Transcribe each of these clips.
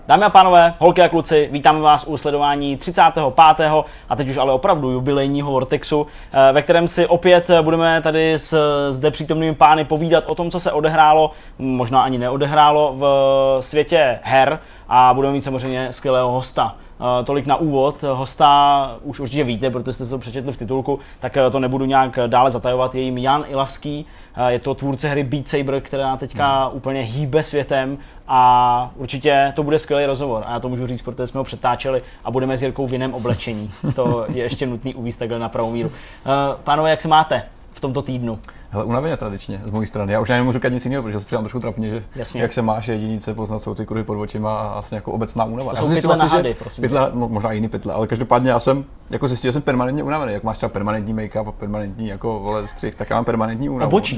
Dámy a pánové, holky a kluci, vítáme vás u sledování 35. a teď už ale opravdu jubilejního Vortexu, ve kterém si opět budeme tady s zde přítomnými pány povídat o tom, co se odehrálo, možná ani neodehrálo v světě her a budeme mít samozřejmě skvělého hosta. Tolik na úvod. Hosta už určitě víte, protože jste se to přečetli v titulku, tak to nebudu nějak dále zatajovat. Je jim Jan Ilavský, je to tvůrce hry Beat Saber, která teďka úplně hýbe světem a určitě to bude skvělý rozhovor. A já to můžu říct, protože jsme ho přetáčeli a budeme s Jirkou v jiném oblečení. To je ještě nutný uvést takhle na pravou míru. Pánové, jak se máte v tomto týdnu? Hele, unaveně tradičně z mojí strany. Já už nemůžu říkat nic jiného, protože se přijám trošku trapně, že jasně. Jak se máš, jediný co poznat jsou ty kruhy pod očima a asi jako obecná únava. To jsou pytle na hady, prosím. Pytle, možná jiný pytle, ale každopádně já jsem jako zjistil, že jsem permanentně unavený. Jak máš třeba permanentní make-up a permanentní jako střih, tak já mám permanentní únavu. Obočí,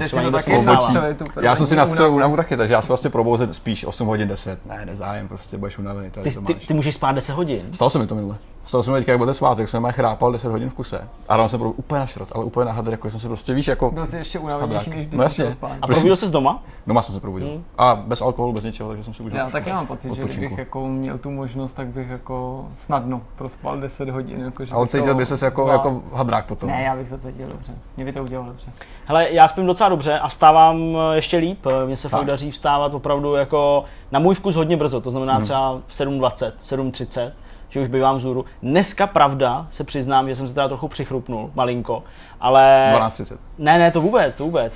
já jsem si nastřelil únavu taky, takže já se vlastně probouzím spíš 8 hodin 10. Ne, nezájem, prostě budeš unavený. Ty můžeš spát 10 hodin. Stalo se mi to minule. Stalo se mi teďka, jak byl svátek, jsem chrápal 10 hodin v kuse. A ráno jsem úplně na šrot, ale úplně na hadr, jako jsem si prostě víš jako. Byl jsi ještě unavenější, než když jsi šel spát. A probudil jsi doma? Doma jsem se probudil. A bez alkoholu, bez ničeho, takže jsem si užil. Já taky mám pocit, že kdybych jako měl tu možnost, tak bych jako snadno prospal 10 hodin. Jako, ale cítil by ses jako hadrák potom. Ne, já bych se cítil dobře. Mě by to udělalo dobře. Hele, já spím docela dobře a vstávám ještě líp. Mně se fakt daří vstávat opravdu jako na můj vkus hodně brzo, to znamená třeba v 7:20, 7:30. Že už bývám vzhůru. Dneska, pravda, se přiznám, že jsem se teda trochu přichrupnul, malinko, ale... 12:30. Ne, to vůbec,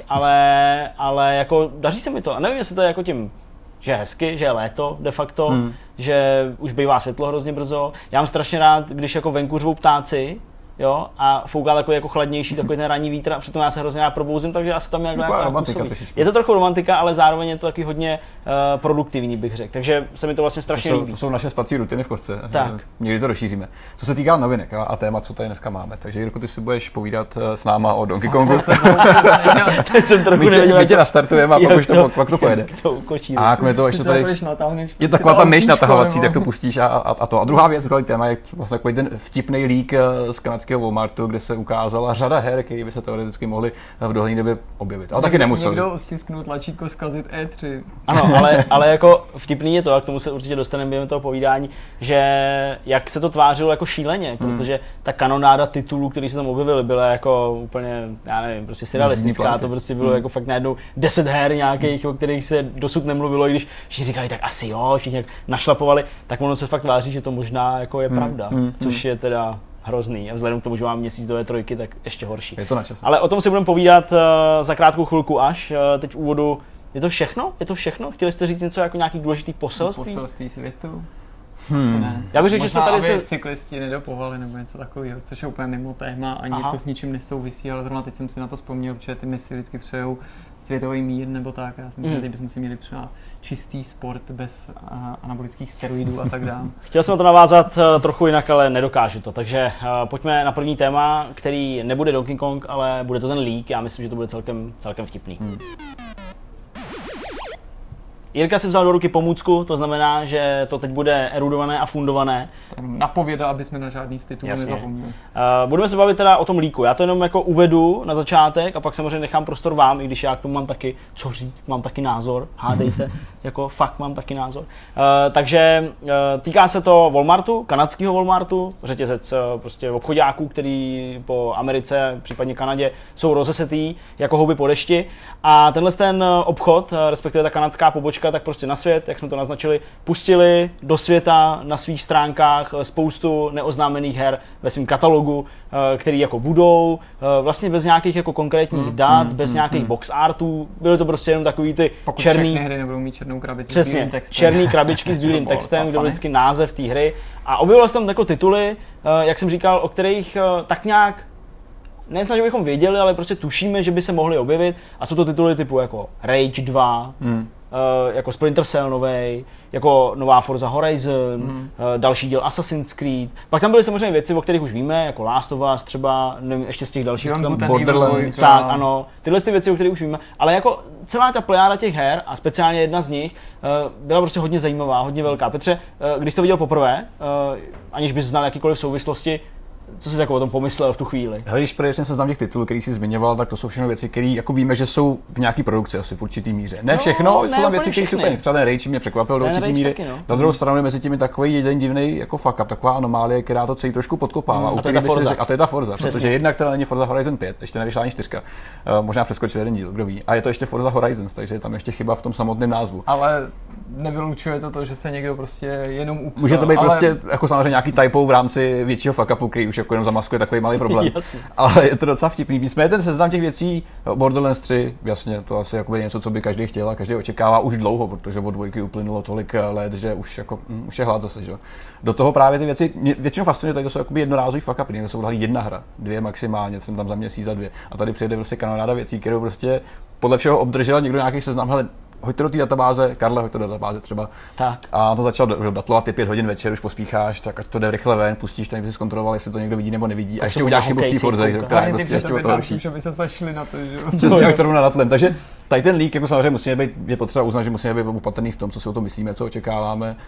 ale jako daří se mi to. A nevím, jestli to je jako tím, že je hezky, že je léto de facto, že už bývá světlo hrozně brzo. Já mám strašně rád, když jako venku řvou ptáci, jo, a fouká takový jako chladnější, takový ten ranní vítr a přitom já se hrozně rád probouzím, takže já se tam nějak je to trochu romantika, ale zároveň je to taky hodně produktivní, bych řekl. Takže se mi to vlastně strašně líbí. To jsou naše spací rutiny v kostce. Tak. Někdy to rozšíříme. Co se týká novinek a témat, co tady dneska máme. Takže Jirko, ty si budeš povídat s náma o Donkey Kongu. Teď jsem trochu nevěděl. My tě nastartujeme a pak to pojede. A jak mi to ještě tady je taková ta myš natahovací, tak to pustíš a to. A druhá věc, druhý téma je vlastně takový ten vtipný lík z kanadského Walmartu, kde se ukázala řada her, které by se teoreticky mohly v dohledné době objevit. Ale taky nemuseli. Někdo stisknul tlačítko zkazit E3. Ano, ale jako vtipný je to, a k tomu se určitě dostaneme během toho povídání, že jak se to tvářilo jako šíleně, protože ta kanonáda titulů, které se tam objevily, byla jako úplně, já nevím, prostě surrealistická, to prostě bylo jako fakt najednou 10 her nějakých, o kterých se dosud nemluvilo, i když všichni říkali, tak asi jo, všichni našlapovali, tak ono se fakt tváří, že to možná jako je pravda, což je teda hrozný a vzhledem k tomu, že mám měsíc do E3, tak ještě horší. Je to na čase. Ale o tom si budeme povídat za krátkou chvilku až. Teď v úvodu. Je to všechno? Je to všechno? Chtěli jste říct něco jako nějaký důležitý poselství? Poselství světu? Ne. Já bych řekl, že jsme tady se cyklisti nedopovali nebo něco takového, což je úplně mimo téma, ani to s ničím nesouvisí, ale zrovna teď jsem si na to vzpomněl, protože ty mi si vždycky přejou světový mír nebo tak. Já si myslím, že teď bychom si měli přát čistý sport bez anabolických steroidů a tak dále. Chtěl jsem na to navázat trochu jinak, ale nedokážu to. Takže pojďme na první téma, který nebude Donkey Kong, ale bude to ten leak. Já myslím, že to bude celkem vtipný. Jirka si vzal do ruky pomůcku, to znamená, že to teď bude erudované a fundované. Napověda, aby jsme na žádný z titulů nezapomněli. Budeme se bavit teda o tom leaku. Já to jenom jako uvedu na začátek a pak samozřejmě nechám prostor vám, i když já k tomu mám taky co říct, mám taky názor, hádejte, jako fakt mám taky názor. Takže týká se to Walmartu, kanadského Walmartu, řetězec prostě obchodáků, který po Americe, případně Kanadě jsou rozesetý jako houby po dešti. A tenhle ten obchod, respektive ta kanadská pobočka, tak prostě na svět, jak jsme to naznačili, pustili do světa na svých stránkách spoustu neoznámených her ve svém katalogu, který jako budou, vlastně bez nějakých jako konkrétních dat, bez nějakých box artů, byly to prostě jenom takový ty pokud černý... všechny hry nebudou mít černou krabici s bílým textem. Černý krabičky s bílým textem, kde byl vždycky název té hry. A objevilo se tam jako tituly, jak jsem říkal, o kterých tak nějak že bychom věděli, ale prostě tušíme, že by se mohly objevit. A jsou to tituly typu jako Rage 2, jako Splinter Cell novej, jako nová Forza Horizon, další díl Assassin's Creed. Pak tam byly samozřejmě věci, o kterých už víme, jako Last of Us třeba, nevím, ještě z těch dalších, Borderlands. Tak, ano, tyhle ty věci, o kterých už víme, ale jako celá ta plejáda těch her a speciálně jedna z nich byla prostě hodně zajímavá, hodně velká. Petře, když jsi to viděl poprvé, aniž bys znal jakýkoliv souvislosti, Co jsi jako o tom pomyslel v tu chvíli? Hele, když projde seznam těch titulů, který jsi zmiňoval, tak to jsou všechno věci, které jako víme, že jsou v nějaký produkci asi v určitý míře. Ne všechno, jsou tam věci, které jsou úplně. Třeba ten Rage mě překvapil do určitý míry. Taky, no. Na druhou stranu je mezi tím takový jeden divný jako fuck up, taková anomálie, která to celý trošku podkopává. A to je ta Forza. Protože jednak teda není Forza Horizon 5, ještě nevyšla ani 4. Možná přeskočil jeden díl, kdo ví. A je to ještě Forza Horizons, takže je tam ještě chyba v tom samotném názvu. Ale nevylučuje to, že se někdo prostě jenom upsal. Může to být prostě jako samozřejmě nějaký typo v rámci většího fuck upu, který už jako jenom zamaskuje takový malý problém. Ale je to docela vtipný. Nicméně ten seznam těch věcí, Borderlands 3, jasně, to asi jako něco, co by každý chtěl a každý očekává už dlouho, protože od dvojky uplynulo tolik let, že už je hlad zase, že? Do toho právě ty věci mě většinou fascinuje, tak to jsou jakoby jednorázový fuck upy, někdo jsou odhalí jedna hra, 2 maximálně, jsem tam za měsíc, za 2. A tady přijde prostě kanonáda věcí, kterou prostě podle všeho obdržel někdo nějaký seznam, hele, hoď to do té databáze, Karle, hoď to do databáze třeba. Tak. A to začal datlovat, ty 5 hodin večer, už pospícháš, tak ať to jde rychle ven, pustíš to, aby si zkontroloval, jestli to někdo vidí nebo nevidí. A ještě uděláš chybu v té Forze, která je prostě ještě o to horší. Že by se zašli na to, že jo. Přesně, to rovna datlem. Takže tady ten leak, jako samozřejmě musíme být, je potřeba uznat, že musíme být opatrný v tom, co si o tom myslíme, co očekáváme.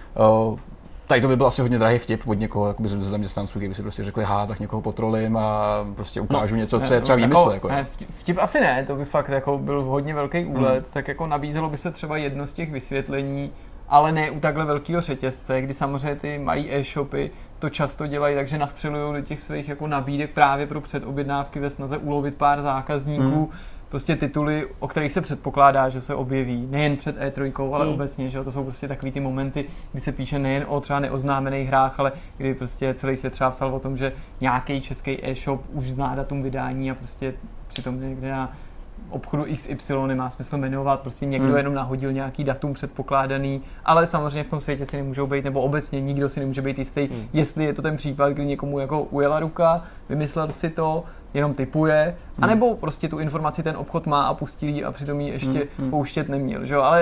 Tady to by byl asi hodně drahý vtip od někoho, jakoby ze zaměstnanců, kdyby si prostě řekli, tak někoho potrolím a prostě ukážu něco, co je třeba výmysl. Jako. Vtip asi ne, to by fakt jako byl hodně velký úlet, tak jako nabízelo by se třeba jedno z těch vysvětlení, ale ne u takhle velkého řetězce, kdy samozřejmě ty malý e-shopy to často dělají, takže nastřelují do těch svých jako nabídek právě pro předobjednávky ve snaze ulovit pár zákazníků. Prostě tituly, o kterých se předpokládá, že se objeví nejen před E3, ale obecně, že to jsou prostě takový ty momenty, kdy se píše nejen o třeba neoznámených hrách, ale kdy prostě celý svět třeba psal o tom, že nějaký český e-shop už zná datum vydání a prostě přitom někde na obchodu XY nemá smysl jmenovat, prostě někdo jenom nahodil nějaký datum předpokládaný, ale samozřejmě v tom světě si nemůžou být, nebo obecně nikdo si nemůže být jistý, jestli je to ten případ, kdy někomu jako ujela ruka, vymyslel si to, jenom typuje, anebo prostě tu informaci ten obchod má a pustí ji a přitom ji ještě pouštět neměl, že jo, ale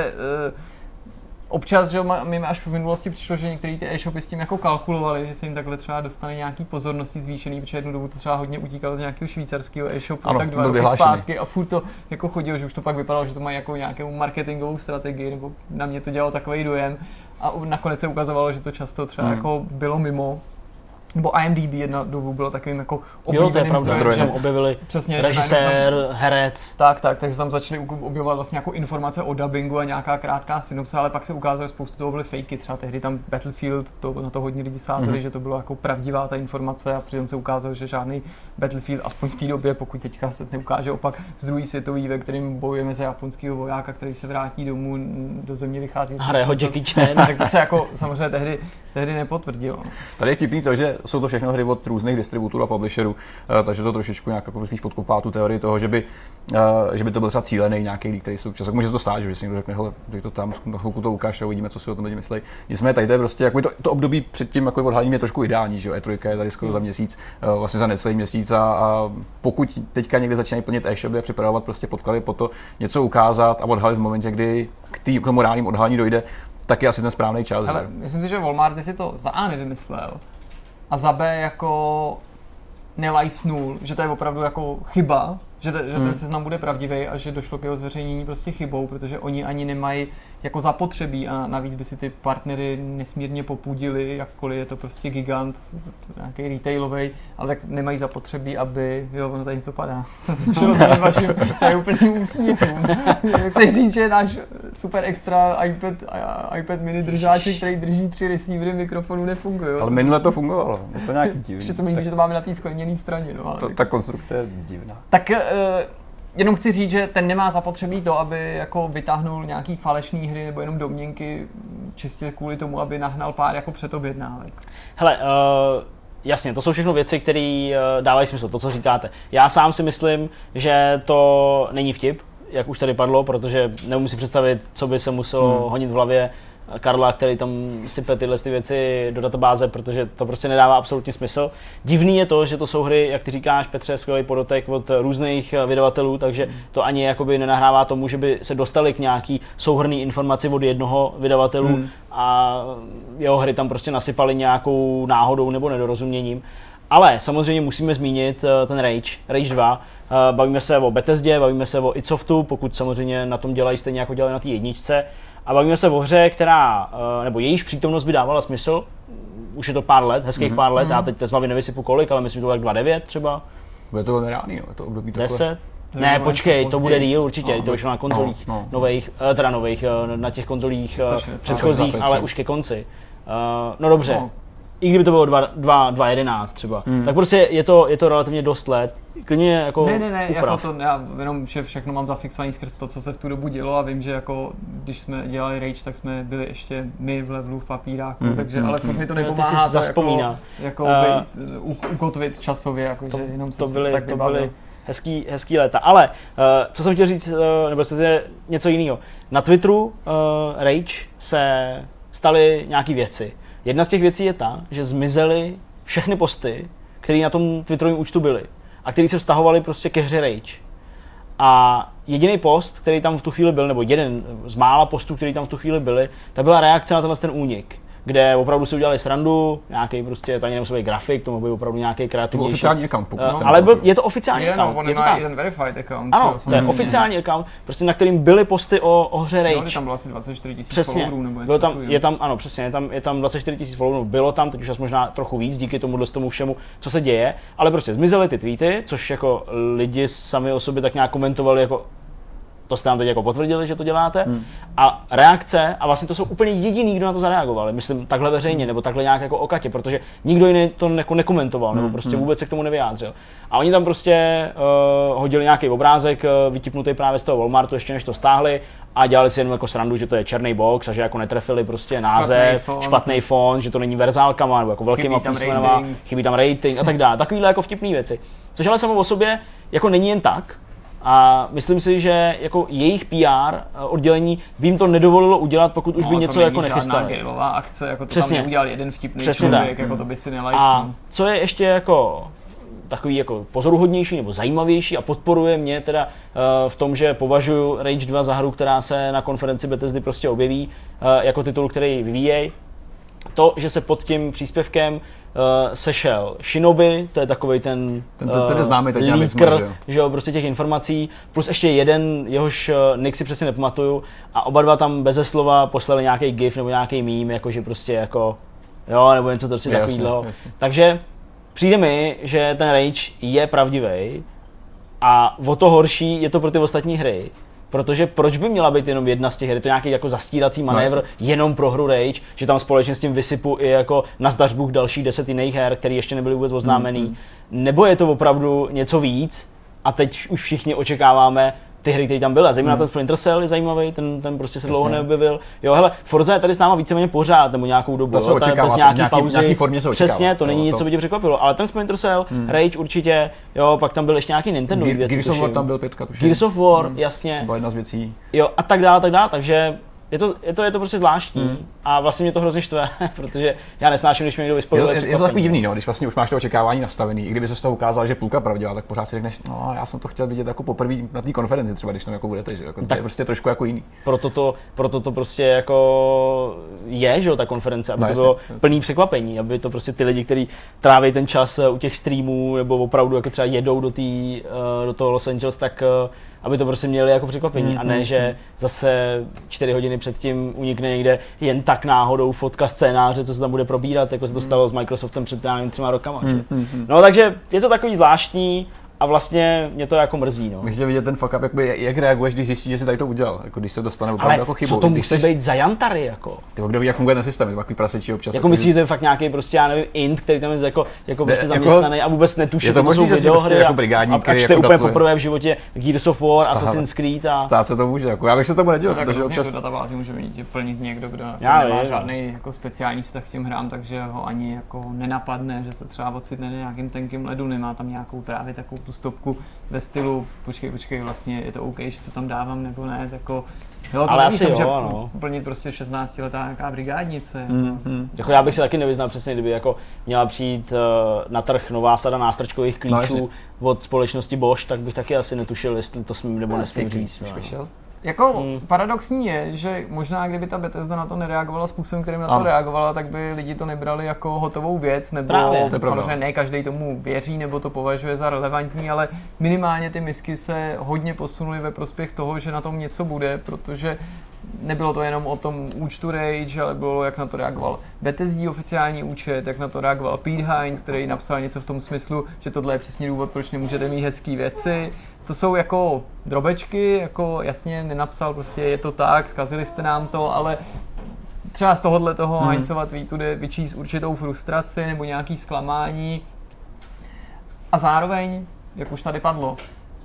občas, že mi až v minulosti přišlo, že některé ty e-shopy s tím jako kalkulovali, že se jim takhle třeba dostane nějaký pozornosti zvýšený, protože jednu dobu to třeba hodně utíkalo z nějakého švýcarského e-shopu, ano, tak 2 roky zpátky a furt to jako chodilo, že už to pak vypadalo, že to mají jako nějakou marketingovou strategii, nebo na mě to dělalo takový dojem a nakonec se ukazovalo, že to často třeba jako bylo mimo. Nebo IMDb jedna dobu bylo takovým jako oblíbeným zdrojem, že tam objevili přesně, režisér, herec. Takže tam začali objevovat vlastně jako informace o dabingu a nějaká krátká synopse, ale pak se ukázalo, že spoustu toho byly fakey, třeba tehdy tam Battlefield, na to hodně lidí sázeli, že to bylo jako pravdivá ta informace a přitom se ukázalo, že žádný Battlefield, aspoň v té době, pokud teďka se neukáže opak z druhé světové, ve kterým bojujeme za japonského vojáka, který se vrátí domů, do země vychází. Hraje ho Jackie Chan. Tak to se jako samozřejmě tehdy nepotvrdilo. Tady je vtipný to, že jsou to všechno hry od různých distributorů a publisherů, takže to trošičku nějak jako spíš podkopá tu teorii toho, že by to byl třeba cílený nějaký lík, který součas. Může se to stát, že si někdo řekne, hele, dej to tam, na chvilku to ukáž a uvidíme, co si o tom lidi myslí. Nicméně tady to je prostě jako to období před tím jako odhalení je trošku ideální, že jo, E3 je tady skoro za měsíc, vlastně za necelý měsíc a pokud teďka někdy začínají plnit e-shopy a připravovat prostě podklady po to něco ukázat a odhalit v momentě, kdy k tomu reálnému odhalení dojde, tak je asi ten správný čas. Ale myslím si, že Walmart si to za A nevymyslel a za B jako nelajsnul, že to je opravdu jako chyba, že ten seznam bude pravdivý a že došlo k jeho zveřejnění prostě chybou, protože oni ani nemají jako zapotřebí a navíc by si ty partnery nesmírně popudili, jakkoliv je to prostě gigant, nějaký retailový, ale tak nemají zapotřebí, aby, jo, ono tady něco padá. To je úplně úsměvům. Chceš říct, že náš super extra iPad mini držáček, který drží 3 receivery mikrofonu, nefunguje. Ale minule to fungovalo, je to nějaký divný. Ještě co mi líbí, že to máme na té skleněné straně. No, ale ta konstrukce je divná. Tak jenom chci říct, že ten nemá zapotřebí to, aby jako vytáhnul nějaký falešný hry nebo jenom domněnky čistě kvůli tomu, aby nahnal pár jako předobjednávek. Hele, jasně, to jsou všechno věci, které dávají smysl, to, co říkáte. Já sám si myslím, že to není vtip, jak už tady padlo, protože neumím si představit, co by se muselo honit v hlavě Karla, který tam sype tyhle věci do databáze, protože to prostě nedává absolutní smysl. Divný je to, že to jsou hry, jak ty říkáš, Petře, skvělý podotek od různých vydavatelů, takže to ani jakoby nenahrává tomu, že by se dostali k nějaký souhrnný informaci od jednoho vydavatelu a jeho hry tam prostě nasypali nějakou náhodou nebo nedorozuměním. Ale samozřejmě musíme zmínit ten Rage 2. Bavíme se o Bethesdě, bavíme se o iSoftu, pokud samozřejmě na tom dělají stejně jako dělali na té jedničce. A bavíme se o hře, která, nebo jejíž přítomnost by dávala smysl. už je to pár let, hezkých pár let, já teď z hlavy nevysypu kolik, ale myslím, že to tak 2,9 třeba. Bude to velmi reálný, no, to období 10? Ne, počkej, to bude díl určitě, to vyšlo na konzolích nových, na těch konzolích předchozích, ale už ke konci. No dobře. I kdyby to bylo 2.11 třeba, tak prostě je to relativně dost let. Klidně jako Ne, jako to, já jenom všechno mám zafixovaný skrz to, co se v tu dobu dělo a vím, že jako když jsme dělali Rage, tak jsme byli ještě my v levelu v papíráku, takže ale furt mi to nepomáhá jako ukotvit časově, jakože jenom to byly hezký léta. Ale co jsem chtěl říct, nebo to je něco jiného. Na Twitteru Rage se staly nějaký věci. Jedna z těch věcí je ta, že zmizely všechny posty, které na tom Twitterovém účtu byly a které se vztahovaly prostě ke hře Rage. A jediný post, který tam v tu chvíli byl, nebo jeden z mála postů, který tam v tu chvíli byly, tak byla reakce na ten únik, kde opravdu si udělali srandu, nějaký prostě, to ani nemusel být grafik, to byl opravdu nějaký kreativnější. To byl oficiální account, ale je to oficiální account. On má jeden verified account. Ano, to je oficiální account, prostě na kterým byly posty o hře Rage. No, tam bylo asi 24 000 followerů nebo něco takového. Je tam 24 000 followerů, bylo tam, teď už asi možná trochu víc díky tomu všemu, co se děje, ale prostě zmizely ty tweety, což jako lidi sami o sobě tak nějak komentovali jako to jste nám teď jako potvrdili, že to děláte. A reakce, a vlastně to jsou úplně jediný, kdo na to zareagovali, myslím takhle veřejně, nebo takhle nějak jako okatě, protože nikdo jiný to jako nekomentoval, nebo prostě vůbec se k tomu nevyjádřil. A oni tam prostě hodili nějaký obrázek, vytipnutý právě z toho Walmartu, ještě než to stáhli, a dělali si jenom jako srandu, že to je černý box a že jako netrefili prostě název, špatný font, že to není verzálkama, nebo jako velkýma písmenama, chybí tam rating a tak dále. Takovýhle jako vtipný věci. Což ale samo o sobě jako není jen tak. A myslím si, že jako jejich PR oddělení by jim to nedovolilo udělat, pokud už by něco jako nechystali. To není žádná guerillová akce, jako to přesně. Tam neudělal jeden vtipný člověk, jako to by si nelajsnul. A co je ještě jako takový jako pozoruhodnější nebo zajímavější a podporuje mě teda v tom, že považuji Rage 2 za hru, která se na konferenci Bethesdy prostě objeví jako titul, který vyvíjejí. To, že se pod tím příspěvkem sešel Shinobi, to je takovej ten známý leaker, že jo, prostě těch informací, plus ještě jeden, jehož nick si přesně nepamatuju, a oba dva tam beze slova poslali nějaký gif nebo nějaký meme, jakože prostě jako, jo, nebo něco takového. Takže přijde mi, že ten Rage je pravdivý a o to horší je to pro ty ostatní hry. Protože proč by měla být jenom jedna z těch her, je to nějaký jako zastírací manévr jenom pro hru Rage, že tam společně s tím vysypu i jako na zdařbuch dalších 10 jiných her, které ještě nebyly vůbec oznámený, nebo je to opravdu něco víc a teď už všichni očekáváme ty hry, které tam byly. Zejména ten Splinter Cell je zajímavý, ten prostě se dlouho neobjevil. Jo, hele, Forza je tady s náma víceméně pořád, nebo nějakou dobu, to je bez nějaký pauzy. Nějaký formě se očekává. Přesně, to není nic, co by tě překvapilo, ale ten Splinter Cell, Rage určitě, jo, pak tam byl ještě nějaký Nintendo věci. Gears of War tam byl 5, Gears of War, jasně. To byla jedna z věcí. Jo, a tak dále, takže je to prostě zvláštní a vlastně mě to hrozně štve, protože já nesnáším, když mě někdo vyspojuje. Je to takový divný, no, když vlastně už máš to očekávání nastavený, i kdyby se z toho ukázalo, že půlka pravdivá, tak pořád si řekneš, no, já jsem to chtěl vidět jako poprvé na té konferenci třeba, když tam jako budete, že jako, tak to je prostě trošku jako jiný. Proto to prostě jako je, že jo, ta konference, aby to bylo plný překvapení, aby to prostě ty lidi, kteří tráví ten čas u těch streamů nebo opravdu jako třeba jedou do toho Los Angeles, tak aby to prostě měli jako překvapení a ne, že zase 4 hodiny předtím unikne někde jen tak náhodou fotka scénáře, co se tam bude probírat, jako se to stalo s Microsoftem před 3 rokama. No takže je to takový zvláštní a vlastně mě to jako mrzí. No. Bych chtěl vidět ten fuck up, jak reaguješ, když zjistíš, že si tady to udělal, jako když se dostane opravdu jako chybu. Co to musí být za jantary jako? Kdo ví, jak funguje ten systém, je to takový prasečí občas. Jako myslíš, že to je fakt nějaký prostě, já nevím, int, který tam je jako prostě zaměstnaný a vůbec netuší, to jsou videohry jako brigádník, a čte úplně poprvé v životě Gears of War, Assassin's Creed a... Stát se to může, jako já bych se tomu nedělal, protože občas... databázi může plnit někdo, kdo nemá žádný jako speciální vztah k těm hrám, takže ho ani jako nenapadne, že se třeba ocitne na nějakým tenkým ledu, nemá tam nějakou právě takovou tu stopku ve stylu, počkej, vlastně je to OK, že to tam dávám nebo ne, jako jo, to ale není asi tom, že no. plnit prostě 16letá nějaká brigádnice. Jako já bych se taky nevyznal přesně, kdyby jako měla přijít na trh nová sada nástrčkových klíčů od společnosti Bosch, tak bych taky asi netušil, jestli to smím nebo nesmím říct. Jako paradoxní je, že možná kdyby ta Bethesda na to nereagovala způsobem, kterým na to reagovala, tak by lidi to nebrali jako hotovou věc, nebo samozřejmě ne každý tomu věří nebo to považuje za relevantní, ale minimálně ty misky se hodně posunuly ve prospěch toho, že na tom něco bude, protože nebylo to jenom o tom účtu Rage, ale bylo, jak na to reagoval Bethesda oficiální účet, jak na to reagoval Pete Hines, který napsal něco v tom smyslu, že tohle je přesně důvod, proč nemůžete mít hezký věci. To jsou jako drobečky, jako jasně nenapsal, prostě je to tak, zkazili jste nám to, ale třeba z tohohle toho Hinesova tweetu jde vyčíst určitou frustraci nebo nějaký zklamání. A zároveň, jak už tady padlo,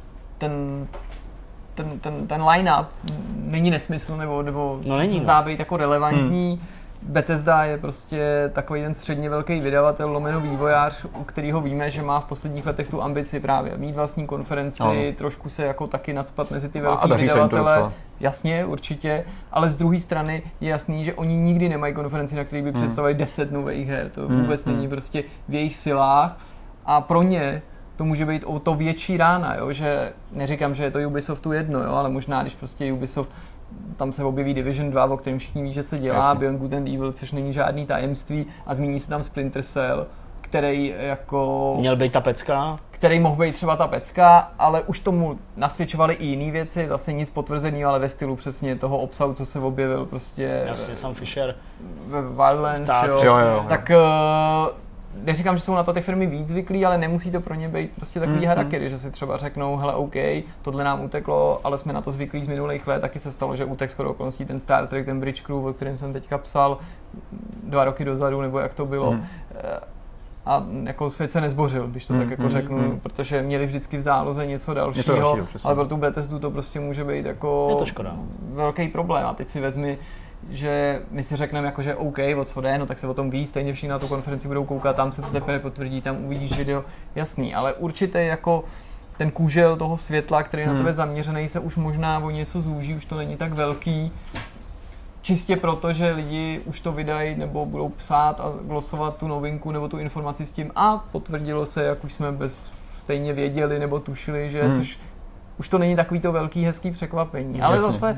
ten line-up není nesmysl nebo se zdá být jako relevantní. Bethesda je prostě takový ten středně velký vydavatel, lomeno vývojář, u kterého víme, že má v posledních letech tu ambici právě mít vlastní konferenci, trošku se jako taky nacpat mezi ty velký vydavatele. Jasně, určitě, ale z druhé strany je jasný, že oni nikdy nemají konferenci, na které by představili 10 nových her. To vůbec není prostě v jejich silách a pro ně to může být o to větší rána, jo? Že neříkám, že je to Ubisoftu jedno, jo? Ale možná, když prostě Ubisoft, tam se objeví Division 2, o kterém všichni ví, že se dělá, jasně. Beyond Good and Evil, což není žádný tajemství a zmíní se tam Splinter Cell, který jako... Měl být ta pecka? Který mohl být třeba ta pecka, ale už tomu nasvědčovaly i jiné věci, zase nic potvrzeného, ale ve stylu přesně toho obsahu, co se objevil prostě... Jasně, Sam Fisher. Ve Wildlands, jo. Tak... Neříkám, že jsou na to ty firmy víc zvyklí, ale nemusí to pro ně být prostě takový harakiri, že si třeba řeknou, hele OK, tohle nám uteklo, ale jsme na to zvyklí z minulých let, taky se stalo, že utek shodou okolností ten Star Trek, ten Bridge Crew, o kterém jsem teďka psal 2 roky dozadu, nebo jak to bylo. A jako svět se nezbořil, když to tak jako řeknu, protože měli vždycky v záloze něco dalšího, ale pro tu Bethesdu to prostě může být jako velký problém. A teď si vezmi, že my si řekneme jako, že OK, o co jde, no tak se o tom ví, stejně všichni na tu konferenci budou koukat, tam se to teprve potvrdí, tam uvidíš video, jasný, ale určitě jako ten kůžel toho světla, který je na tebe zaměřený, se už možná o něco zúží, už to není tak velký, čistě proto, že lidi už to vydají nebo budou psát a glosovat tu novinku nebo tu informaci s tím a potvrdilo se, jak už jsme stejně věděli nebo tušili, že což už to není takový to velký hezký překvapení, ale zase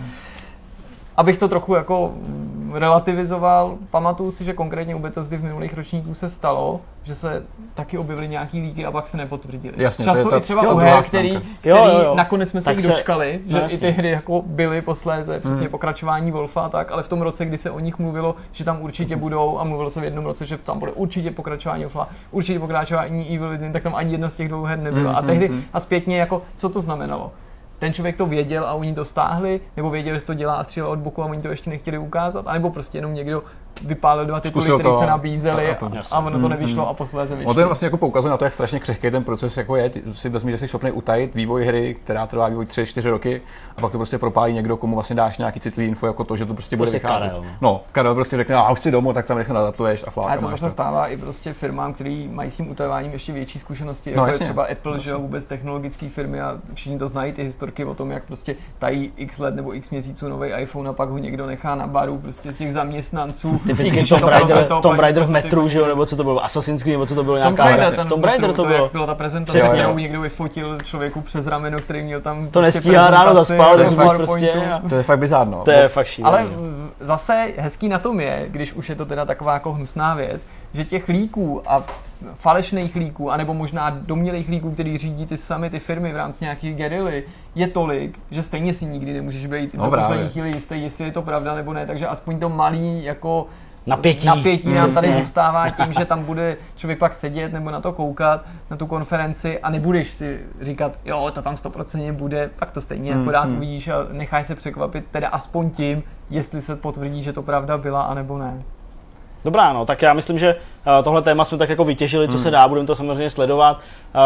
abych to trochu jako relativizoval, pamatuju si, že konkrétně u Bethesdy v minulých ročníků se stalo, že se taky objevily nějaký líky a pak se nepotvrdily. Jasně, často i třeba u her, který nakonec jsme se jich dočkali, že i ty hry jako byly posléze, přesně pokračování Wolfa a tak, ale v tom roce, kdy se o nich mluvilo, že tam určitě budou a mluvilo se v jednom roce, že tam bude určitě pokračování Wolfa, určitě pokračování Evil Within, tak tam ani jedna z těch 2 her nebyla. A tehdy a zpětně jako, co to znamenalo? Ten člověk to věděl a oni to stáhli, nebo věděli, že to dělá a střílel od boku a oni to ještě nechtěli ukázat, anebo prostě jenom někdo vypálil 2 tituly, které se nabízely a ono to nevyšlo a posléze vyšlo. To je vlastně jako poukazuje na to, jak strašně křehký ten proces jako je. Ty si vezmi, že jsi schopný utajit vývoj hry, která trvá vývoj 3-4 roky a pak to prostě propálí někdo, komu vlastně dáš nějaký citlivý info, jako to, že to prostě bude vycházet. Karel prostě řekne, už si domů, tak tam nechám nadatuješ a fláka. A to se stává i prostě firmám, který mají s tím utajováním ještě větší zkušenosti, jako je třeba Apple, že vůbec technologické firmy a všichni to znají, ty historky o tom, jak prostě tají x let nebo x měsíců nový iPhone a pak ho někdo nechá na baru prostě z těch zaměstnanců. Typicky Tomb Raider v metru, že jo, nebo co to bylo, Assassin's Creed, nebo co to bylo, nějaká hra. Tomb Raider to bylo. Byla ta prezentace, kterou někdo vyfotil člověku přes rameno, který měl tam to nestíhá, ráno zaspal, prostě. To je fakt bizárno. To je fakt šílený. Ale zase hezký na tom je, když už je to teda taková jako hnusná věc, že těch líků a falešných líků, anebo možná domnělých líků, který řídí ty firmy v rámci nějakých gerily, je tolik, že stejně si nikdy nemůžeš být do poslední chvíli jistý, jestli je to pravda nebo ne, takže aspoň to malý jako napětí nám tady zůstává tím, že tam bude člověk pak sedět nebo na to koukat, na tu konferenci a nebudeš si říkat, jo, to tam 100% bude, pak to stejně akorát uvidíš a necháš se překvapit teda aspoň tím, jestli se potvrdí, že to pravda byla, anebo ne. Dobrá, no, tak já myslím, že tohle téma jsme tak jako vytěžili, co se dá, budeme to samozřejmě sledovat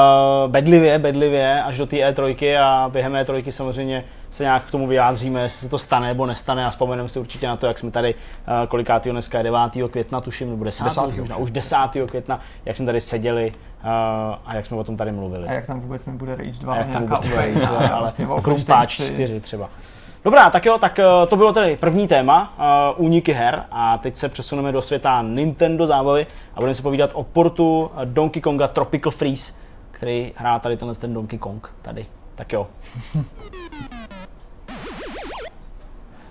bedlivě až do té E3 a během E3 samozřejmě se nějak k tomu vyjádříme, jestli se to stane nebo nestane a vzpomeneme si určitě na to, jak jsme tady, kolikátýho dneska je 9. května, tuším, nebo 10. možná už 10. května, jak jsme tady seděli a jak jsme o tom tady mluvili. A jak tam vůbec nebude Rage 2, a jak tam vůbec nebude Rage 2, ale Krumpáč 4 třeba. Dobrá, tak jo, tak to bylo tedy první téma, úniky her a teď se přesuneme do světa Nintendo zábavy a budeme si povídat o portu Donkey Konga Tropical Freeze, který hrál tady ten Donkey Kong tady. Tak jo.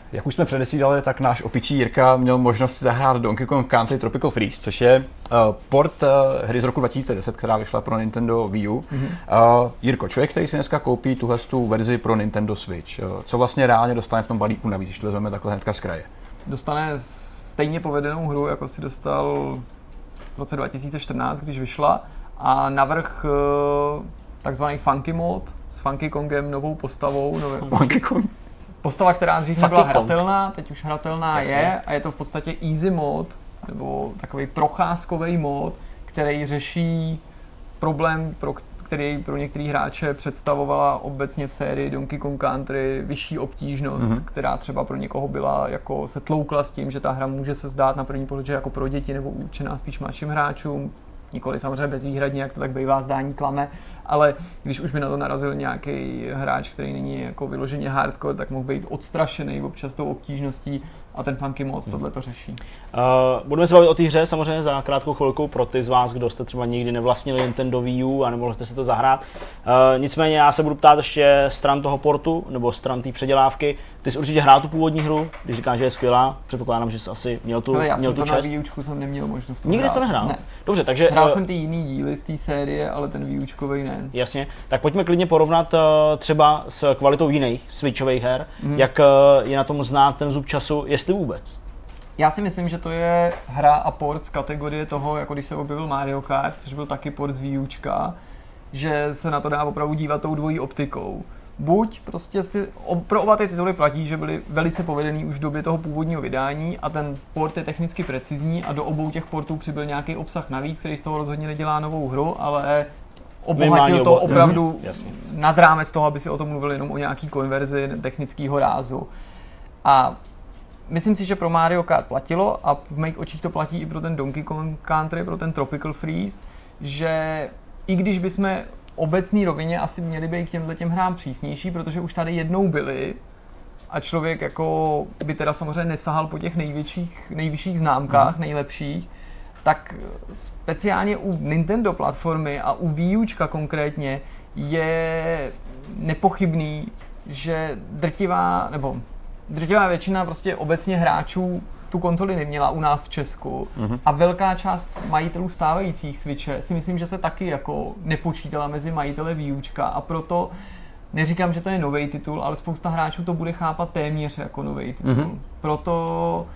Jak už jsme předesídali, tak náš opičí Jirka měl možnost zahrát Donkey Kong Country Tropical Freeze, což je port hry z roku 2010, která vyšla pro Nintendo Wii U. Jirko, člověk, který si dneska koupí tuhle verzi pro Nintendo Switch, co vlastně reálně dostane v tom balíku navíc, když to vezmeme takhle hnedka z kraje? Dostane stejně povedenou hru, jako si dostal v roce 2014, když vyšla, a navrch takzvaný Funky Mode s Funky Kongem, novou postavou. Funky Kong? Postava, která dřív nebyla hratelná, teď už hratelná je, a je to v podstatě easy mod, nebo takový procházkový mod, který řeší problém, který pro některý hráče představovala obecně v sérii Donkey Kong Country vyšší obtížnost, která třeba pro někoho byla, jako se tloukla s tím, že ta hra může se zdát na první pohled, že jako pro děti nebo určená spíš mladším hráčům. Nikoli samozřejmě bezvýhradně, jak to tak bývá, zdání klame, ale když už by na to narazil nějaký hráč, který není jako vyloženě hardcore, tak mohl být odstrašený občas tou obtížností, a ten Funky mod tohle to řeší. Budeme se bavit o té hře samozřejmě za krátkou chvilku pro ty z vás, kdo jste třeba nikdy nevlastnili Nintendo Wii U a nemohli jste si to zahrát. Nicméně já se budu ptát ještě stran toho portu, nebo stran té předělávky. Ty jsi určitě hrál tu původní hru, když říkáš, že je skvělá, předpokládám, že jsi asi měl tu čest. Já jsem to na Wii Učku jsem neměl možnost. Nikdy jsi to nehrál? Ne. Dobře, takže hrál jsem ty jiný díly z té série, ale ten Wii Učkovej ne. Jasně, tak pojďme klidně porovnat třeba s kvalitou jiných switchových her, jak je na tom znát ten zub času, jestli vůbec. Já si myslím, že to je hra a port z kategorie toho, jako když se objevil Mario Kart, což byl taky port z Wii Učka, že se na to dá opravdu dívat tou dvojí optikou. Buď prostě pro oba ty tituly platí, že byly velice povedený už v době toho původního vydání a ten port je technicky precizní a do obou těch portů přibyl nějaký obsah navíc, který z toho rozhodně nedělá novou hru, ale obohatil to opravdu nad rámec toho, aby si o tom mluvili jenom o nějaký konverzi technického rázu. A myslím si, že pro Mario Kart platilo, a v mých očích to platí i pro ten Donkey Kong Country, pro ten Tropical Freeze, že i když bychom obecný rovině asi měli být k těm hrám přísnější, protože už tady jednou byli a člověk jako by teda samozřejmě nesahal po těch nejvyšších známkách, nejlepších, tak speciálně u Nintendo platformy a u Wii Učka konkrétně je nepochybný, že drtivá většina prostě obecně hráčů tu konzoli neměla u nás v Česku a velká část majitelů stávajících Switche si myslím, že se taky jako nepočítala mezi majitele Wii Učka, a proto neříkám, že to je nový titul, ale spousta hráčů to bude chápat téměř jako nový titul. Proto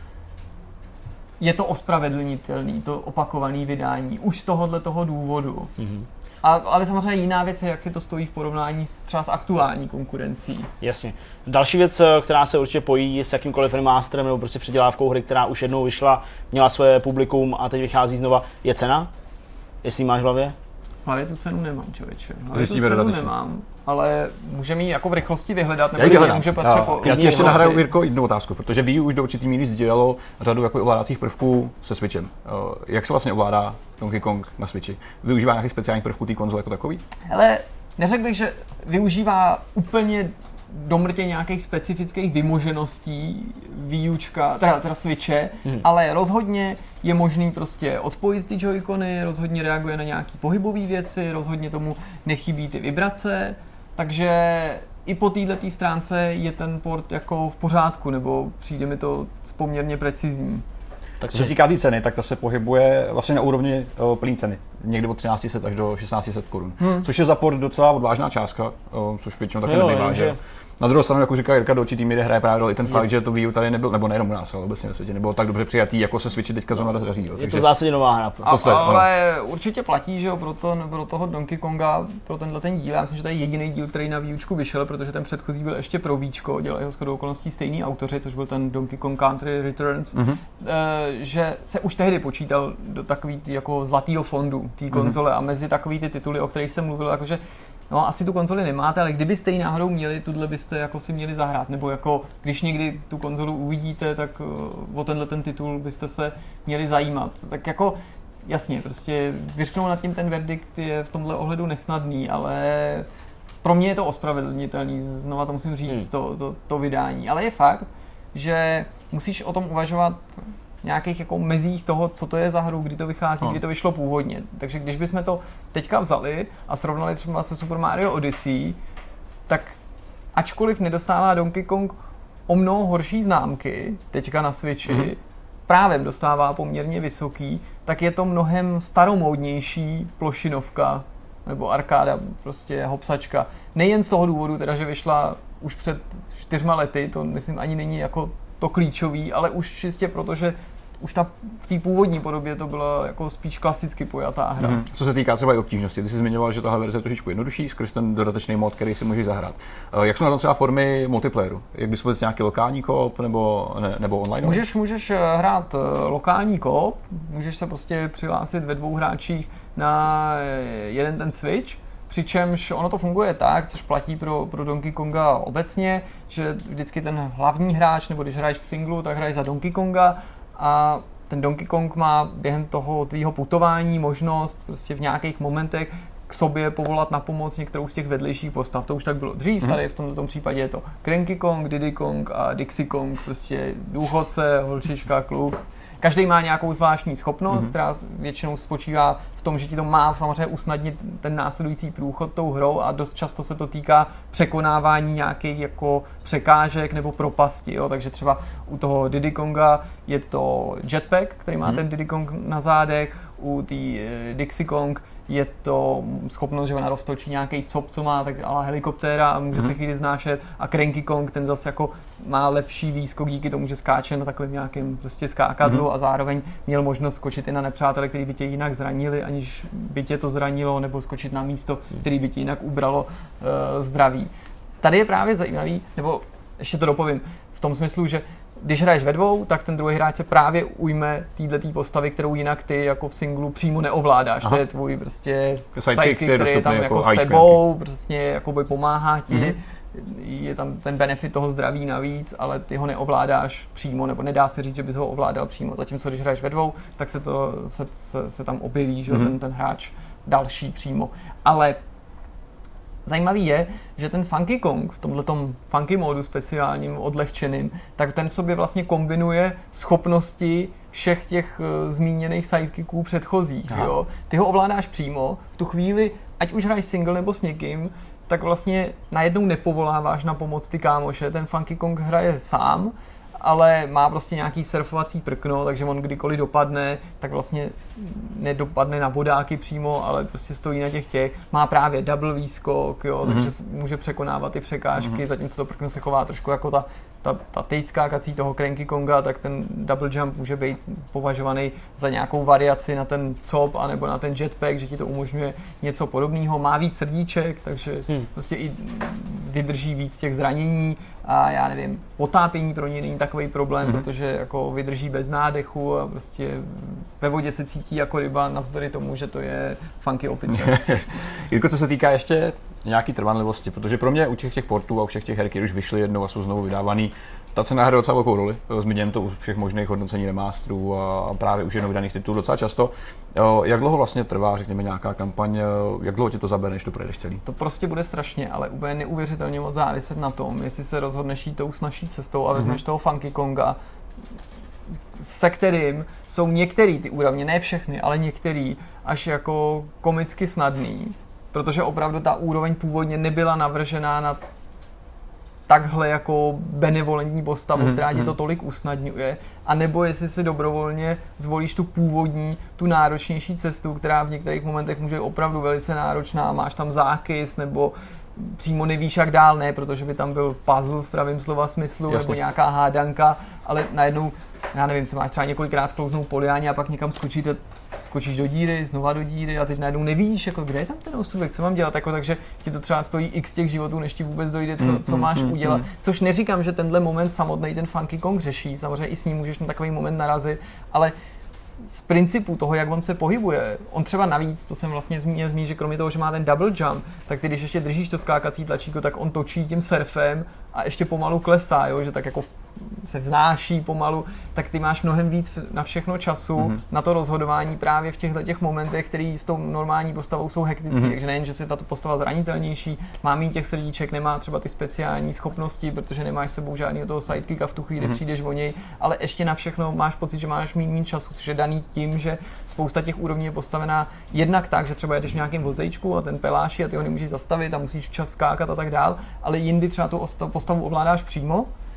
je to ospravedlnitelný, to opakované vydání, už z tohoto důvodu. Ale samozřejmě jiná věc je, jak si to stojí v porovnání třeba s aktuální konkurencí. Jasně. Další věc, která se určitě pojí s jakýmkoliv remasterem nebo prostě předělávkou hry, která už jednou vyšla, měla své publikum a teď vychází znova, je cena? Jestli máš v hlavě? V hlavě tu cenu nemám, člověče. Nemám, ale můžeme ji jako v rychlosti vyhledat, nebo může Já ti ještě nahraju, Jirko, jednu otázku, protože Wii už do určitý míry sdílelo řadu jako ovládacích prvků se Switchem. Jak se vlastně ovládá Donkey Kong na Switchi? Využívá nějakých speciálních prvků té konzole jako takový? Hele, neřekl bych, že využívá úplně domrtě nějakých specifických vymožeností Wii Učka, teda Switche, ale rozhodně je možný prostě odpojit ty joycony, rozhodně reaguje na nějaký pohybové věci, rozhodně tomu nechybí ty vibrace, takže i po této stránce je ten port jako v pořádku, nebo přijde mi to poměrně precizní. Tak co se týká té ceny, tak ta se pohybuje vlastně na úrovni plné ceny. Někde od 1300 až do 1600 korun. Což je za port docela odvážná částka, což většinou takhle nebývá, že? Na druhou stranu, jak už říká Jirka, do určitý míry hraje právě i ten fakt, že to Wii U tady nebyl, nebo nejenom u nás, ale obecně ve světě, nebylo tak dobře přijatý, jako se Switchi teďka zrovna daří. Je to zásadně nová hra. Ale určitě platí, že jo, pro toho Donkey Konga, pro tenhle ten díl, já myslím, že to je jediný díl, který na Wii Učku vyšel, protože ten předchozí byl ještě pro Víčko, dělají ho shodou okolností stejný autoři, což byl ten Donkey Kong Country Returns, že se už tehdy počítal do takový jako zlatýho fondu té konzole a mezi takový ty tituly, o kterých jsem mluvil, jakože no, asi tu konzoli nemáte, ale kdybyste ji náhodou měli, tuhle byste jako si měli zahrát, nebo jako když někdy tu konzolu uvidíte, tak o tenhle ten titul byste se měli zajímat. Tak jako jasně, prostě vyřknout nad tím ten verdikt je v tomhle ohledu nesnadný, ale pro mě je to ospravedlnitelný, znova to musím říct, to vydání. Ale je fakt, že musíš o tom uvažovat nějakých jako mezích toho, co to je za hru, kdy to vychází, kdy to vyšlo původně. Takže když bychom to teďka vzali a srovnali třeba se Super Mario Odyssey, tak ačkoliv nedostává Donkey Kong o mnoho horší známky, teďka na Switchi, právě dostává poměrně vysoký, tak je to mnohem staromódnější plošinovka nebo arkáda, prostě hopsačka. Nejen z toho důvodu, teda, že vyšla už před 4 lety, to myslím ani není jako to klíčový, ale už čistě proto, že už v té původní podobě to byla jako spíš klasicky pojatá hra. Co se týká třeba i obtížnosti, ty jsi zmiňoval, že tahle verze je trošičku jednodušší, skrz ten dodatečný mod, který si můžeš zahrát. Jak jsou na tom třeba formy multiplayeru? Jak bys vůbec nějaký lokální koop nebo online? Můžeš hrát lokální koop, můžeš se prostě přihlásit ve 2 hráčích na jeden ten Switch, přičemž ono to funguje tak, což platí pro Donkey Konga obecně, že vždycky ten hlavní hráč, nebo když hraješ v singlu, tak hraješ za Donkey Konga a ten Donkey Kong má během toho tvýho putování možnost prostě v nějakých momentech k sobě povolat na pomoc některou z těch vedlejších postav. To už tak bylo dřív, tady v tomto případě je to Cranky Kong, Diddy Kong a Dixie Kong, prostě důchodce, holčička, kluk. Každý má nějakou zvláštní schopnost, která většinou spočívá v tom, že ti to má samozřejmě usnadnit ten následující průchod tou hrou a dost často se to týká překonávání nějakých jako překážek nebo propasti. Jo? Takže třeba u toho Diddy Konga je to jetpack, který má ten Diddy Kong na zádech, u té Dixie Kong je to schopnost, že ona roztočí nějaký cop, co má tak ale helikoptéra a může se chvíli znášet, a Cranky Kong, ten zase jako má lepší výskok díky tomu, že skáče na takovém nějakém prostě skákadlu a zároveň měl možnost skočit i na nepřátele, který by tě jinak zranili, aniž by tě to zranilo, nebo skočit na místo, který by ti jinak ubralo zdraví. Tady je právě zajímavý, nebo ještě to dopovím, v tom smyslu, že když hraješ ve 2, tak ten druhý hráč se právě ujme této postavy, kterou jinak ty jako v singlu přímo neovládáš. To je tvůj prostě sidekick, který je tam jako s tebou, prostě jakoby pomáhá ti. Je tam ten benefit toho zdraví navíc, ale ty ho neovládáš přímo, nebo nedá se říct, že bys ho ovládal přímo. Zatímco když hraješ ve 2, tak se tam objeví, že ten hráč další přímo. Ale zajímavý je, že ten Funky Kong v tomhletom funky módu speciálním, odlehčeným, tak ten v sobě vlastně kombinuje schopnosti všech těch zmíněných sidekicků předchozích. Jo? Ty ho ovládáš přímo, v tu chvíli, ať už hraješ single nebo s někým, tak vlastně najednou nepovoláváš na pomoc ty kámoše, ten Funky Kong hraje sám, ale má prostě nějaký surfovací prkno, takže on kdykoliv dopadne, tak vlastně nedopadne na bodáky přímo, ale prostě stojí na těch. Má právě double výskok, jo, takže může překonávat ty překážky, zatímco to prkno se chová trošku jako ta teď skákací toho Cranky Konga, tak ten double jump může být považovaný za nějakou variaci na ten cop anebo na ten jetpack, že ti to umožňuje něco podobného. Má víc srdíček, takže prostě i vydrží víc těch zranění a já nevím, potápění pro ně není takový problém, protože jako vydrží bez nádechu a prostě ve vodě se cítí jako ryba, navzdory tomu, že to je funky opice. Jirko, co se týká ještě nějaký trvanlivosti, protože pro mě u těch portů a u všech těch her, které už vyšly jednou a jsou znovu vydávaný, ta cena hraje docela velkou roli. Zmíním to u všech možných hodnocení remasterů a právě už jednou vydaných titulů docela často. Jak dlouho vlastně trvá, řekněme, nějaká kampaň, jak dlouho ti to zabere, než to projedeš celý? To prostě bude strašně, ale úplně neuvěřitelně moc záviset na tom, jestli se rozhodneš jít tou snazší cestou a vezmeš toho Funky Konga, se kterým jsou některé ty úrovně, ne všechny, ale některé až jako komicky snadný, protože opravdu ta úroveň původně nebyla navržená na takhle jako benevolentní postavu, která ti to tolik usnadňuje, a nebo jestli si dobrovolně zvolíš tu původní, tu náročnější cestu, která v některých momentech může být opravdu velice náročná, máš tam zákys, nebo přímo nevíš jak dál, ne, protože by tam byl puzzle v pravém slova smyslu, nebo nějaká hádanka, ale najednou, já nevím, se máš třeba několikrát sklouznout po liáně a pak někam skočíš do díry, znova do díry a teď najednou nevíš, jako kde je tam ten ostrůvek, co mám dělat, jako, takže ti to třeba stojí x těch životů, než ti vůbec dojde, co máš udělat. Což neříkám, že tenhle moment samotný ten Funky Kong řeší, samozřejmě i s ním můžeš na takový moment narazit, ale z principu toho, jak on se pohybuje, on třeba navíc, to jsem vlastně zmínil, že kromě toho, že má ten double jump, tak ty když ještě držíš to skákací tlačítko, tak on točí tím surfem a ještě pomalu klesá, jo? Že tak jako se vznáší pomalu, tak ty máš mnohem víc na všechno času, na to rozhodování právě v těchto momentech, které s tou normální postavou jsou hektické. Takže nejen, že se tato postava zranitelnější, má méně těch srdíček, nemá třeba ty speciální schopnosti, protože nemáš s sebou žádného toho sidekicka, v tu chvíli přijdeš o něj, ale ještě na všechno máš pocit, že máš méně času, což je daný tím, že spousta těch úrovní je postavená jednak tak, že třeba jedeš v nějakém vozejčku a ten peláši a ty ho nemůžeš zastavit a musíš včas skákat a tak dál, ale jindy třeba tu postavu ovládáš přímo.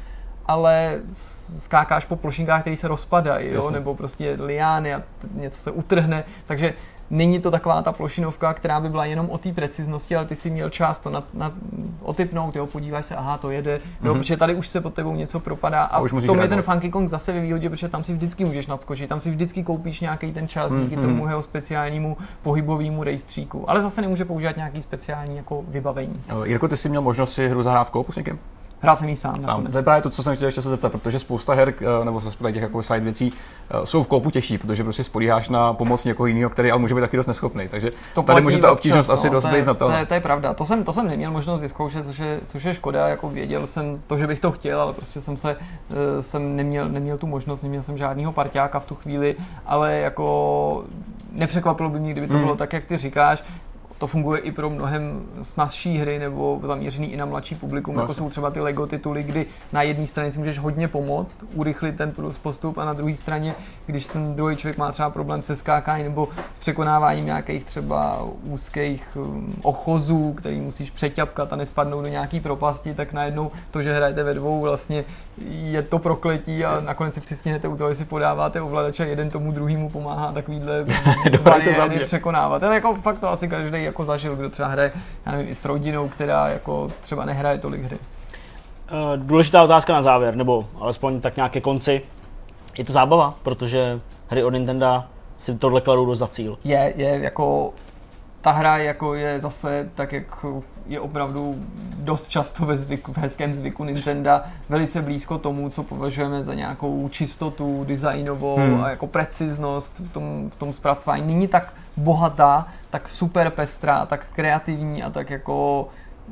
ale skákáš po plošinkách, které se rozpadají, jo? Nebo prostě liány a něco se utrhne, takže není to taková ta plošinovka, která by byla jenom o té preciznosti, ale ty si měl čas to otipnout, jo, podívaj se, aha, to jede, jo, protože tady už se pod tebou něco propadá a v tom je ten Funky Kong zase ve výhodě, protože tam si vždycky můžeš nadskočit, tam si vždycky koupíš nějaký ten čas díky tomu jeho speciálnímu pohybovému rejstříku, ale zase nemůže používat nějaký speciální jako vybavení. Jirko, ty jsi měl možnost si hru zahrát v koupu s někým? Hrál jsem jí sám. To je právě to, co jsem chtěl ještě se zeptat, protože spousta her, nebo spousta těch jako side věcí jsou v koupu těžší, protože prostě spolíháš na pomoc někoho jiného, který ale může být taky dost neschopný. Takže to tady může ta obtížnost asi dost být znatelná. To je pravda. To jsem neměl možnost vyzkoušet, což je škoda. Jako věděl jsem to, že bych to chtěl, ale prostě jsem neměl tu možnost, neměl jsem žádného parťáka v tu chvíli, ale jako nepřekvapilo by mě, kdyby to bylo tak, jak ty říkáš. To funguje i pro mnohem snazší hry nebo zaměřený i na mladší publikum, jako jsou třeba ty Lego tituly, kdy na jedné straně si můžeš hodně pomoct, urychlit ten postup a na druhé straně, když ten druhý člověk má třeba problém se skákáním nebo s překonáváním nějakých třeba úzkých ochozů, který musíš přeťapkat a nespadnout do nějaký propasti, tak najednou to, že hrajete ve dvou, vlastně je to prokletí a nakonec si přistěhnete u toho, že si podáváte ovladač a jeden tomu druhému pomáhá takovýhle bariéry překonávat. To je jako fakt to asi každý jako zažil, kdo třeba hraje, já nevím, i s rodinou, která jako třeba nehraje tolik hry. Důležitá otázka na závěr, nebo alespoň tak nějak ke konci. Je to zábava, protože hry od Nintendo si tohle kladou dost za cíl. Je jako ta hra jako je zase tak, jak je opravdu dost často v hezkém zvyku Nintendo, velice blízko tomu, co považujeme za nějakou čistotu designovou a jako preciznost v tom zpracování. Není tak bohatá, tak super pestrá, tak kreativní a tak jako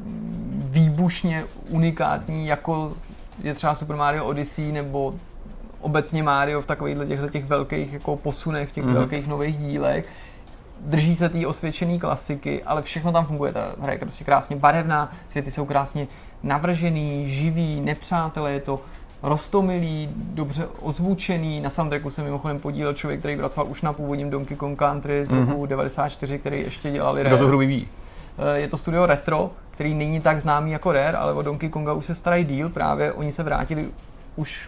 výbušně unikátní, jako je třeba Super Mario Odyssey nebo obecně Mario v takovýchhle těch velkých jako posunech, v těch velkých nových dílech. Drží se té osvědčené klasiky, ale všechno tam funguje. Ta hra je prostě krásně barevná, světy jsou krásně navržený, živý, nepřátelé, je to roztomilý, dobře ozvučený. Na soundtracku se mimochodem podílel člověk, který pracoval už na původním Donkey Kong Country z roku 94, který ještě dělali Rare. Kdo to hru vyvíjí? Je to studio Retro, který není tak známý jako Rare, ale o Donkey Konga už se starají díl. Právě oni se vrátili už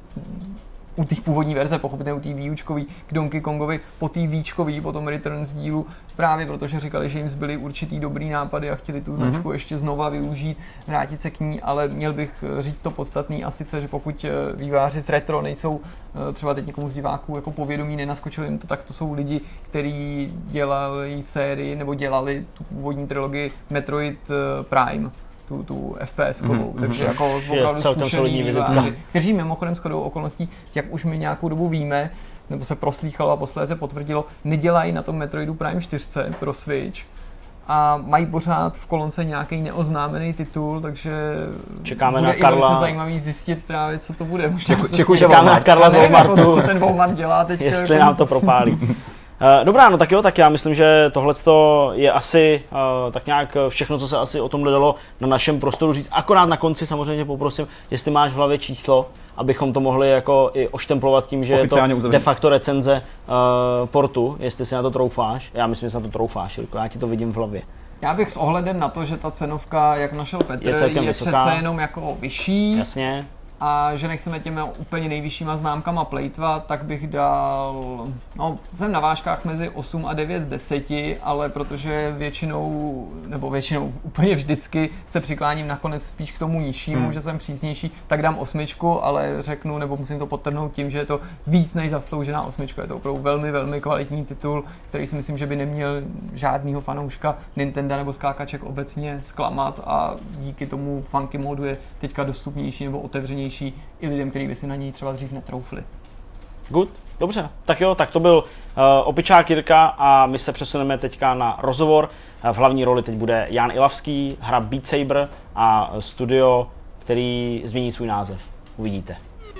u té původní verze, pochopitelně u té výučkový k Donkey Kongovi, po té výčkový, po tom Returns dílu, právě protože říkali, že jim zbyly určitý dobrý nápady a chtěli tu značku ještě znova využít, vrátit se k ní, ale měl bych říct to podstatný a sice, že pokud vývojáři z Retro nejsou třeba teď někomu z diváků jako povědomí, nenaskočili jim to, tak to jsou lidi, kteří dělali sérii nebo dělali tu původní trilogii Metroid Prime. Tu FPS-kovou, takže jako opravdu zkušený vývojáři, kteří mimochodem shodou okolností, jak už my nějakou dobu víme, nebo se proslýchalo a posléze potvrdilo, nedělají na tom Metroidu Prime 4 pro Switch a mají pořád v kolonce nějaký neoznámený titul, takže čekáme bude na Karla. velice zajímavý zjistit právě, co to bude. Čekáme na Karla z Walmartu, co ten Walmart dělá teď. Jestli nám to propálí. Dobrá, no tak jo, tak já myslím, že tohleto je asi tak nějak všechno, co se asi o tomhle dalo na našem prostoru říct. Akorát na konci samozřejmě poprosím, jestli máš v hlavě číslo, abychom to mohli jako i oštemplovat tím, že je to de facto recenze portu, jestli si na to troufáš. Já myslím, že si na to troufáš, Jirko, já ti to vidím v hlavě. Já bych s ohledem na to, že ta cenovka, jak našel Petr, je přece jenom jako vyšší. Jasně. A že nechceme těmi úplně nejvyššíma známkama plejtvat, tak bych dal, no jsem na vážkách mezi 8 a 9 z 10, ale protože většinou úplně vždycky se přikláním nakonec spíš k tomu nižšímu, že jsem přísnější, tak dám 8, ale řeknu, nebo musím to podtrhnout tím, že je to víc než zasloužená 8, je to opravdu velmi, velmi kvalitní titul, který si myslím, že by neměl žádnýho fanouška Nintendo nebo skákaček obecně zklamat a díky tomu funky modu je teďka dostupnější nebo otevřenější i lidem, kteří by si na něj třeba dřív netroufli. Good, dobře. Tak jo, tak to byl opičák Jirka a my se přesuneme teďka na rozhovor. V hlavní roli teď bude Jan Ilavský, hra Beat Saber a studio, který změní svůj název. Uvidíte.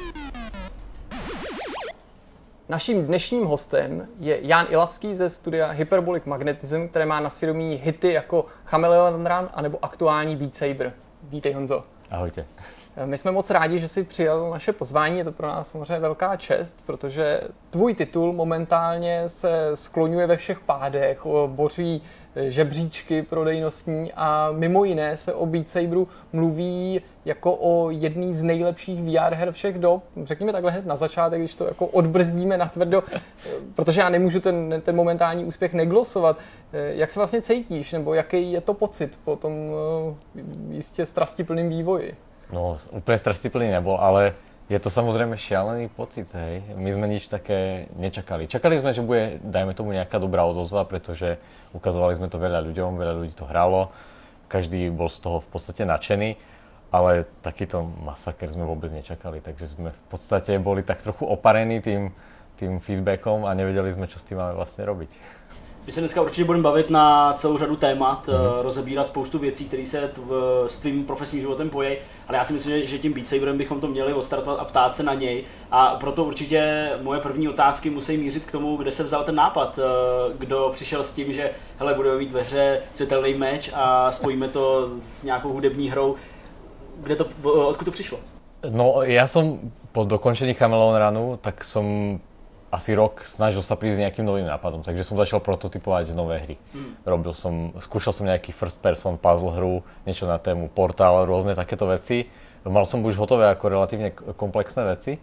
Naším dnešním hostem je Jan Ilavský ze studia Hyperbolic Magnetism, které má na svědomí hity jako Chameleon Run anebo aktuální Beat Saber. Vítej, Honzo. Ahojte. My jsme moc rádi, že jsi přijal naše pozvání, je to pro nás samozřejmě velká čest, protože tvůj titul momentálně se skloňuje ve všech pádech, boří žebříčky prodejnostní a mimo jiné se o Beat Saberu mluví jako o jedný z nejlepších VR her všech dob. Řekněme takhle hned na začátek, když to jako odbrzdíme natvrdo, protože já nemůžu ten momentální úspěch neglosovat. Jak se vlastně cítíš, nebo jaký je to pocit po tom jistě strastiplným vývoji? No, úplne strastiplný nebol, ale je to samozrejme šialený pocit, hej. My sme nič také nečakali. Čakali sme, že bude, dajme tomu, nejaká dobrá odozva, pretože ukazovali sme to veľa ľuďom, veľa ľudí to hralo, každý bol z toho v podstate nadšený, ale takýto masaker sme vôbec nečakali, takže sme v podstate boli tak trochu oparení tým feedbackom a nevedeli sme, čo s tým máme vlastne robiť. My se dneska určitě budeme bavit na celou řadu témat, rozebírat spoustu věcí, které se s tvým profesním životem pojí, ale já si myslím, že tím Beat Saberem bychom to měli odstartovat a ptát se na něj. A proto určitě moje první otázky musí mířit k tomu, kde se vzal ten nápad, kdo přišel s tím, že hele, budeme mít ve hře světelný meč a spojíme to s nějakou hudební hrou. Odkud to přišlo? No, ja som po dokončení Chameleon Runu, tak som asi rok snažil sa prísť s nejakým novým nápadom, takže som začal prototypovať nové hry. Skúšal som nejaký first person puzzle hru, niečo na tému Portal, rôzne takéto veci. Mal som už hotové ako relatívne komplexné veci,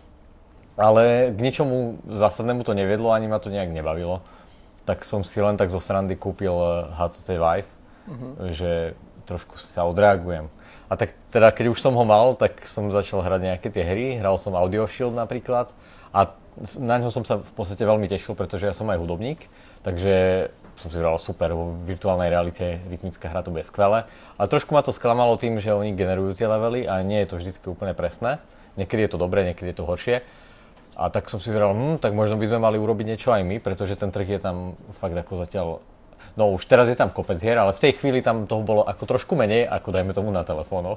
ale k ničomu zásadnému to neviedlo, ani ma to nejak nebavilo. Tak som si len tak zo srandy kúpil HTC Vive, že trošku sa odreagujem. A tak teda, keď už som ho mal, tak som začal hrať nejaké tie hry, hral som Audio Shield napríklad a na ňo som sa v podstate veľmi tešil, pretože ja som aj hudobník, takže som si vral super, vo virtuálnej realite rytmická hra to bude skvelé. Ale trošku ma to sklamalo tým, že oni generujú tie levely a nie je to vždycky úplne presné. Niekedy je to dobré, niekedy je to horšie. A tak som si vral, tak možno by sme mali urobiť niečo aj my, pretože ten trh je tam fakt ako zatiaľ. No už teraz je tam kopec hier, ale v tej chvíli tam toho bolo ako trošku menej, ako dajme tomu na telefónoch.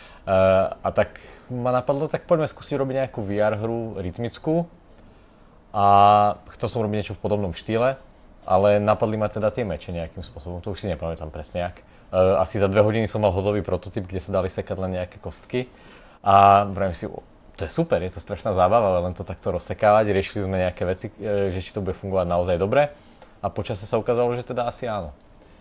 A tak ma napadlo, tak poďme skúsiť robiť nejakú VR hru rytmickú. A chcel som robiť niečo v podobnom štýle, ale napadli ma teda tie meče nejakým spôsobom, to už si nepamätám presne jak. Asi za 2 hodiny som mal hotový prototyp, kde sa dali sekať len nejaké kostky a vravím si, to je super, je to strašná zábava, len to takto rozsekávať, riešili sme nejaké veci, že či to bude fungovať naozaj dobre a počase sa ukázalo, že teda asi áno.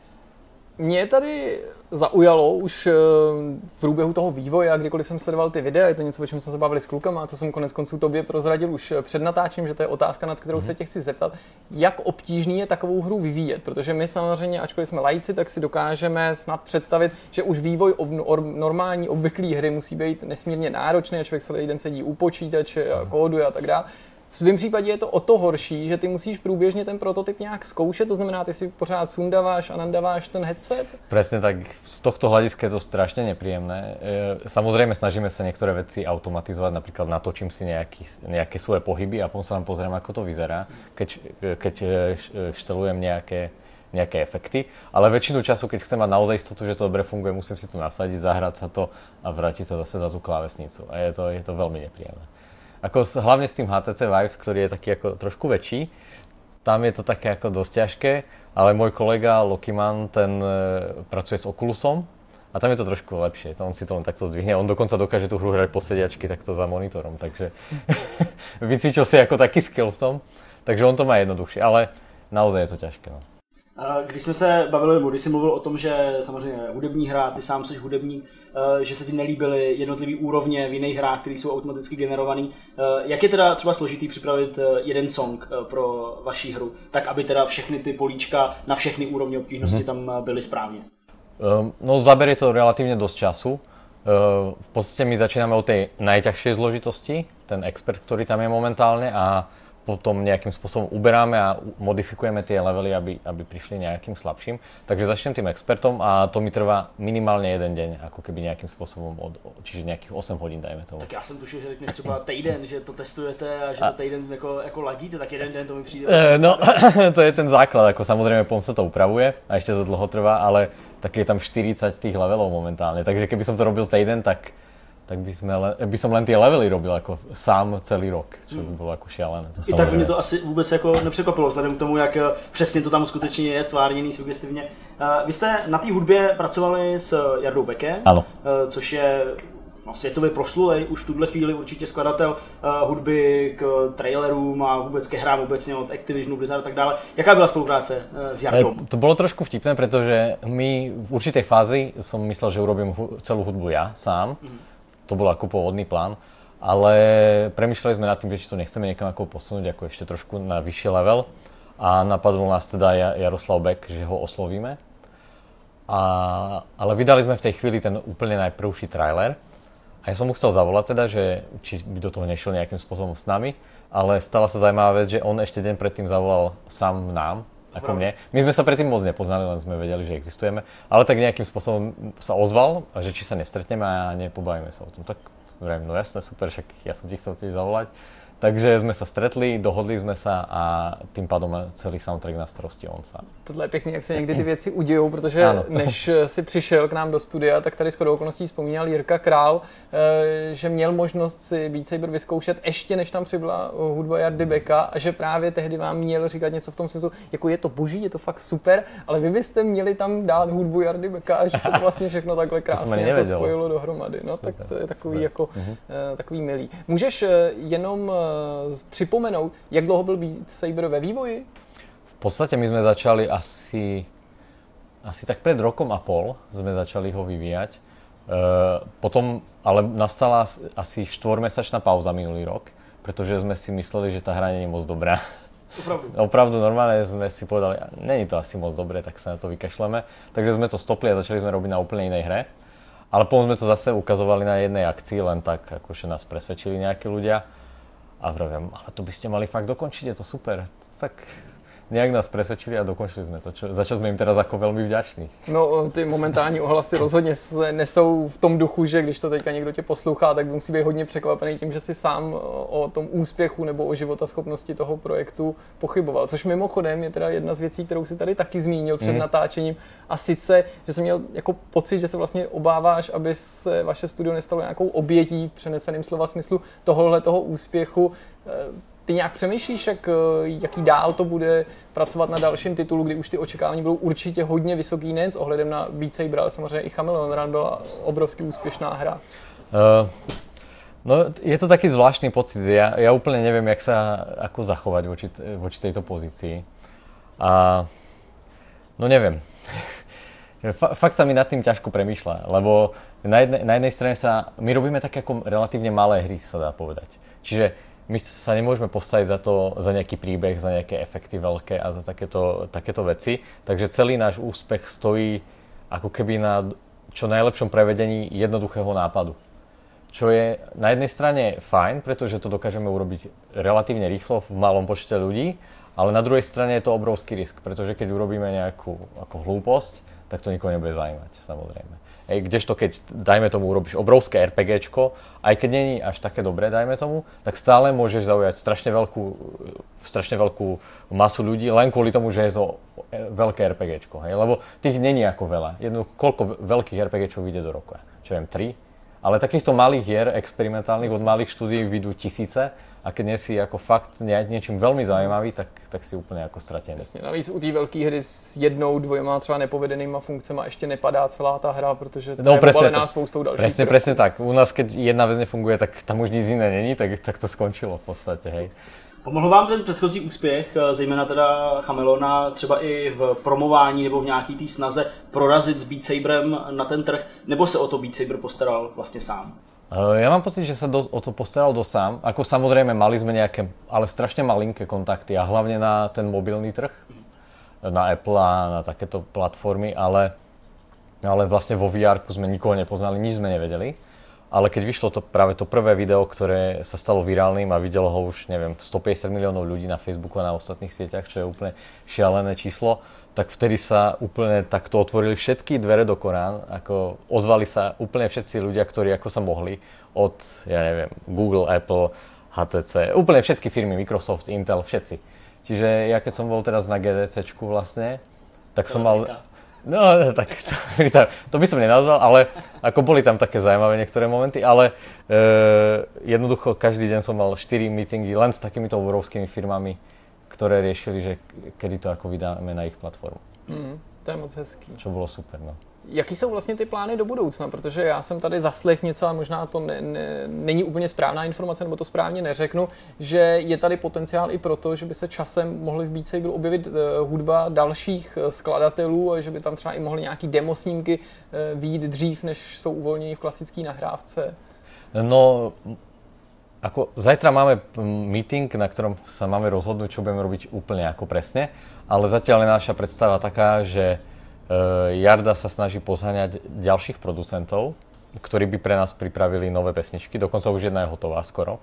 Mě tady zaujalo už v průběhu toho vývoje, a kdykoliv jsem sledoval ty videa, je to něco, o čem jsme se bavili s klukama, a co jsem konec konců tobě prozradil už před natáčením, že to je otázka, nad kterou se tě chci zeptat, jak obtížný je takovou hru vyvíjet, protože my samozřejmě, ačkoliv jsme laici, tak si dokážeme snad představit, že už vývoj normální, obvyklý hry musí být nesmírně náročný, a člověk celý den sedí u počítače a kóduje a tak dále. V svém případě je to o to horší, že ty musíš průběžně ten prototyp nějak zkoušet, to znamená, ty si pořád sundáváš a nandáváš ten headset? Presne tak, z tohto hľadiska je to strašne nepríjemné. Samozrejme snažíme sa niektoré veci automatizovať, napríklad natočím si nejaké svoje pohyby a potom sa vám pozriem, ako to vyzerá, keď štelujem nejaké efekty, ale väčšinu času, keď chcem mať naozaj istotu, že to dobre funguje, musím si to nasadiť, zahrať sa to a vrátiť sa zase za tú klávesnicu a je to veľmi nepríjemné. Hlavne s tým HTC Vive, ktorý je taký ako trošku väčší, tam je to také ako dosť ťažké, ale môj kolega Lokiman, ten pracuje s Oculusom a tam je to trošku lepšie, on si to len takto zdvihne, on dokonca dokáže tú hru hrať po sediačky takto za monitorom, takže vycvičil si ako taký skill v tom, takže on to má jednoduchšie, ale naozaj je to ťažké. No. Když jsme se bavili, nebo když jsi mluvil o tom, že samozřejmě hudební hra, ty sám jsi hudebník, že se ti nelíbily jednotlivé úrovně v jiných hrách, které jsou automaticky generované. Jak je teda třeba složitý připravit jeden song pro vaši hru, tak aby teda všechny ty políčka na všechny úrovně obtížnosti tam byly správně? No zaberie to relatívne dosť času. V podstate my začíname od tej najťažšej zložitosti, ten expert, ktorý tam je momentálne a potom nejakým spôsobom uberáme a modifikujeme tie levely, aby prišli nejakým slabším. Takže začnem tým expertom a to mi trvá minimálne jeden deň, ako keby nejakým spôsobom, čiže nejakých 8 hodín, dajme tomu. Tak já jsem tušil, že řekneš třeba týden, že to testujete a že to týden jako ladíte, tak jeden den to mi přijde. No, to je ten základ, ako samozrejme potom sa to upravuje a ešte to dlho trvá, ale tak je tam 40 tých levelov momentálne, takže keby som to robil týden, tak by som len tie levely robil jako sám celý rok, čo by bylo jako šialené. I tak mě to asi vůbec jako nepřekvapilo, vzhledem k tomu, jak přesně to tam skutečně je stvárněný sugestivně. Vy jste na té hudbě pracovali s Jardou Bekem, ano. Což je světově proslulej, už v tuhle chvíli určitě skladatel hudby k trailerům a vůbec ke hrám obecně od Activisionu, Blizzard a tak dále. Jaká byla spolupráce s Jardou? To bolo trošku vtipné, pretože my v určitej fázi som myslel, že urobím celú hudbu ja sám. To bol ako pôvodný plán. Ale premýšľali sme nad tým, že či to nechceme niekam ako posunúť ako ešte trošku na vyšší level. A napadol nás teda Jaroslav Beck, že ho oslovíme. Ale vydali sme v tej chvíli ten úplne najprvší trailer. A ja som mu chcel zavolať teda, že či by do toho nešiel nejakým spôsobom s nami. Ale stala sa zaujímavá vec, že on ešte deň predtým zavolal sám nám, ako mne. My sme sa predtým moc nepoznali, len sme vedeli, že existujeme. Ale tak nejakým spôsobom sa ozval, že či sa nestretneme a nepobavíme sa o tom. Tak no jasné, super, však ja som ti chcel tiež zavolať. Takže jsme se stretli, dohodli jsme se a tím pádem celý soundtrack na starosti on sám. Tohle je pěkný, jak se někdy ty věci udějou, protože ano. Než si přišel k nám do studia, tak tady shodou okolností vzpomínal Jirka Král, že měl možnost si Beat Saber vyzkoušet ještě než tam přibyla hudba Jardy Becka a že právě tehdy vám měl říkat něco v tom smyslu, jako je to boží, je to fakt super, ale vy byste měli tam dát hudbu Jardy Becka a že se to vlastně všechno takhle krásně jako spojilo dohromady. No, tak to je takový jako takový milý. Můžeš jenom připomenout, jak dlouho byl Beat Saber ve vývoji? V podstate my sme začali asi tak pred rokom a pol sme začali ho vyvíjať. Potom ale nastala asi 4-mesačná pauza minulý rok, pretože sme si mysleli, že tá hra nie je moc dobrá. Opravdu normálne sme si povedali, není to asi moc dobré, tak sa na to vykašleme. Takže sme to stopli a začali sme robiť na úplne inej hre. Ale potom sme to zase ukazovali na jednej akcii, len tak akože nás presvedčili nejakí ľudia. A vravím, ale to byste mali fakt dokončiť, je to super. Tak nějak nás presvedčili a dokončili jsme to, za čo jsme jim teda jako velmi vďační. No, ty momentální ohlasy rozhodně nesou v tom duchu, že když to teďka někdo tě poslouchá, tak musí být hodně překvapený tím, že si sám o tom úspěchu nebo o životaschopnosti toho projektu pochyboval. Což mimochodem je teda jedna z věcí, kterou si tady taky zmínil před natáčením. A sice, že jsem měl jako pocit, že se vlastně obáváš, aby se vaše studio nestalo nějakou obětí v přeneseném slova smyslu toho úspěchu. Ty nějak přemýšlíš, jaký dál to bude pracovat na dalším titulu, kdy už ty očekávání budou určitě hodně vysoký, nejen s ohledem na Beat Saber, ale samozřejmě i Chameleon Run byla obrovsky úspěšná hra. No, je to taký zvláštny pocit. Ja úplne neviem, jak sa ako zachovať voči tejto pozícii. A no neviem. Fakt sa mi nad tým ťažko premýšľa, lebo na jednej strane my robíme také ako relatívne malé hry, sa dá povedať. Čiže my sa nemôžeme postaviť za nejaký príbeh, za nejaké efekty veľké a za takéto veci. Takže celý náš úspech stojí ako keby na čo najlepšom prevedení jednoduchého nápadu. Čo je na jednej strane fajn, pretože to dokážeme urobiť relatívne rýchlo v malom počte ľudí, ale na druhej strane je to obrovský risk, pretože keď urobíme nejakú ako hlúposť, tak to nikoho nebude zaujímať, samozrejme. Kdežto keď, dajme tomu, urobíš obrovské RPGčko, aj keď není až také dobré, dajme tomu, tak stále môžeš zaujať strašne veľkú masu ľudí, len kvôli tomu, že je to veľké RPGčko, hej? Lebo tých není ako veľa. Koľko veľkých RPGčkov vyjde do roka? Čo viem, 3? Ale takýchto malých hier, experimentálnych od malých štúdií vyjdú tisíce a keď nie si ako fakt niečím veľmi zaujímavý, tak si úplně jako ztratěný. Jasně, navíc u té velké hry s 1-2 třeba nepovedenýma funkcemi ještě nepadá celá ta hra, protože to je obalená spoustou dalších. Presne tak. U nás, keď jedna vec nefunguje, tak tam už nic jiné není, tak to skončilo v podstatě, hej. Pomohl vám ten předchozí úspěch, zejména teda Chameleona, třeba i v promování nebo v nějaký té snaze prorazit s Beat Saberem na ten trh, nebo se o to Beat Saber postaral vlastně sám? Ja mám pocit, že sa o to postaral sám. Ako samozrejme mali sme nejaké, ale strašne malinké kontakty a hlavne na ten mobilný trh, na Apple a na takéto platformy, ale vlastne vo VR-ku sme nikoho nepoznali, nič sme nevedeli. Ale keď vyšlo práve to prvé video, ktoré sa stalo virálnym a videlo ho už, neviem, 150 miliónov ľudí na Facebooku a na ostatných sieťach, čo je úplne šialené číslo, tak vtedy sa úplne takto otvorili všetky dvere do Korán, ako ozvali sa úplne všetci ľudia, ktorí ako sa mohli, od, ja neviem, Google, Apple, HTC, úplne všetky firmy, Microsoft, Intel, všetci. Čiže ja keď som bol teraz na GDCčku vlastne, tak som mal... No, tak to by som nenazval, ale ako boli tam také zaujímavé niektoré momenty, ale jednoducho každý deň som mal 4 meetingy len s takýmito obrovskými firmami, ktoré riešili, že kedy to ako vydáme na ich platformu. To je moc hezký. Čo bolo super, no. Jaký jsou vlastně ty plány do budoucna? Protože já jsem tady zaslech něco a možná to není úplně správná informace, nebo to správně neřeknu, že je tady potenciál i proto, že by se časem mohly v Beat Saberu objevit hudba dalších skladatelů a že by tam třeba i mohly nějaký demo snímky vyjít dřív, než jsou uvolněny v klasické nahrávce. No, ako zajtra máme meeting, na ktorom sa máme rozhodnúť, čo budeme robiť úplne ako presne, ale zatiaľ je naša predstava taká, že Jarda sa snaží pozháňať ďalších producentov, ktorí by pre nás pripravili nové pesničky, dokonca už jedna je hotová skoro.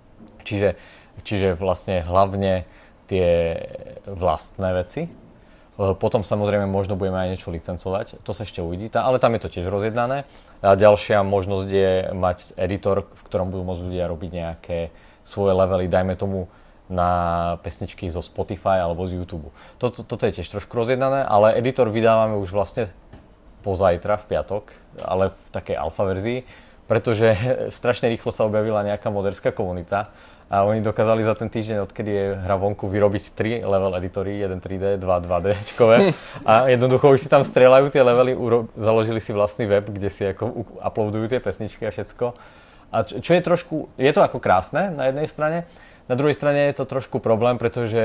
Čiže vlastne hlavne tie vlastné veci. Potom samozrejme možno budeme aj niečo licencovať, to sa ešte uvidí, ale tam je to tiež rozjednané. A ďalšia možnosť je mať editor, v ktorom budú môcť ľudia robiť nejaké svoje levely, dajme tomu na pesničky zo Spotify alebo z YouTube. Toto je tiež trošku rozjednané, ale editor vydávame už vlastne pozajtra v piatok, ale v takej alfa verzii, pretože strašne rýchlo sa objavila nejaká moderská komunita a oni dokázali za ten týždeň, odkedy je hra vonku, vyrobiť 3 level editory, 1 3D, 2 2Dčkové a jednoducho už si tam strieľajú tie levely, založili si vlastný web, kde si ako uploadujú tie pesničky a všetko. A čo je trošku, je to ako krásne na jednej strane, na druhej strane je to trošku problém, pretože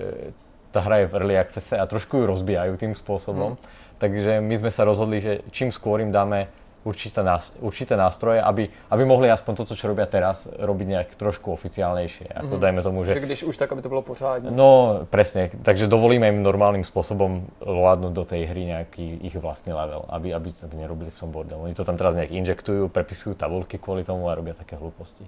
tá hra je v early accesse a trošku ju rozbijajú tým spôsobom. Takže my sme sa rozhodli, že čím skôr im dáme určité nástroje, aby mohli aspoň to, čo robia teraz, robiť nejak trošku oficiálnejšie. Ako dajme tomu, že když už, tak aby to bylo pořádne. No, presne. Takže dovolíme im normálnym spôsobom vládnuť do tej hry nejaký ich vlastný level, aby nerobili v tom bordel. Oni to tam teraz nejak injektujú, prepisujú tabulky kvôli tomu a robia také hlúposti.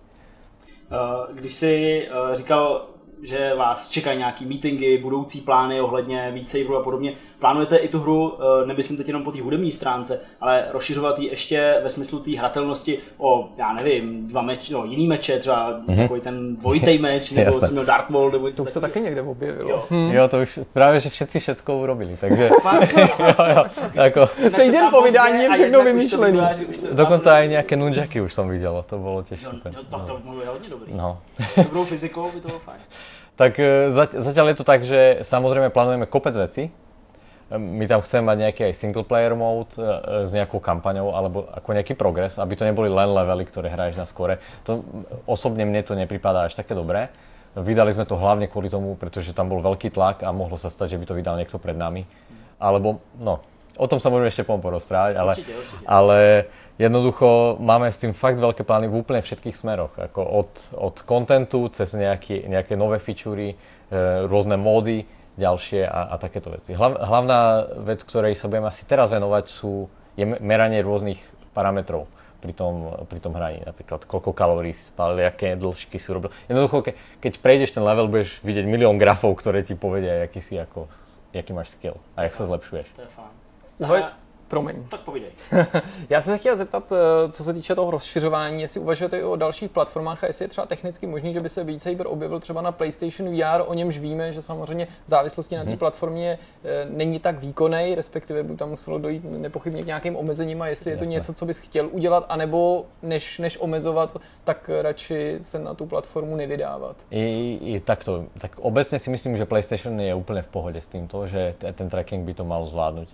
Když jsi říkal, že vás čekají nějaký meetingy, budoucí plány ohledně Beat Saberu a podobně. Plánujete i tu hru, nemyslím teď jenom po té hudební stránce, ale rozšiřovat ji ještě ve smyslu té hratelnosti o, já nevím, jiný meče, třeba takový ten dvojitej meč, nebo co měl Dark World, nebo to už se taky někde objevilo. Jo, to už právě, že všetci všetko urobili, takže jo, jako týden po vydání je všechno vymýšlený. Dokonce aj nejaké nunjaky už som videl, to bolo tiež super. To je hodně dobrý. No. Dobrou fyzikou by to bylo fajn. Tak zatiaľ je to tak, že samozrejme plánujeme kopec veci. My tam chceme mať nejaký aj single player mode s nejakou kampaňou alebo ako nejaký progres, aby to neboli len levely, ktoré hraješ na skore. To osobne mne to nepripadá až také dobré. Vydali sme to hlavne kvôli tomu, pretože tam bol veľký tlak a mohlo sa stať, že by to vydal niekto pred nami. Alebo, no, o tom sa môžeme ešte porozprávať, určite. Ale jednoducho máme s tým fakt veľké plány v úplne všetkých smeroch. Ako od contentu cez nejaké nové featurey, rôzne módy, ďalšie a takéto veci. Hlavná vec, ktorej sa budeme asi teraz venovať, je meranie rôznych parametrov pri tom hraní. Napríklad koľko kalórií si spálil, aké dĺžky si urobil. Jednoducho, keď prejdeš ten level, budeš vidieť milión grafov, ktoré ti povedia, jaký máš skill a jak sa zlepšuješ. To je fajn. Promiň. Tak povídej. Já jsem se chtěl zeptat, co se týče toho rozšiřování, jestli uvažujete i o dalších platformách a jestli je třeba technicky možný, že by se Beat Saber objevil třeba na PlayStation VR, o němž víme, že samozřejmě v závislosti na té platformě není tak výkonný, respektive by tam muselo dojít nepochybně k nějakým omezením a jestli je to něco, co bys chtěl udělat, anebo než omezovat, tak radši se na tu platformu nevydávat. Takto. Tak obecne si myslím, že PlayStation je úplne v pohode s týmto, že ten tracking by to mal zvládnuť.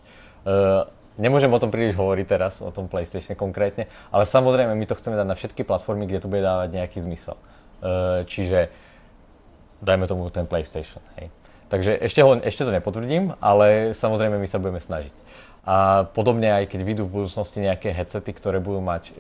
Nemôžem o tom príliš hovoriť teraz, o tom PlayStation konkrétne, ale samozrejme my to chceme dať na všetky platformy, kde to bude dávať nejaký zmysel. Čiže dajme tomu ten PlayStation. Hej. Takže ešte to nepotvrdím, ale samozrejme my sa budeme snažiť. A podobne aj keď vyjdú v budúcnosti nejaké headsety, ktoré budú mať,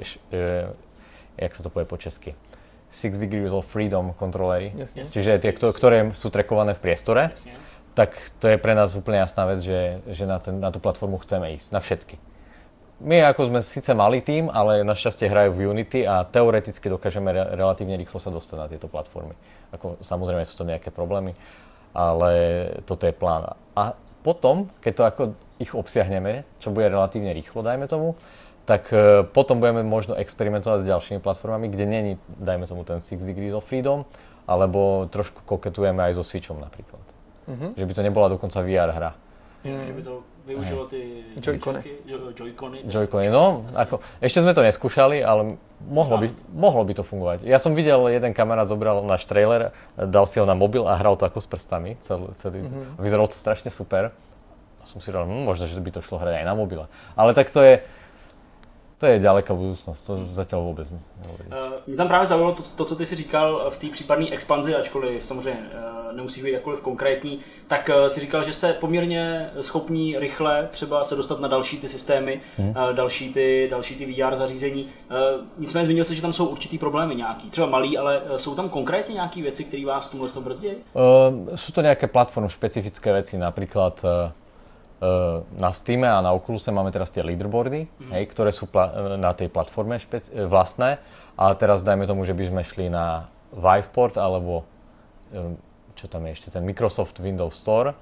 jak sa to povie po česky, 6 degrees of freedom kontrolery, čiže tie, ktoré sú trackované v priestore. Jasne. Tak to je pre nás úplne jasná vec, že na tú platformu chceme ísť, na všetky. My ako sme síce malý tím, ale našťastie hrajú v Unity a teoreticky dokážeme relatívne rýchlo sa dostať na tieto platformy. Samozrejme sú to nejaké problémy, ale toto je plán. A potom, keď to ako ich obsiahneme, čo bude relatívne rýchlo, dajme tomu, tak potom budeme možno experimentovať s ďalšími platformami, kde není, dajme tomu, ten 6 degrees of freedom, alebo trošku koketujeme aj so Switchom napríklad. Že by to nebola dokonca VR hra. Že by to využilo ty Joy-Cony. No, ako, ešte sme to neskúšali, ale mohlo by to fungovať. Ja som videl, jeden kamarát zobral náš trailer, dal si ho na mobil a hral to ako s prstami celý. Vyzeralo to strašne super. som si hovoril, možno, že by to šlo hrať aj na mobile. Ale tak to je ďaleká budoucnost, to zatím vůbec Mě tam právě zaujalo to, co ty si říkal v té případné expanzi, ačkoliv samozřejmě nemusíš být jakkoliv konkrétní, tak si říkal, že jste poměrně schopní rychle třeba se dostat na další ty systémy, další ty VR zařízení. Nicméně zmínil jsi, že tam jsou určitý problémy nějaký, třeba malý, ale jsou tam konkrétně nějaké věci, které vás v tomhle brzdí? Sú to nejaké platform špecifické veci, napríklad na Steame a na Oculuse máme teraz tie leaderboardy, hej, ktoré sú na tej platforme vlastné, a teraz dajme tomu, že by sme šli na Viveport alebo čo tam je ešte, ten Microsoft Windows Store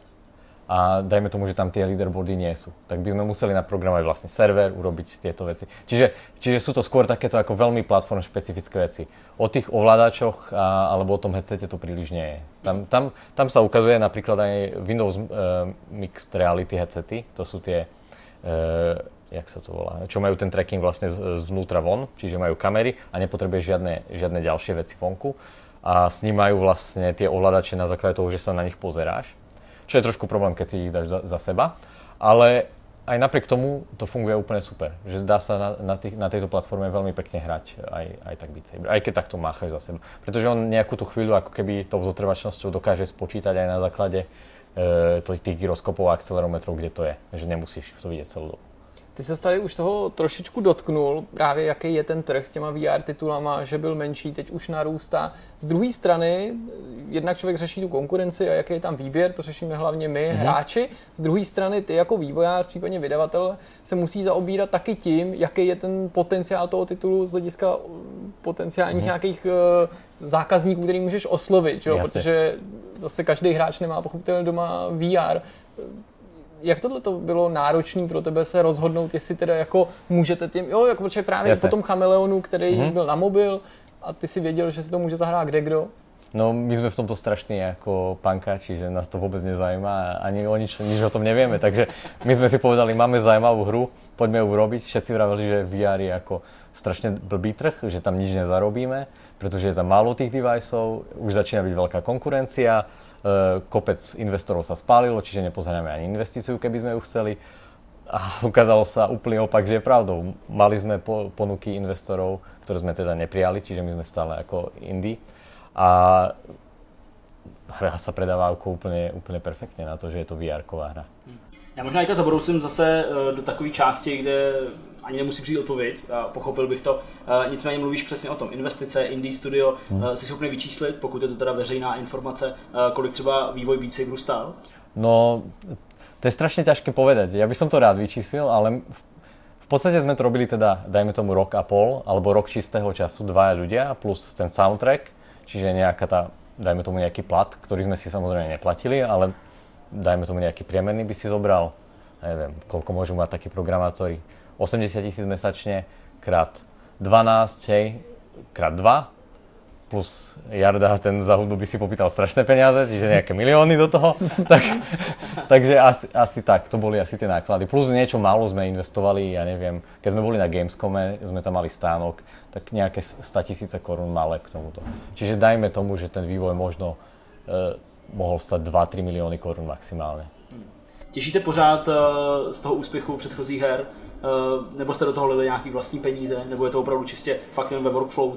a dajme tomu, že tam tie leaderboardy nie sú. Tak by sme museli naprogramovať vlastne server, urobiť tieto veci. Čiže sú to skôr takéto ako veľmi platform špecifické veci. O tých ovládačoch alebo o tom headsete to príliš nie je. Tam sa ukazuje napríklad aj Windows Mixed Reality headsety. To sú tie, jak sa to volá, čo majú ten tracking vlastne zvnútra von, čiže majú kamery a nepotrebuješ žiadne ďalšie veci vonku. A snímajú vlastne tie ovládače na základe toho, že sa na nich pozeráš. Čo je trošku problém, keď si ich dáš za seba, ale aj napriek tomu to funguje úplne super, že dá sa na tejto platforme veľmi pekne hrať aj tak Beat Saber, aj keď takto máchaš za seba. Pretože on nejakú tú chvíľu ako keby tou zotrvačnosťou dokáže spočítať aj na základe tých gyroskopov a akcelerometrov, kde to je, že nemusíš to vidieť celou dobu. Ty se tady už toho trošičku dotknul, právě jaký je ten trh s těma VR titulama, že byl menší, teď už narůstá. Z druhé strany, jednak člověk řeší tu konkurenci a jaký je tam výběr, to řešíme hlavně my, hráči. Z druhé strany, ty jako vývojář, případně vydavatel, se musí zaobírat taky tím, jaký je ten potenciál toho titulu z hlediska potenciálních nějakých zákazníků, který můžeš oslovit, jo? Protože zase každý hráč nemá pochopitelně doma VR. Jak tohle to bylo náročné pro tebe se rozhodnout, jestli teda jako můžete tím, jako protože právě po tom Chameleonu, který byl na mobil a ty si věděl, že si to může zahrát kdekdo? No my sme v tomto strašní jako pankáči, že nás to vůbec nezajímá, ani o nič o tom nevieme, takže my sme si povedali, máme zaujímavú hru, poďme ju urobiť. Všetci vraveli, že VR je ako strašne blbý trh, že tam nič nezarobíme, pretože je tam málo tých deviceov, už začína byť veľká konkurencia, kopec investorov sa spálilo, čiže nepozeráme ani investíciu, keby sme ju chceli. A ukázalo sa úplný opak, že je pravdou. Mali sme ponuky investorov, ktoré sme teda neprijali, čiže my sme stále ako indie. A hra sa predáva ako úplne perfektne na to, že je to VR-ková hra. Já možná teďka zabrousím zase do takové části, kde ani nemusí přijít odpověď, pochopil bych to. Nicméně mluvíš přesně o tom. Investice, indie studio, si schopný vyčíslit, pokud je to teda veřejná informace, kolik třeba vývoj Beat Saberu stál? No, to je strašne ťažké povedať. Ja by som to rád vyčíslil, ale v podstate sme to robili teda, dajme tomu rok a pol, alebo rok čistého času, dvaja ľudia, plus ten soundtrack, čiže nejaká tá, dajme tomu nejaký plat, ktorý sme si samozrejme neplatili, ale dajme tomu nejaký priemerný by si zobral, neviem, koľko môžu mať takí programátori, 80 000 mesačne krát 12, hej, krát 2, plus Jarda, ten za hudbu by si popýtal strašné peniaze, čiže nejaké milióny do toho, takže asi tak, to boli asi tie náklady. Plus niečo málo sme investovali, ja neviem, keď sme boli na Gamescome, sme tam mali stánok, tak nejaké 100 000 korún malé k tomuto. Čiže dajme tomu, že ten vývoj možno mohol stať 2-3 milióny korún maximálne. Těšíte pořád z toho úspěchu předchozích her? Nebo jste do toho lili nějaký vlastní peníze? Nebo je to opravdu čistě fakt jen ve workflow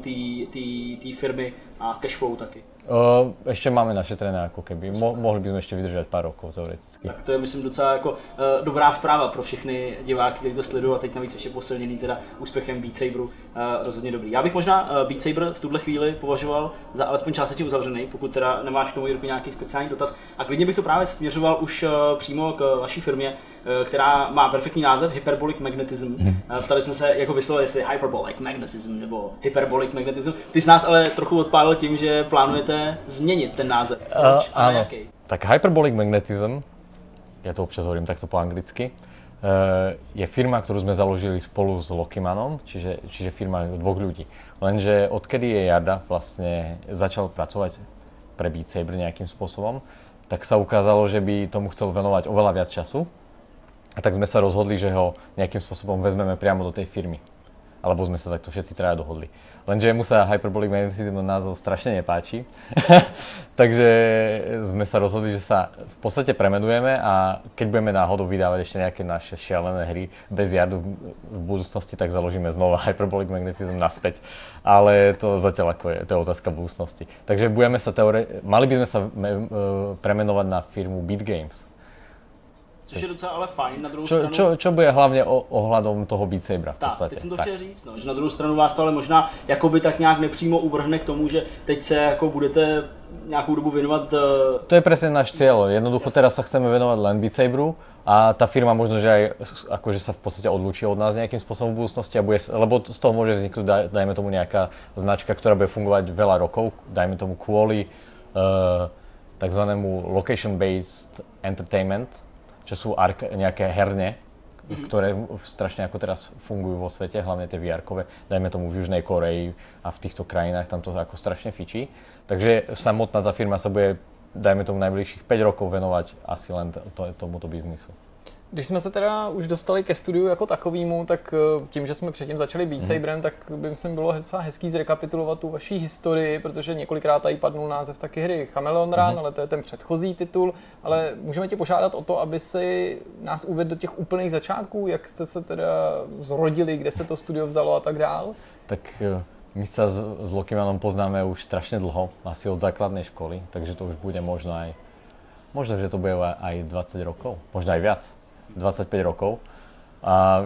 té firmy a cashflow taky? Ešte máme našetrené ako keby. Mohli by sme ešte vydržať pár rokov teoreticky. Tak to je myslím docela jako dobrá zpráva pro všechny diváky, kteří to sledují a teď navíc ještě posilněný teda úspěchem Beat Saberu. Rozhodně dobrý. Já bych možná Beat Saber v tuhle chvíli považoval za alespoň částečně uzavřený, pokud teda nemáš k tomu Jirku nějaký speciální dotaz. A klidně bych to právě směřoval už přímo k vaší firmě, která má perfektní název Hyperbolic Magnetism. Ptali jsme se, jako vyslovili, jestli Hyperbolic Magnetism nebo Hyperbolic Magnetism. Ty s nás ale trochu odpálil tím, že plánujete změnit ten název. Proč? A jaký? Tak Hyperbolic Magnetism, ja to občas hovorím takto po anglicky, je firma, ktorú sme založili spolu s Lokimanom, čiže firma dvoch ľudí. Lenže odkedy je Jarda vlastne začal pracovať pre Beat Saber nejakým spôsobom, tak sa ukázalo, že by tomu chcel venovať oveľa viac času. A tak sme sa rozhodli, že ho nejakým spôsobom vezmeme priamo do tej firmy. alebo sme sa takto všetci traja dohodli. Lenže mu sa Hyperbolic Magnetism názov strašne nepáči, takže sme sa rozhodli, že sa v podstate premenujeme a keď budeme náhodou vydávať ešte nejaké naše šialené hry bez Jardu v budúcnosti, tak založíme znova Hyperbolic Magnetism naspäť. Ale to zatiaľ ako je, to je otázka budúcnosti. Takže mali by sme sa premenovať na firmu Beat Games. Což je docela ale fajn, na druhou stranu... Čo bude hlavně ohledom toho Beat Sabera v podstatě. Teď jsem to chtěl říct, no, že na druhou stranu vás to ale možná jakoby tak nějak nepřímo uvrhne k tomu, že teď se jako budete nějakou dobu věnovat... To je presne náš cieľ. Jednoducho teraz sa chceme venovať len Beat Saberu a tá firma možno, že aj akože sa v podstate odlúči od nás nejakým spôsobom v budúcnosti a lebo z toho môže vzniknúť, dajme tomu nejaká značka, ktorá bude fungovať veľa rokov, dajme tomu kvôli takzvanému location-based entertainment, čo sú nejaké herne, ktoré strašne ako teraz fungujú vo svete, hlavne tie VR-kové, dajme tomu v Južnej Koreji a v týchto krajinách, tam to ako strašne fičí. Takže samotná tá firma sa bude, dajme tomu najbližších 5 rokov venovať asi len tomuto biznisu. Když jsme se teda už dostali ke studiu jako takovému, tak tím, že jsme předtím začali Beat Saberem, tak by myslím bylo docela hezký zrekapitulovat tu vaší historii, protože několikrát tady padnul název taky hry Chameleon Run, ale to je ten předchozí titul, ale můžeme tě požádat o to, aby si nás uvedl do těch úplných začátků, jak jste se teda zrodili, kde se to studio vzalo a tak dál? Tak my sa s Lokimanom poznáme už strašne dlho, asi od základnej školy, takže to už bude možno, že to bude aj 20 rokov, možno aj viac. 25 rokov a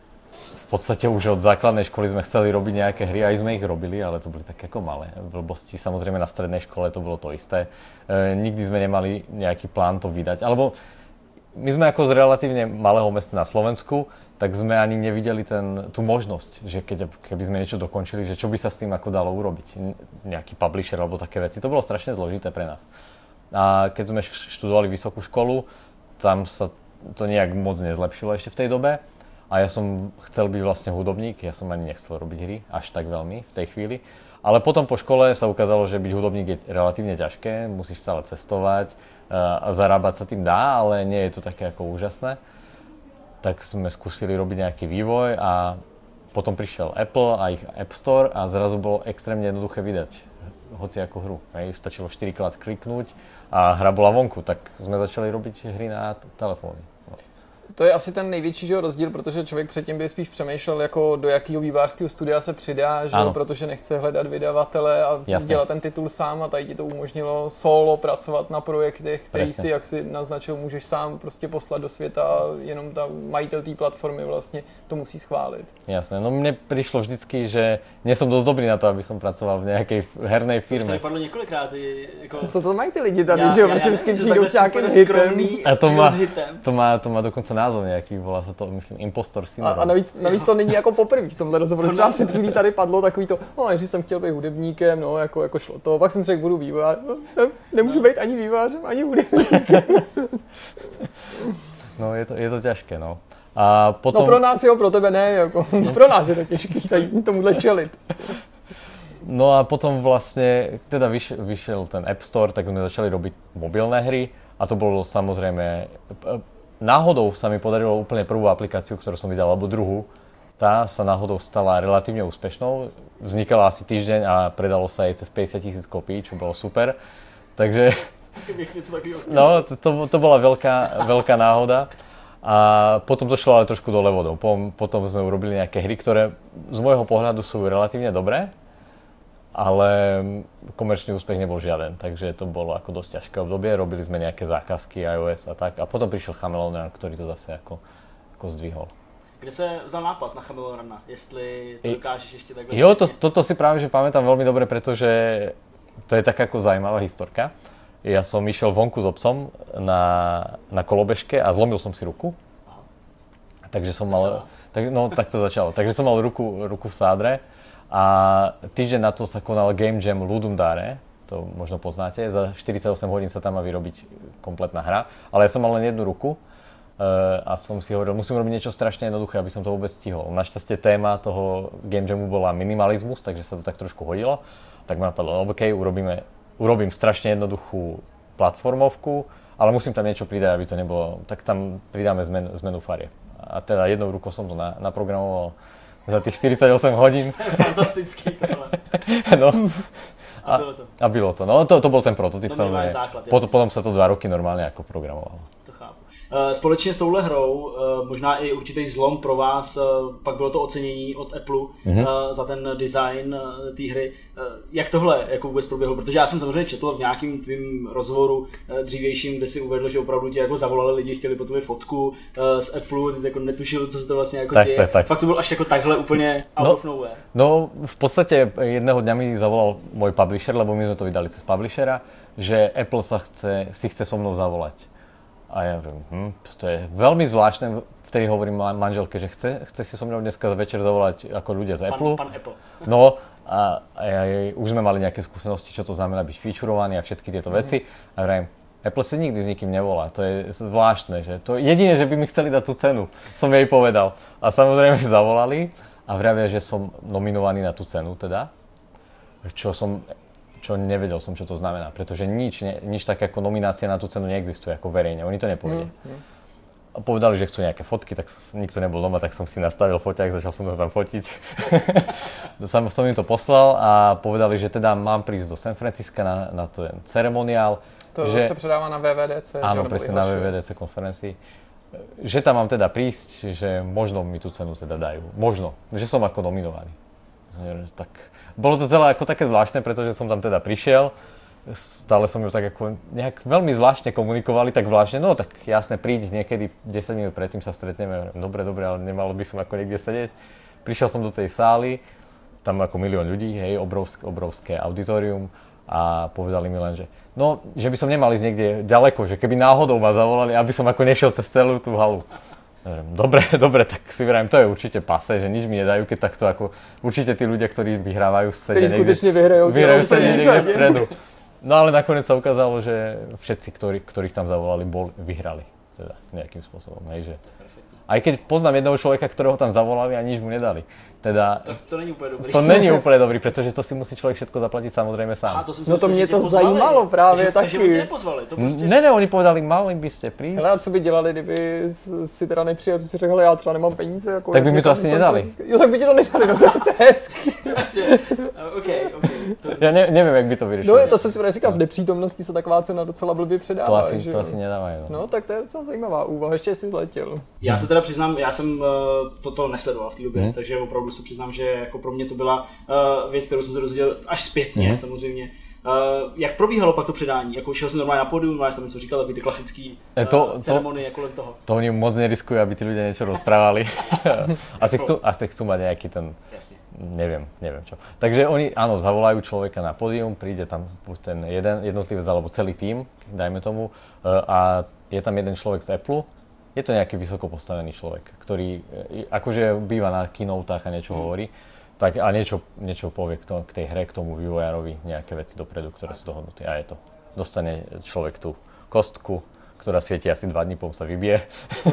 v podstate už od základnej školy sme chceli robiť nejaké hry, aj sme ich robili, ale to boli také ako malé blbosti. Samozrejme na strednej škole to bolo to isté. Nikdy sme nemali nejaký plán to vydať, alebo my sme ako z relatívne malého mesta na Slovensku, tak sme ani nevideli tú možnosť, že keby sme niečo dokončili, že čo by sa s tým ako dalo urobiť. Nejaký publisher alebo také veci. To bolo strašne zložité pre nás. A keď sme študovali vysokú školu, tam sa to nejak moc nezlepšilo ešte v tej dobe a ja som chcel byť vlastne hudobník, ja som ani nechcel robiť hry až tak veľmi v tej chvíli. Ale potom po škole sa ukázalo, že byť hudobník je relatívne ťažké, musíš stále cestovať a zarábať sa tým dá, ale nie je to také ako úžasné. Tak sme skúsili robiť nejaký vývoj a potom prišiel Apple a ich App Store a zrazu bolo extrémne jednoduché vydať hociakú hru. Stačilo 4-krát kliknúť a hra bola vonku, tak sme začali robiť hry na telefóny. To je asi ten největší rozdíl, protože člověk předtím by spíš přemýšlel, jako do jakého vývojářského studia se přidá, že? Protože nechce hledat vydavatele a dělat ten titul sám a tady ti to umožnilo solo pracovat na projektech, který si, jak si naznačil, můžeš sám prostě poslat do světa a jenom ta majitel té platformy vlastně to musí schválit. Jasné, no mne prišlo vždycky, že nie som dosť dobrý na to, aby som pracoval v nejakej hernej firme. Už tady padlo několikrát. Co to mají ty lidi tady, že jo? Prostě vždycky přijdou s nějakým hitem. A to má dokonce názov nejaký, volá sa to, myslím, Impostor Syndrome. A navíc to není jako poprvé v tomhle rozhovoru. Třeba před chvílí tady padlo takový to, nejdřív jsem chtěl být hudebníkem, no, jako šlo to, pak jsem řekl, budu vývojář, nemůžu být ani vývojářem, ani hudebníkem. No, je to těžké, no. A potom... No pro nás jo, pro tebe ne, jako, pro nás je to těžký tady tomuhle čelit. No a potom vlastne, teda vyšiel ten App Store, tak sme začali robiť mobilné hry a to bolo samozrejme... Náhodou sa mi podarilo úplne prvú aplikáciu, ktorú som vydal, alebo druhú. Tá sa náhodou stala relatívne úspešnou. Vznikala asi týždeň a predalo sa jej cez 50 000 kopií, čo bolo super. Takže... No, to bola veľká náhoda. A potom to šlo ale trošku dole vodou. Potom sme urobili nejaké hry, ktoré z môjho pohľadu sú relatívne dobré, ale komerčný úspech nebol žiaden, takže to bolo ako dosť ťažké obdobie. Robili sme nejaké zákazky iOS a tak a potom prišiel Chameleon Run, ktorý to zase ako zdvihol. Kde se vzal nápad na Chameleon Run? Jestli to dokážeš ešte takhle... Jo, toto si práve že pamätám veľmi dobre, pretože to je taká ako zaujímavá historka. Ja som išiel vonku s obcom na kolobežke a zlomil som si ruku. Takže som mal... Tak to začalo. Takže som mal ruku v sádre. A týždeň na to sa konal Game Jam Ludum Dare, to možno poznáte, za 48 hodín sa tam má vyrobiť kompletná hra, ale ja som mal len jednu ruku a som si hovoril, musím robiť niečo strašne jednoduché, aby som to vôbec stihol. Našťastie téma toho Game Jamu bola minimalizmus, takže sa to tak trošku hodilo, tak ma napadlo, OK, urobím strašne jednoduchú platformovku, ale musím tam niečo pridať, aby to nebolo, tak tam pridáme zmenu farieb. A teda jednou rukou som to naprogramoval za tých 48 hodín. Fantastický tohle. No. A bylo to. A bylo to. No to bol ten prototyp samozrejme. Základ, Potom sa to 2 roky normálne ako programovalo. Společně s touhle hrou, možná i určitý zlom pro vás, pak bylo to ocenění od Apple za ten design té hry. Jak tohle jako vůbec proběhlo? Protože já jsem samozřejmě četl v nějakým tvým rozhovoru dřívějším, kde si uvedl, že opravdu tě jako zavolali lidi, chtěli po tobě fotku z Apple, ty jsi jako netušil, co se to vlastně jako děje. Tak. Fakt to bylo až jako takhle úplně out of nowhere. No v podstate jedného dňa mi zavolal môj publisher, lebo my sme to vydali cez publishera, že Apple si chce so mnou zavolať. A ja viem, to je veľmi zvláštne, vtedy hovorím manželke, že chce si so mnou dneska večer zavolať ako ľudia z Apple. Pán Apple. No a už sme mali nejaké skúsenosti, čo to znamená byť featurovaný a všetky tieto veci. A vrajím, Apple si nikdy s nikým nevolá, to je zvláštne, že to jedine, že by mi chceli dať tú cenu, som jej povedal. A samozrejme zavolali a vravia, že som nominovaný na tú cenu teda, čo nevedel som, čo to znamená, pretože nič také ako nominácia na tú cenu neexistuje ako verejne, oni to nepovedia. A povedali, že chcú nejaké fotky, tak nikto nebol doma, tak som si nastavil foťák, začal som to tam fotiť. som im to poslal a povedali, že teda mám prísť do San Francisca na ten ceremoniál. To sa předává na VVDC. Áno, presne na VVDC konferencii. Že tam mám teda prísť, že možno mi tú cenu teda dajú. Možno, že som ako nominovaný. Tak bolo to celé ako také zvláštne, pretože som tam teda prišiel, stále som ju tak ako nejak veľmi zvláštne komunikovali, tak zvláštne, no tak jasne, príď niekedy 10 minút predtým sa stretneme, dobre, ale nemalo by som ako niekde sedieť. Prišiel som do tej sály, tam ako milión ľudí, hej, obrovské auditorium a povedali mi len, že no, že by som nemal ísť niekde ďaleko, že keby náhodou ma zavolali, aby som ako nešiel cez celú tú halu. Dobre, tak si vrajím, to je určite pase, že nič mi nedajú, keď takto ako určite tí ľudia, ktorí vyhrávajú, sedia niekde. Vyhrajú niekde vpredu. No ale nakoniec sa ukázalo, že všetci, ktorých tam zavolali, vyhrali teda nejakým spôsobom, hej, že aj keď poznám jedného človeka, ktorého tam zavolali a nič mu nedali. Teda, to není úplně dobrý. To není úplně dobrý, protože to si musí člověk všetko zaplatit samozřejmě sám. No to mě to zajímalo právě taky. Takže oni tě nepozvali, to prostě... Ne, oni povedali, mali byste přijít. Ale a co by dělali, kdyby si teda nepřijel, by si řekl, já třeba nemám peníze. Jako tak by mi to asi nedali. Jo, tak by ti to nedali, no to je hezky. Okay. Já nevím, jak by to vyřešili. No to jsem si právě říkal, v nepřítomnosti se taková cena docela blbě předává. To asi nedávají. No tak to je docela zajímavá úvaha, ještě jsi letěl. Já se teda přiznám, já jsem toto nesledoval v té době, takže opravdu se přiznám, že jako pro mě to byla věc, kterou jsem se dozvěděl až zpětně samozřejmě. Jak probíhalo pak to předání? Jako šel jsem normálně na pódium, máš tam něco říkal, takový ty klasický ceremonie kolem toho. To oni moc neriskujú, aby tí ľudia niečo rozprávali. asi chcú mať nejaký ten, neviem čo. Takže oni, áno, zavolajú človeka na pódium, príde tam ten jeden jednotlivec alebo celý tím, dajme tomu, a je tam jeden človek z Apple. Je to nejaký vysoko postavený človek, ktorý akože býva na keynotách a niečo hovorí. Tak a niečo povie k tej hre, k tomu vývojárovi, nejaké veci dopredu, ktoré sú dohodnuté. A je to. Dostane človek tú kostku, ktorá svieti asi 2 dní, potom sa vybije.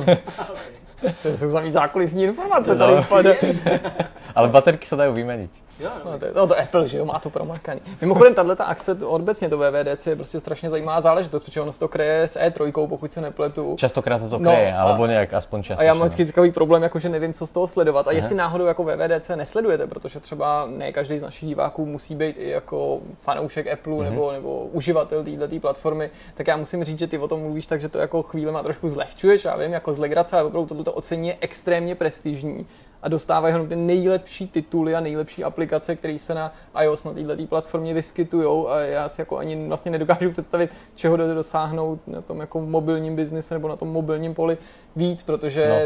To jsou samý zákulisní informace tady spadne. Ale baterky se dají vyměnit. No to Apple, že jo, má to promakaný. Mimochodem, tato akce obecně to VVDC je prostě strašně zajímavá záležitost, protože ono se to kryje s E3, pokud se nepletu. Častokrát se to kryje, alebo nějak aspoň často. A já mám vždycky takový problém, jakože nevím, co z toho sledovat. A jestli náhodou jako VVDC nesledujete, protože třeba ne každý z našich diváků musí být i jako fanoušek Apple nebo uživatel této platformy, tak já musím říct, že ty o tom mluvíš, takže to jako chvíli má trošku zlehčuješ, já vím, jako z legrace, ale opravdu tohleto ocenění je extrémně prestižní a dostávají ho ty nejlepší tituly a nejlepší aplikace, které se na iOS na této platformě vyskytují a já si jako ani vlastně nedokážu představit, čeho jde dosáhnout na tom jako mobilním biznise nebo na tom mobilním poli víc, protože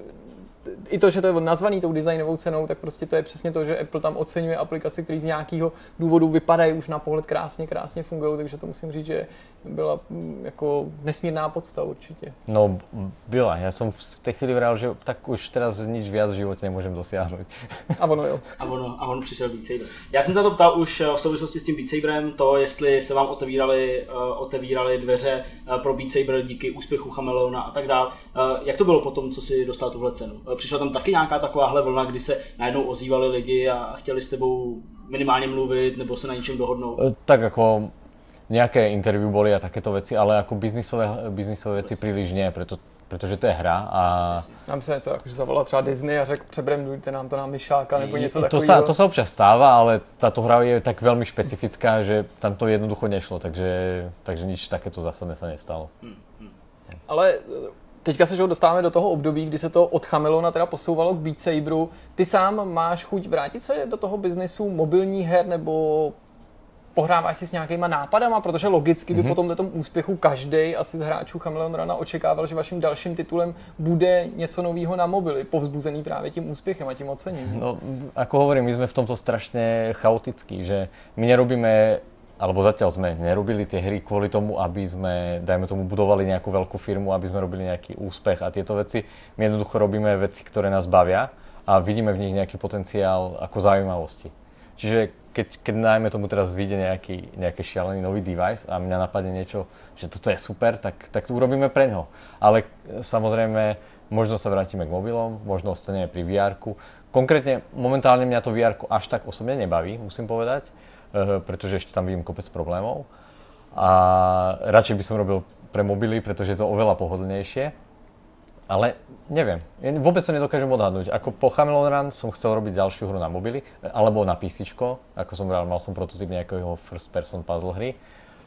i to, že to je nazvaný tou designovou cenou, tak prostě to je přesně to, že Apple tam oceňuje aplikace, které z nějakého důvodu vypadají už na pohled krásně fungují, takže to musím říct, že byla jako nesmírná podsta určitě. No byla, já jsem v té chvíli vral, že tak už teraz nič viac v životě nemůžem dosáhnout. A ono jo. A on přišel Beat Saber. Já jsem se to ptal už v souvislosti s tím Beat Saberem, to jestli se vám otevíraly dveře pro Beat Saber díky úspěchu Chameleona a tak dál. Jak to bylo potom, co si dostal tuhle cenu? Přišla tam taky nějaká takováhle vlna, kdy se najednou ozývali lidi a chtěli s tebou minimálně mluvit nebo se na něčem dohodnout? Tak ako nejaké interview boli a takéto veci, ale ako biznisové veci príliš nie, preto Pretože to je hra a... Nám se něco jakože zavolal třeba Disney a řekl, přebrandujte nám to na myšáka nebo něco takového. To sa občas stáva, ale táto hra je tak veľmi špecifická, že tam to jednoducho nešlo, takže nič takéto zásadné sa nestalo. Ale teďka se dostáváme do toho období, kdy se to od Chameleona teda posouvalo k Beat Saberu. Ty sám máš chuť vrátit se do toho biznesu mobilních her nebo pohráváš si s nějakýma nápadama, protože logicky by po tomto úspěchu každý asi z hráčů Chameleon Runa očekával, že vaším dalším titulem bude něco nového na mobily, povzbuzený právě tím úspěchem a tím oceněním. No, ako hovorím, my sme v tomto strašne chaotickí, že my nerobíme, alebo zatiaľ sme nerobili tie hry kvôli tomu, aby sme, dajme tomu, budovali nejakú veľkú firmu, aby sme robili nejaký úspech a tieto veci. My jednoducho robíme veci, ktoré nás bavia a vidíme v nich nejaký potenciál ako zaujímavosti. Čiže keď najmä tomu teraz vyjde nejaký šialený nový device a mňa napadne niečo, že toto je super, tak to urobíme pre ňo. Ale samozrejme, možno sa vrátime k mobilom, možno ostaneme pri VR-ku. Konkrétne momentálne mňa to VR-ku až tak osobne nebaví, musím povedať, pretože ešte tam vidím kopec problémov. A radšej by som robil pre mobily, pretože je to oveľa pohodlnejšie. Ale neviem, vôbec sa nedokážem odhadnúť. Ako po Chameleon Run som chcel robiť ďalšiu hru na mobily, alebo na PCčko, ako som bral, mal som prototyp nejakého first person puzzle hry,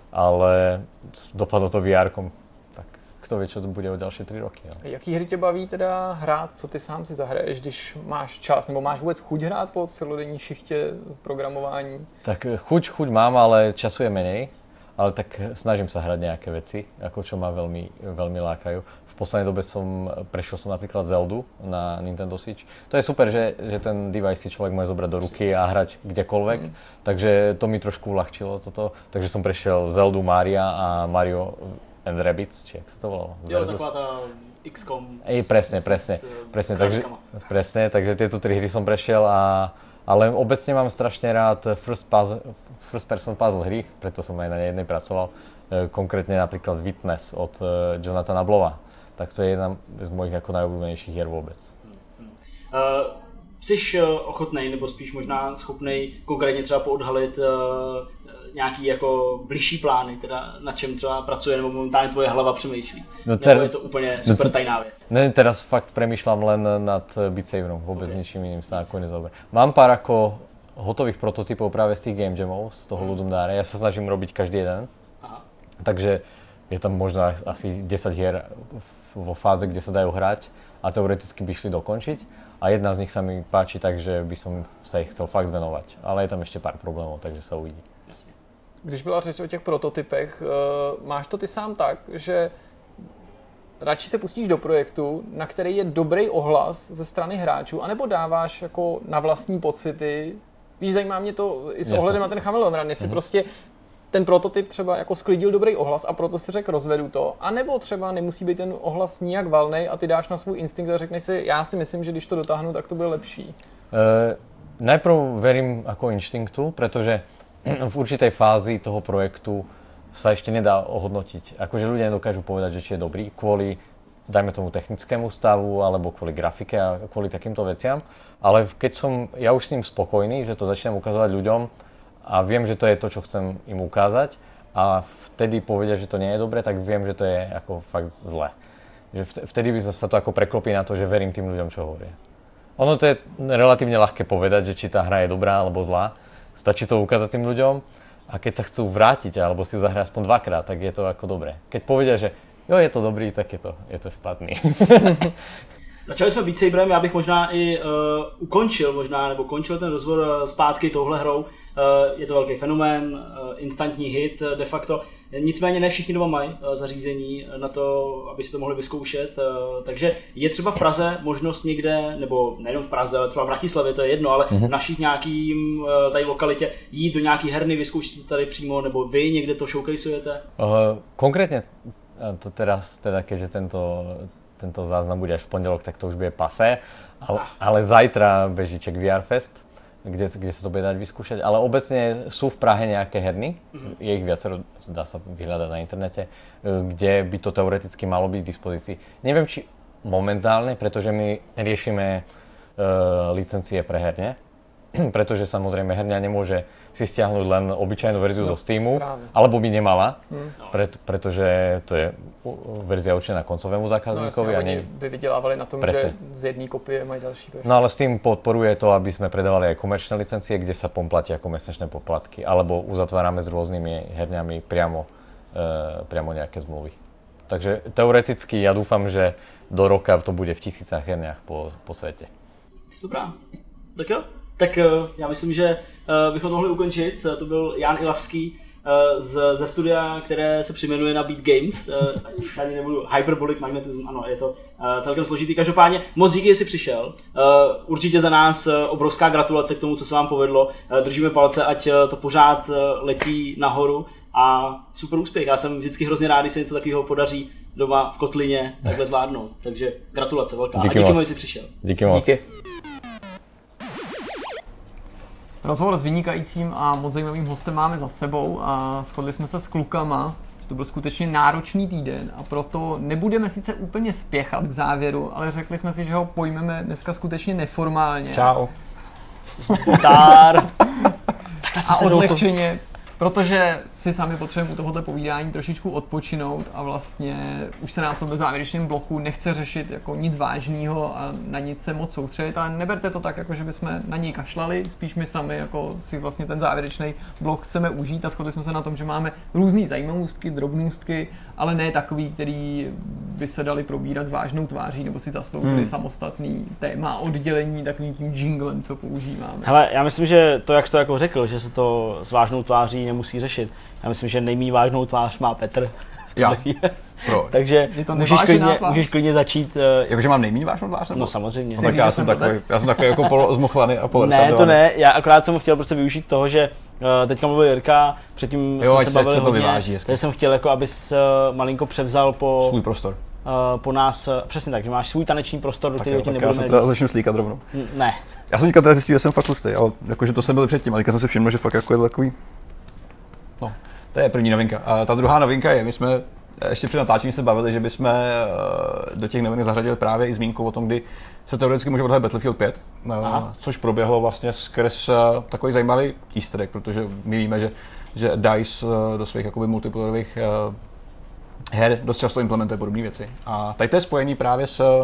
ale dopadlo to VR-kom, tak kto vie, čo to bude o ďalšie 3 roky. No. Jaký hry tě baví teda hrát, co ty sám si zahraješ, když máš čas, nebo máš vůbec chuť hrát po celodenní šichtě programování? Tak chuť mám, ale času je menej. Ale tak snažím sa hrať nejaké veci, ako čo ma veľmi, veľmi lákajú. V poslednej dobe prešiel som napríklad Zeldu na Nintendo Switch. To je super, že ten device si človek môže zobrať do ruky a hrať kdekoľvek, takže to mi trošku uľahčilo toto. Takže som prešiel Zeldu, Maria a Mario and Rabbids, či jak sa to volalo? Jo, taková tá XCOM. Presne, takže tieto 3 hry som prešiel ale obecne mám strašne rád first person puzzle hry, preto som aj na jednej pracoval. Konkrétne napríklad Witness od Jonathana Blowa. Tak to je jedna z mojich ako najobľúbenejších hier vôbec. Jsi ochotnej, nebo spíš možná schopnej konkrétně třeba poodhalit nějaký jako bližší plány, teda na čem třeba pracuje, nebo momentálně tvoje hlava přemýšlí? Nebo je to úplně super tajná věc? Ne, teraz fakt premýšľam len nad Beat Saberom, vôbec ničím iným sa ako nezaoberám. Mám pár ako hotových prototypov práve z tých game jamov, z toho Ludum Dare. Ja sa snažím robiť každý jeden. Aha. Takže je tam možno asi 10 hier vo fáze, kde sa dajú hrať a teoreticky by šli dokončiť. A jedna z nich sa mi páči tak, že by som sa ich chcel fakt venovať. Ale je tam ešte pár problémov, takže sa uvidí. Jasne. Když byla řeč o těch prototypech, máš to ty sám tak, že radši se pustíš do projektu, na který je dobrý ohlas ze strany hráčů, anebo dáváš jako na vlastní pocity. Víš, zajímá mě to i s ohledem na ten Chameleon Run, jestli prostě ten prototyp třeba jako sklidil dobrý ohlas a proto si řekl rozvedu to, anebo třeba nemusí být ten ohlas nijak valnej a ty dáš na svůj instinkt a řekneš si, já si myslím, že když to dotáhnu, tak to bude lepší. Najprv verím ako inštinktu, pretože v určitej fázi toho projektu sa ešte nedá ohodnotiť. Akože ľudia nedokážu povedať, že či je dobrý kvôli, dajme tomu, technickému stavu alebo kvôli grafike a kvôli takýmto veciam. Ale keď som ja už s ním spokojný, že to začínam ukazovať ľuďom a viem, že to je to, čo chcem im ukázať a vtedy povedia, že to nie je dobre, tak viem, že to je ako fakt zle. Že vtedy by sa to ako preklopí na to, že verím tým ľuďom, čo hovoria. Ono to je relatívne ľahké povedať, že či tá hra je dobrá alebo zlá. Stačí to ukázať tým ľuďom a keď sa chcú vrátiť alebo si ju zahrať aspoň dvakrát, tak je to ako dobré. Keď povedia, že jo, je to dobrý, tak je to špatný. Začali jsme Beat Saberem, já bych možná i končil ten rozhovor zpátky touhle hrou. Je to velký fenomén, instantní hit de facto. Nicméně ne všichni doma mají zařízení na to, aby si to mohli vyzkoušet. Takže je třeba v Praze možnost někde, nebo nejenom v Praze, ale třeba v Bratislavě, to je jedno, ale v našich nějakým tady lokalitě jít do nějaký herny, vyzkoušet to tady přímo, nebo vy někde to showcaseujete? Konkrétne to teraz, teda keďže tento záznam bude až v pondelok, tak to už bude passé, ale zajtra beží Czech VR Fest, kde sa to bude dať vyskúšať, ale obecne sú v Prahe nejaké herny, je ich viacero, dá sa vyhľadať na internete, kde by to teoreticky malo byť v dispozícii. Neviem, či momentálne, pretože my riešime licencie pre herne, pretože samozrejme herňa nemôže si stiahnuť len obyčajnú verziu zo Steamu, alebo by nemala, pretože to je verzia určená koncovému zákazníkovi. No jasne, by vydělávali na tom, že z jedné kopie mají další verzi. No ale Steam podporuje to, aby sme predávali aj komerčné licencie, kde sa platia ako mesačné poplatky, alebo uzatvárame s rôznymi herňami priamo nejaké zmluvy. Takže teoreticky ja dúfam, že do roka to bude v tisícách herniach po svete. Dobrá. Tak jo. Tak já myslím, že bychom mohli ukončit. To byl Jan Ilavský ze studia, které se přejmenuje na Beat Games. Tady nebudu Hyperbolic Magnetism, ano, je to celkem složitý. Každopádně moc díky, že jsi přišel. Určitě za nás obrovská gratulace k tomu, co se vám povedlo. Držíme palce, ať to pořád letí nahoru a super úspěch. Já jsem vždycky hrozně rád, když se něco takového podaří doma v kotlině takhle zvládnout. Takže gratulace velká. Díky a díky moc, že jsi přišel. Díky moc. Díky. Rozhovor s vynikajícím a moc zajímavým hostem máme za sebou a shodli jsme se s klukama, že to byl skutečně náročný týden a proto nebudeme sice úplně spěchat k závěru, ale řekli jsme si, že ho pojmeme dneska skutečně neformálně. Čau. Zdar. A odlehčeně, protože si sami potřebujeme u tohoto povídání trošičku odpočinout a vlastně už se nám v tomto závěrečném bloku nechce řešit jako nic vážného a na nic se moc soustředit, ale neberte to tak, jako že bychom na něj kašlali, spíš my sami jako si vlastně ten závěrečný blok chceme užít a shodli jsme se na tom, že máme různé zajímavostky, drobnůstky, ale ne takový, který by se dali probírat s vážnou tváří nebo si zasloužili samostatný téma oddělení takovým tím jinglem, co používáme. Hele, já myslím, že to, jak jsi to jako řekl, že se to s vážnou tváří nemusí řešit. Já myslím, že nejméně vážnou tvář má Petr. Já. Takže můžeš klidně začít. Jakože mám nejméně vážnou tvář? No samozřejmě. No, tak já jsem takový jako polozmuchlaný a Ne, to ne, já akorát jsem chtěl prostě využít toho, že teďka mluvil Jirka, předtím jsme se bavili hodně, takže jsem chtěl, jako, abys malinko převzal po svůj prostor. Po nás, přesně tak, že máš svůj taneční prostor, do kterého ti nebudeme říct. Já začnu slíkat rovnou. Ne. Já jsem teďka zjistil, že jsem fakt tlustý, ale jakože to jsem byl předtím, ale teďka jsem si všiml, že fakt jako je takový. No, to je první novinka. A ta druhá novinka je, my jsme ještě před natáčením se bavili, že bychom do těch novinek zařadili právě i zmínku o tom, kdy se teoreticky může odhalit Battlefield 5, což proběhlo vlastně skrz takový zajímavý easter egg, protože my víme, že DICE do svých jakoby multiplayerových her dost často implementuje podobné věci. A tady to je spojení právě s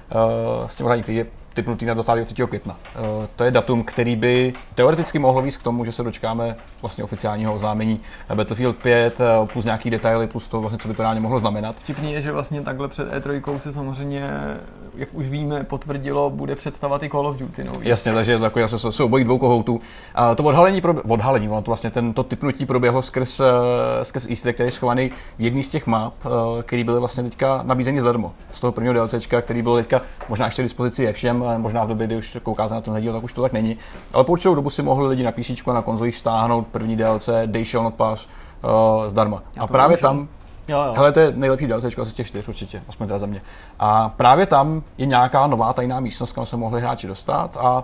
tím odhalením, který je typnutý na 23. května. To je datum, který by teoreticky mohlo vést k tomu, že se dočkáme vlastně oficiálního oznámení Battlefield 5 plus nějaký detaily, plus to vlastně, co by to reálně mohlo znamenat. Vtipný je, že vlastně takhle před E3 se samozřejmě, jak už víme, potvrdilo, bude představovat i Call of Duty nový. Jasně, takže takový zase soubojí dvou kohoutů. To odhalení, ono to vlastně to typnutí proběhlo skrz easter egg, který je schovaný v jedné z těch map, který byly vlastně teďka nabízeny zadarmo. Z toho prvního DLCčka, který byl teďka možná ještě k dispozici je všem, možná v době, kdy už koukáte na ten díl, tak už to tak není. Ale po určitou dobu si mohli lidi na PC a na konzolích stáhnout první DLC They Shall Not Pass zdarma. A právě tam, hele, to je nejlepší DLCčko asi z těch 4 určitě, aspoň teda za mě. A právě tam je nějaká nová tajná místnost, kam se mohli hráči dostat a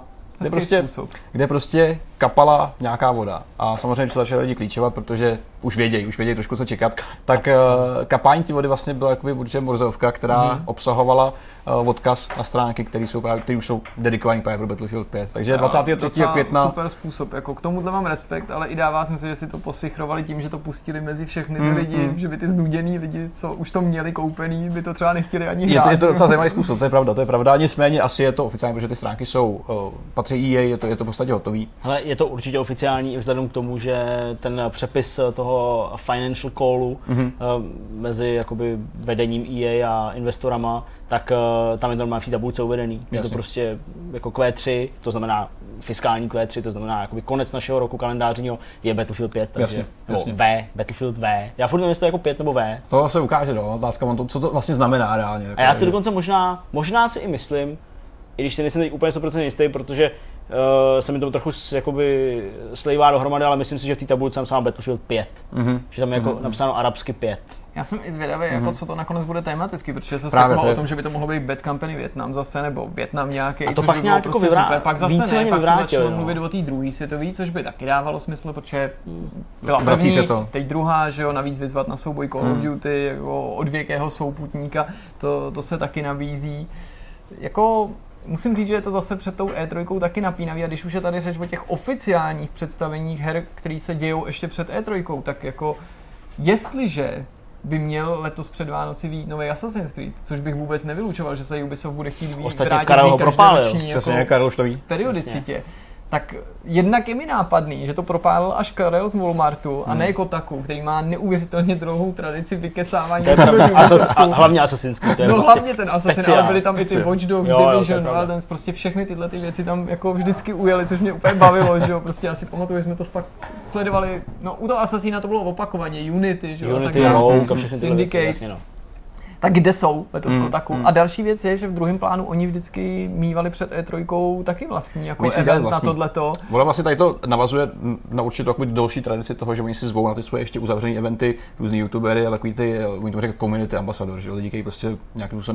kde prostě kapala nějaká voda. A samozřejmě, když to začali lidi klíčovat, protože už vědějí trošku, co čekat, tak kapání té vody vlastně byla jakoby určitě morzovka, která obsahovala odkaz na stránky, které už jsou dedikované právě pro Battlefield 5. Takže 23. května. Super způsob, jako k tomuhle mám respekt, ale i dává smysl, že si to posichrovali tím, že to pustili mezi všechny ty lidi, že by ty znuděný lidi, co už to měli koupený, by to třeba nechtěli ani hrát. Je to docela zajímavý způsob, to je pravda, nicméně asi je to oficiální, protože ty stránky jsou, patří EA, je to v podstatě hotový. Hele, je to určitě oficiální i vzhledem k tomu, že ten přepis toho financial callu mezi jakoby vedením EA a investorama, tak tam je to normálně v té tabulce uvedený. Je to prostě jako Q3, to znamená fiskální Q3, to znamená jakoby konec našeho roku kalendářního je Battlefield 5, takže jasně. Battlefield V. Já furt nevím, jestli to je jako 5 nebo V. To se ukáže, otázka, co to vlastně znamená reálně. A já si dokonce možná si i myslím, i když si nejsem teď úplně 100% jistý, protože se mi to trochu jakoby slejvá dohromady, ale myslím si, že v té tabulce tam sám Battlefield 5, že tam je jako napsáno arabsky 5. Já jsem i zvědavý, jako co to nakonec bude tematicky, protože se spekulovalo o tom, že by to mohlo být Bad Company Vietnam zase, nebo Vietnam nějaký, a to pak by nějak prostě super. Pak zase ne, pak se začalo mluvit o té druhé světové, což by taky dávalo smysl, protože byla první, teď druhá, že jo, navíc vyzvat na souboj Call of Duty, jako odvěkého souputníka, to se taky nabízí. Jako musím říct, že je to zase před tou E3 taky napínavý a když už je tady řeč o těch oficiálních představeních her, které se dějou ještě před E3, tak jako jestliže by měl letos před Vánoci vyjít nový Assassin's Creed, což bych vůbec nevylučoval, že se Ubisoft bude chtít vrátit každoroční jako periodicitě. Tak jednak je mi nápadný, že to propálil až Karel z Walmartu a ne Kotaku, který má neuvěřitelně dlouhou tradici vykecávání. Hlavně Assassin's Creed. No hlavně ten Assassin, ale byly tam i ty Watch Dogs, Division, Wildlands, prostě všechny tyhle ty věci tam jako vždycky ujeli, což mě úplně bavilo, že jo, prostě já si pamatuju, že jsme to fakt sledovali, no u toho Assassina to bylo opakovaně, Unity, že jo, Unity, Rogue a všechny tyhle věci, jasně no. Tak kde jsou letos Kotaku? A další věc je, že v druhém plánu oni vždycky mívali před E3 taky vlastní, jako event na tohleto. Ono vlastně tady to navazuje na určitou další tradici toho, že oni si zvou na ty svoje ještě uzavřené eventy různý youtubery a takový ty, oni to říkají community ambassador, že lidi, kteří prostě nějakým způsobem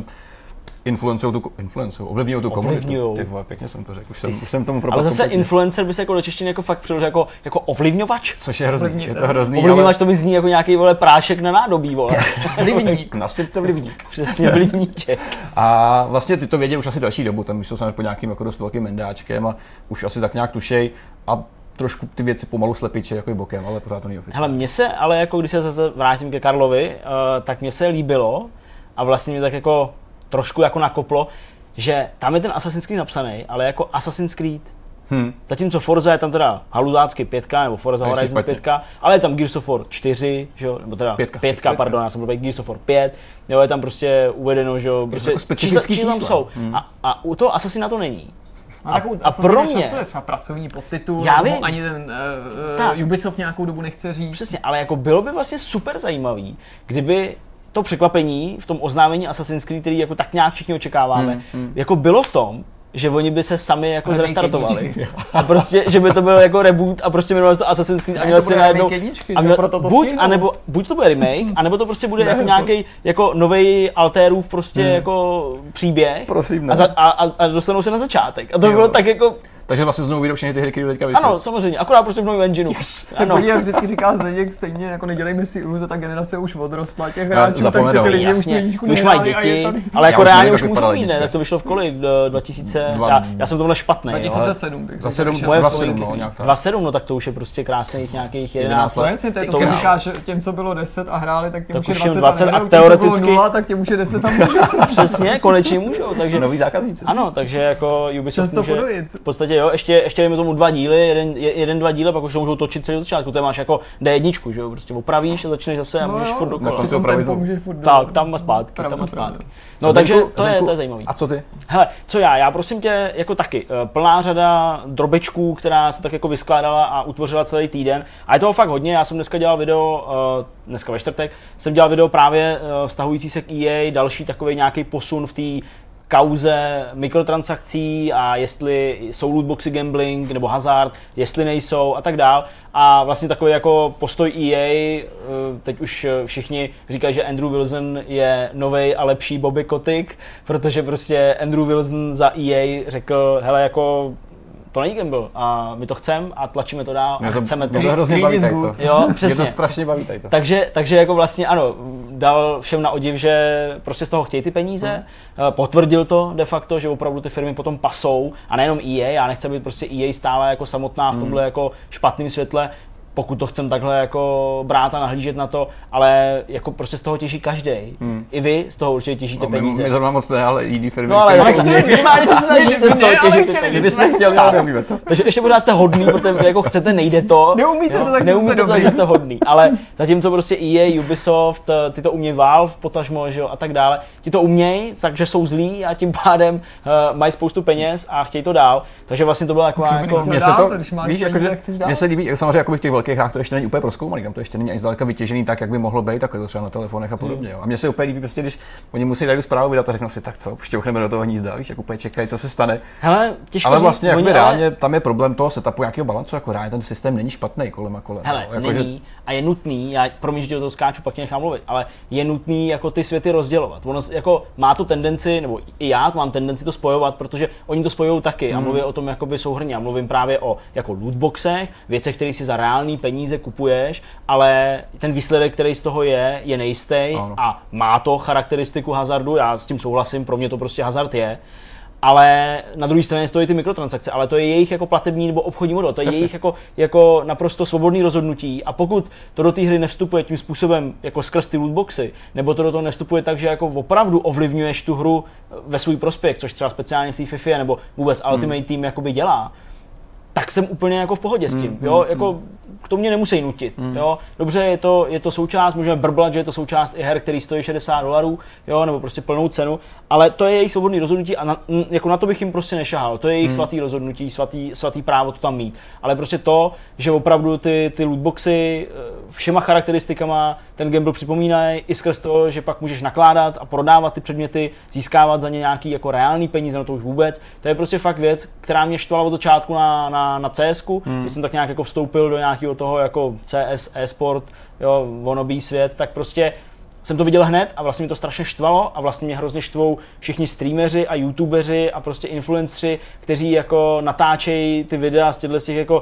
ovlivňují tu komunitu. Ty vole, pěkně jsem to řekl, už jsem tomu propad. Ale zase influencer by se jako do češtiny jako fakt přiložil jako ovlivňovač. Což je hrozný, je to hrozný. Ovlivňovač ale... to mi zní jako nějaký vole prášek na nádobí, vole. Vlivník. Nasypte vlivník. Přesně, vlivníček. A vlastně ty to vědí už asi další dobu, tam už jsou samozřejmě pod nějakým jako dost velkým mendáčkem a už asi tak nějak tušej a trošku ty věci pomalu slepiče jako i bokem, ale pořád to není oficiální. Hele, mně se, ale jako když se zase vrátím ke Karlovi, tak mně se líbilo a vlastně mě tak jako trošku jako nakoplo, že tam je ten Assassin's Creed napsaný, ale jako Assassin's Creed. Zatímco Forza je tam teda haluzácky 5, nebo Forza Horizon 5, ale je tam Gears of War 4, že jo, nebo teda 5, pardon, já jsem byl Gears of War 5, jo, je tam prostě uvedeno, že jo, prostě jako čísla tam jsou. A u toho Assassina to není. A pro mě často je třeba pracovní podtitul, nebo ani ten Ubisoft nějakou dobu nechce říct. Přesně, ale jako bylo by vlastně super zajímavý, kdyby to překvapení v tom oznámení Assassin's Creed, který jako tak nějak všichni očekáváme, jako bylo v tom, že oni by se sami jako zrestartovali. A prostě, že by to byl jako reboot a prostě jmenovali to Assassin's Creed a měl si najednou... Buď to bude remake, anebo to prostě bude jako nějaký jako novej Alterův prostě jako příběh. Prosím, a dostanou se na začátek. A to by bylo tak jako... Takže vlastně znovu vyjdou všechny ty hry, které teďka vyšly. Ano, samozřejmě, akorát prostě v novém engineu. Yes. Ano. Jak vždycky říká Zdeněk, stejně jako nedělejme si iluze, ta generace už odrostla těch hráčů, takže ty lidi už tu jedničku už mají děti, ale jako reálně už můžou jít, ne? Tak to vyšlo v kolik? 2000, já jsem tomhle špatný. 2007 bych. 2007, no tak to už je prostě krásných nějakých 11 let. To už říkáš těm, co bylo 10 a hráli, tak těm už je 20 a teoreticky 0, tak těm už je 10 a můžou. Přesně, konečně můžou, takže noví zákazníci. Ano, takže jako Ubisoft může v podstatě jo, ještě dejme tomu 2 díly, dva díly, pak už to můžou točit celý začátku, to máš jako D1, že jo, prostě opravíš a začneš zase a můžeš furt dokola. Tak, tam a zpátky, No takže to je zajímavý. A co ty? Hele, co já prosím tě, jako taky, plná řada drobečků, která se tak jako vyskládala a utvořila celý týden. A je toho fakt hodně, já jsem dneska dělal video, dneska ve čtvrtek, jsem dělal video právě vztahující se k EA, další takový nějaký posun v té kauze mikrotransakcí a jestli jsou lootboxy gambling nebo hazard, jestli nejsou a tak dál. A vlastně takový jako postoj EA, teď už všichni říkají, že Andrew Wilson je novej a lepší Bobby Kotick, protože prostě Andrew Wilson za EA řekl, hele jako to není gamble a my to chceme a tlačíme to dál a chceme to. Mě to hrozně baví tady to. Jo, přesně. Mě to strašně baví tady to. Takže jako vlastně ano, dal všem na odiv, že prostě z toho chtějí ty peníze, potvrdil to de facto, že opravdu ty firmy potom pasou a nejenom EA, já nechci být prostě EA stále jako samotná v tomhle jako špatným světle, pokud to chcem takhle jako brát a nahlížet na to, ale jako prostě z toho těží každý. I vy z toho určitě těžíte peníze. My zrovna moc ne, ale jiný firmy. No ale minimálně se snažíte z toho těžit ty peníze. Kdybychom chtěli, ale neumíme to. Takže ještě pořád jste hodný, protože jako chcete, nejde to. Neumíte to, takže jste hodný. Ale zatímco prostě EA, Ubisoft, ty to umějí Valve, potažmo, že jo, a tak dále. Ti to umějí, takže jsou zlí a tím pádem mají spoustu peněz a chtějí to dál. Takže vlastně to bylo taková jako mně se líbí, samozřejmě jako v těch velkých hrách to ještě není úplně prozkoumaný, tam to ještě není ani zdaleka vytěžený tak, jak by mohlo být, tak je to třeba na telefonech a podobně. Jo. A mně se úplně líbí, prostě, když oni musí tady zprávu vydat a řeknou si, tak co, šťouchneme do toho hnízda, víš, jak úplně čekají, co se stane. Hele, těžko ale vlastně říct, reálně tam je problém toho setupu nějakého balancu, jako reálně ten systém není špatný kolem a kolem. Hele, jako není a je nutný, promiň, že do toho skáču, pak tě nechám mluvit, ale je nutný jako ty světy rozdělovat. Ono jako má to tendenci, nebo i já mám tendenci to spojovat, protože oni to spojují taky a mluví o tom jakoby souhrnně. Já mluvím právě o jako lootboxech, věcech, které si za reální peníze kupuješ, ale ten výsledek, který z toho je nejistý a má to charakteristiku hazardu, já s tím souhlasím, pro mě to prostě hazard je. ale na druhé straně stojí ty mikrotransakce, ale to je jejich jako platební nebo obchodní model, to je jejich jako naprosto svobodný rozhodnutí a pokud to do té hry nevstupuje tím způsobem jako skrz ty lootboxy, nebo to do toho nevstupuje tak, že jako opravdu ovlivňuješ tu hru ve svůj prospěch, což třeba speciálně v té FIFA nebo vůbec Ultimate Team jakoby dělá, tak jsem úplně jako v pohodě s tím, jo, jako k tomu mě nemusí nutit, jo. Dobře, je to součást, můžeme brblat, že je to součást i her, který stojí $60, jo, nebo prostě plnou cenu, ale to je jejich svobodný rozhodnutí a jako na to bych jim prostě nešahal, to je jejich svatý rozhodnutí, svatý právo to tam mít, ale prostě to, že opravdu ty lootboxy všema charakteristikama ten gamble připomínají i skrz to, že pak můžeš nakládat a prodávat ty předměty, získávat za ně nějaký jako reálný peníze, no to už vůbec, to je prostě fakt věc, která mě štvala od začátku na CSku, když jsem tak nějak jako vstoupil do nějakého toho jako CS, e-sport, jo, wannabe svět, tak prostě jsem to viděl hned a vlastně mi to strašně štvalo a vlastně mě hrozně štvou všichni streameři a youtubeři a prostě influenceri, kteří jako natáčejí ty videa z těch jako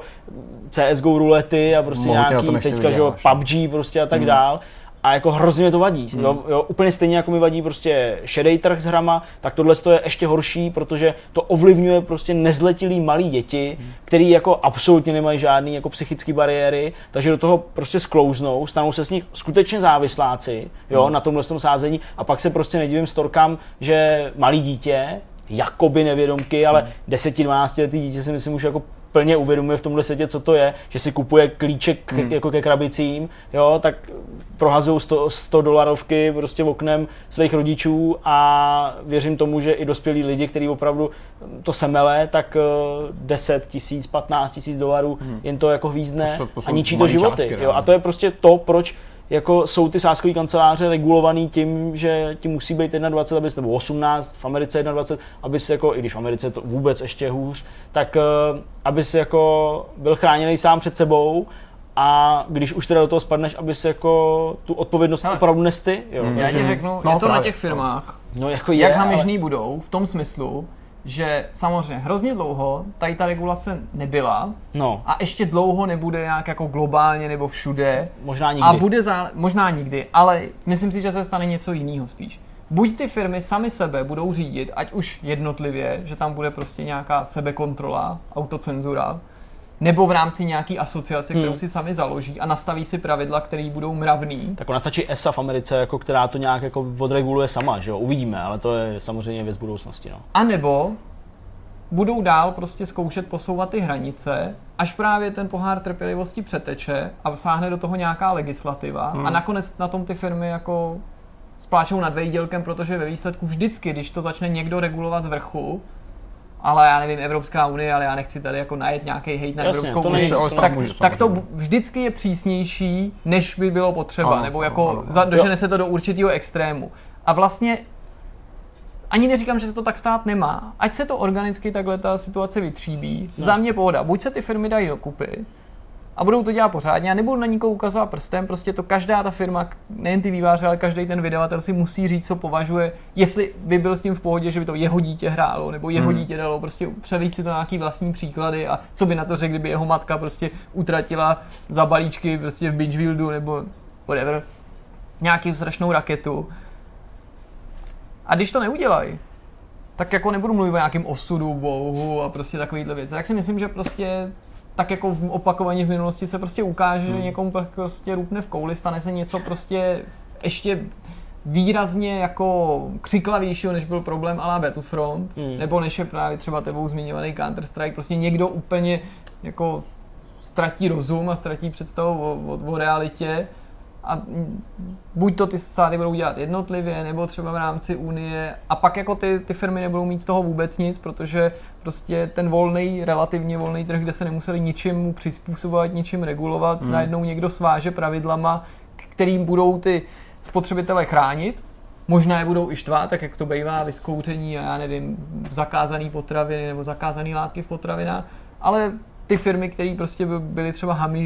CSGO rulety a prostě nějaký teďka, že jo, PUBG prostě a tak dál. A jako hrozně mě to vadí, jo, úplně stejně jako mi vadí prostě šedej trh s hrama, tak tohle je ještě horší, protože to ovlivňuje prostě nezletilý malý děti, který jako absolutně nemají žádný jako psychické bariéry, takže do toho prostě sklouznou, stanou se z nich skutečně závisláci, jo, na tomhle sázení a pak se prostě nedivím storkám, že malý dítě, jakoby nevědomky, ale 10-12 letý dítě si myslím už jako plně uvědomuje v tomhle světě, co to je, že si kupuje klíček jako ke krabicím, jo, tak prohazují $100 prostě oknem svých rodičů a věřím tomu, že i dospělí lidi, kteří opravdu to semele, tak 10 000, 15 000 dolarů jen to jako hvízdne a ničí to životy. Částky, jo, a to je prostě to, proč jako jsou ty sázkové kanceláře regulovaný tím, že ti musí být 21, nebo 18, v Americe 21, aby si jako, i když v Americe je to vůbec ještě hůř, tak aby si jako byl chráněný sám před sebou a když už teda do toho spadneš, aby si jako tu odpovědnost opravdu nesty. Jo. Já ti řeknu, je to na těch firmách, jako jak hamižný budou v tom smyslu, že samozřejmě hrozně dlouho tady ta regulace nebyla a ještě dlouho nebude nějak jako globálně nebo všude. Možná nikdy. A bude možná nikdy, ale myslím si, že se stane něco jiného spíš. Buď ty firmy sami sebe budou řídit, ať už jednotlivě, že tam bude prostě nějaká sebekontrola, autocenzura, nebo v rámci nějaký asociace, kterou si sami založí a nastaví si pravidla, které budou mravný. Tak ona stačí ESA v Americe, jako, která to nějak jako odreguluje sama, že jo? Uvidíme, ale to je samozřejmě věc budoucnosti. No. A nebo budou dál prostě zkoušet posouvat ty hranice, až právě ten pohár trpělivosti přeteče a sáhne do toho nějaká legislativa a nakonec na tom ty firmy jako spláčou nad vejdělkem, protože ve výsledku vždycky, když to začne někdo regulovat z vrchu, ale já nevím, Evropská unie, ale já nechci tady jako najet nějaký hejt na Evropskou unii, tak to vždycky je přísnější, než by bylo potřeba, nebo jako dožene se to do určitého extrému. A vlastně ani neříkám, že se to tak stát nemá. Ať se to organicky takhle ta situace vytříbí, za mě pohoda. Buď se ty firmy dají dokupy a budou to dělat pořádně a nebudu na nikoho ukazovat prstem, prostě to každá ta firma, nejen ty výváři, ale každý ten vydavatel si musí říct, co považuje, jestli by byl s tím v pohodě, že by to jeho dítě hrálo, nebo jeho dítě dalo, prostě převést si to nějaký vlastní příklady a co by na to řekl, kdyby jeho matka prostě utratila za balíčky prostě v Bitchfieldu nebo whatever, nějaký strašnou raketu. A když to neudělají, tak jako nebudu mluvit o nějakém osudu, bohu a prostě takovýhle věci. Tak si myslím, že prostě tak jako opakovaně v minulosti se prostě ukáže, že někomu prostě rupne v kouli, stane se něco prostě ještě výrazně jako křiklavějšího, než byl problém à la Battlefront, nebo než je právě třeba tebou zmiňovaný Counter-Strike, prostě někdo úplně jako ztratí rozum a ztratí představu o realitě. A buď to ty státy budou dělat jednotlivě, nebo třeba v rámci Unie a pak jako ty firmy nebudou mít z toho vůbec nic, protože prostě ten relativně volný trh, kde se nemuseli ničemu přizpůsobovat, ničím regulovat, najednou někdo sváže pravidlama, kterým budou ty spotřebitele chránit. Možná je budou i štvát, tak jak to bývá vyzkouření a já nevím, zakázané potraviny nebo zakázané látky v potravinách, ale ty firmy, které prostě byly třeba hamižný,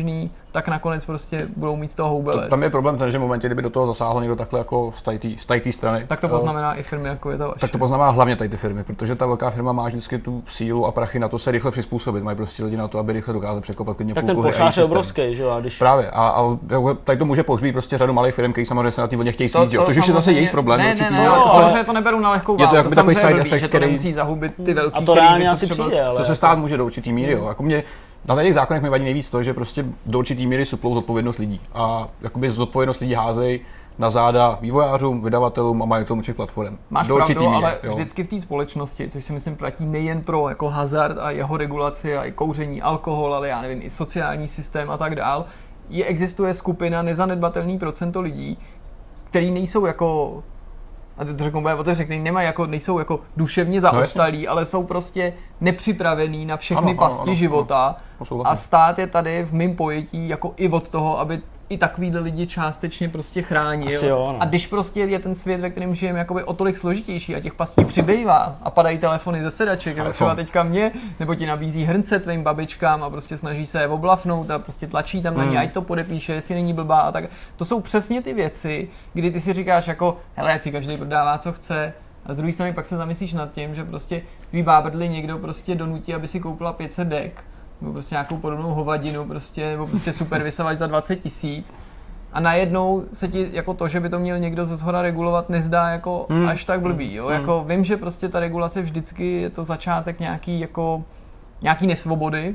tak nakonec prostě budou mít z toho houbeles. Tam je problém ten, že v momentě, kdyby do toho zasáhlo někdo takhle jako z té strany. Tak to poznamená i firmy, jako je ta vaše. Tak to poznamená hlavně tady ty firmy, protože ta velká firma má vždycky tu sílu a prachy na to se rychle přizpůsobit. Mají prostě lidi na to, aby rychle dokázali překopat klidně tak půlku ten pošář je obrovský, že jo? Když... Právě. A tady to může pohřbít prostě řadu malých firm, kteří samozřejmě se na tím hodně chtějí svít, což už je zase jejich problém. To samozřejmě to neberu na lehkou váhu. Je to takový side effect, který musí zahubit ty velký, a to reálně asi přijde, ale to se stát může do určitý míry, jo. Jako mě na těch zákonech mi vadí nejvíc to, že prostě do určitý míry suplou zodpovědnost lidí a jakoby zodpovědnost lidí házejí na záda vývojářům, vydavatelům a majitelům všech platform. Máš pravdu, ale vždycky v té společnosti, což si myslím platí nejen pro jako hazard a jeho regulaci a i kouření, alkohol, ale já nevím, i sociální systém a tak dál, existuje skupina nezanedbatelný procento lidí, který nejsou jako, a to řeknu otevřeně, nejsou jako duševně zaostalí, ale jsou prostě nepřipravení na všechny pasti života. A stát je tady v mým pojetí jako i od toho, aby i takovýhle lidi částečně prostě chránil. Jo, a když prostě je ten svět, ve kterém žijeme, jakoby o tolik složitější a těch pastí přibývá a padají telefony ze sedaček, jako třeba teďka mě, nebo ti nabízí hrnce tvým babičkám a prostě snaží se je oblafnout a prostě tlačí tam na ně, ať to podepíše, jestli není blbá a tak. To jsou přesně ty věci, kdy ty si říkáš jako, hele, ať si každý prodává, co chce. A z druhé strany pak se zamyslíš nad tím, že prostě tvý bábrdli někdo prostě donutí, aby si koupila 500 dek, nebo prostě nějakou podobnou hovadinu, prostě, nebo prostě super vysavač za 20 000. A najednou se ti jako to, že by to měl někdo ze shora regulovat, nezdá jako až tak blbý. Jo? Jako vím, že prostě ta regulace vždycky je to začátek nějaký nesvobody,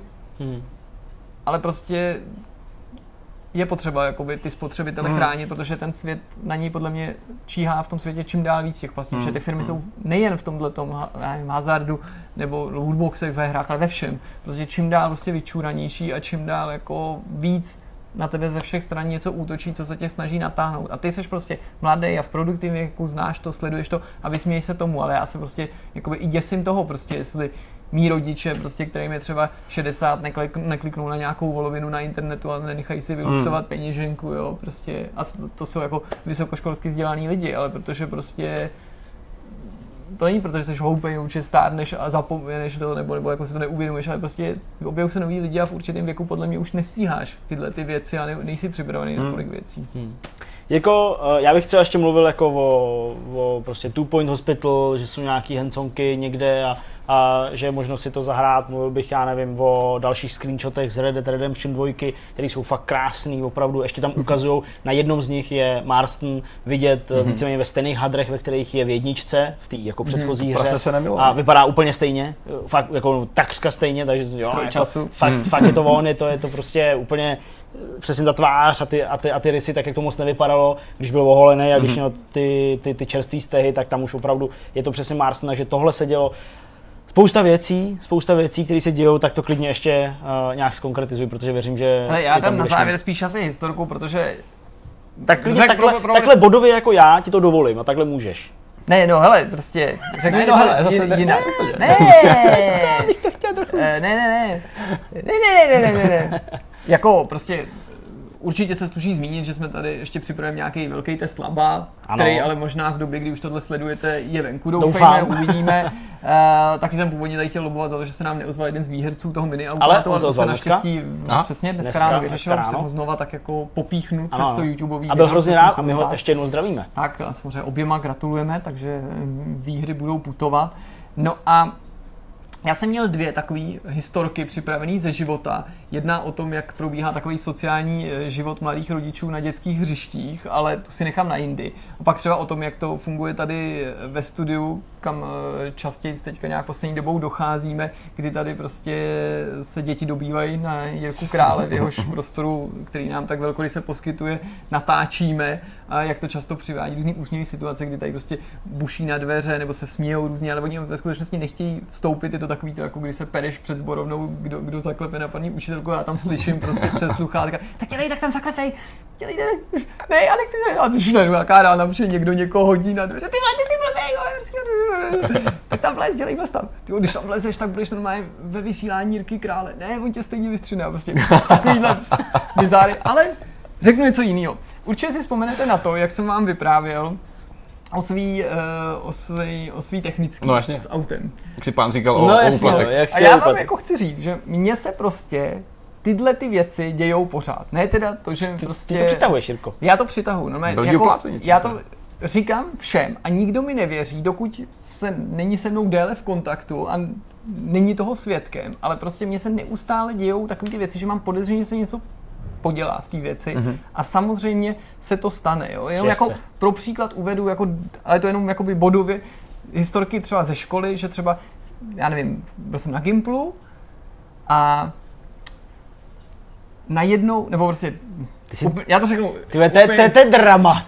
ale prostě je potřeba jakoby ty spotřebitele chránit, protože ten svět na něj podle mě číhá v tom světě čím dál víc těch pastí, protože ty firmy jsou nejen v tomhletom hazardu nebo lootboxech ve hrách, ale ve všem. Prostě čím dál prostě vyčuranější a čím dál jako víc na tebe ze všech stran něco útočí, co se tě snaží natáhnout. A ty jsi prostě mladý a v produktivním věku, znáš to, sleduješ to a vysměješ se tomu, ale já se prostě jakoby i děsím toho prostě, jestli mí rodiče, prostě, kterým je třeba 60, nekliknou na nějakou volovinu na internetu a nenechají si vyluxovat peněženku, jo, prostě. A to jsou jako vysokoškolsky vzdělaný lidi, ale protože prostě to není proto, že jsi hloupej, určitě stárneš a zapomeneš to, nebo jako si to neuvědomuješ, ale prostě objevují se noví lidi a v určitém věku podle mě už nestíháš tyhle ty věci a nejsi připravený na tolik věcí. Jako, já bych třeba ještě mluvil jako o prostě Two Point Hospital, že jsou nějaký handsonky někde a že je možno si to zahrát. Mluvil bych, já nevím, o dalších screenshotech z Red Dead Redemption 2, které jsou fakt krásný, opravdu. Ještě tam ukazujou, na jednom z nich je Marston vidět víceméně ve stejných hadrech, ve kterých je v jedničce, v té jako předchozí hře. A vypadá úplně stejně, fakt jako takřka stejně, takže jo, jako, fakt je to on, je to prostě úplně přesně ta tvář a ty rysy, tak jak to moc nevypadalo, když byl oholený a když měl ty čerstvý stehy, tak tam už opravdu je to přesně Marston, že tohle se dělo. Spousta věcí, které se dějou, tak to klidně ještě nějak zkonkretizuj, protože věřím, že... Ale já tam na závěr spíš asi historku, protože... Takhle bodově jako já ti to dovolím a takhle můžeš. Ne, no hele, prostě řekni to hele, jinak. Ne, bych to chtěl trochu. Ne. Jako prostě určitě se sluší zmínit, že jsme tady ještě připravujeme nějaký velký test laba, který ale možná v době, kdy už tohle sledujete, je venku, doufejme, uvidíme. Taky jsem původně tady chtěl lobovat za to, že se nám neozval jeden z výherců toho mini-automatu, ale to se naštěstí přesně dneska ráno vyřešilo, že jsem ho znova tak jako popíchnu přes to YouTubeový. A byl hrozně rád a my ho ještě jednou zdravíme. Tak a samozřejmě oběma gratulujeme, takže výhry budou putovat. No a já jsem měl 2 takové historky připravené ze života. Jedna o tom, jak probíhá takový sociální život mladých rodičů na dětských hřištích, ale tu si nechám na jindy. A pak třeba o tom, jak to funguje tady ve studiu, kam častěji teďka nějak poslední dobou docházíme, kdy tady prostě se děti dobývají na Jirku Krále, v jehož prostoru, který nám tak velkoryse poskytuje, natáčíme a jak to často přivádí různý úsměvné situace, kdy tady prostě buší na dveře nebo se smějou různě, ale oni ve skutečnosti nechtějí vstoupit, je to takový to, jako když se pereš před sborovnou, kdo zaklepe na paní učitelku, já tam slyším prostě přes sluchátka, tak dělej, tak tam zaklepej, dělejte, ne, já nechci, a když jaká rána, protože někdo někoho hodí na dveře, ty si blbej, tak tam vlez, dělej tam. Tyjo, když tam vlezeš, tak budeš normálně ve vysílání Jirky Krále, ne, on tě stejně vystřiná, prostě takovýhle bizáry, ale řeknu něco jiného. Určitě si vzpomenete na to, jak jsem vám vyprávěl o svý technický s autem. Jak si pán říkal o úplatech. A já vám jako chci říct, že mně se prostě tyhle ty věci dějou pořád. Ne teda to, že prostě... Ty to přitahuješ, Jirko. Já to přitahuji, no jako, já to říkám všem a nikdo mi nevěří, dokud není se mnou déle v kontaktu a není toho svědkem, ale prostě mně se neustále dějou takové ty věci, že mám podezření, že se něco podělá v té věci a samozřejmě se to stane, jo. Jenom jako pro příklad uvedu, jako, ale to jenom jakoby bodově, historky třeba ze školy, že třeba, já nevím, byl jsem na Gimplu a najednou, nebo prostě, já to řeknu. To je drama.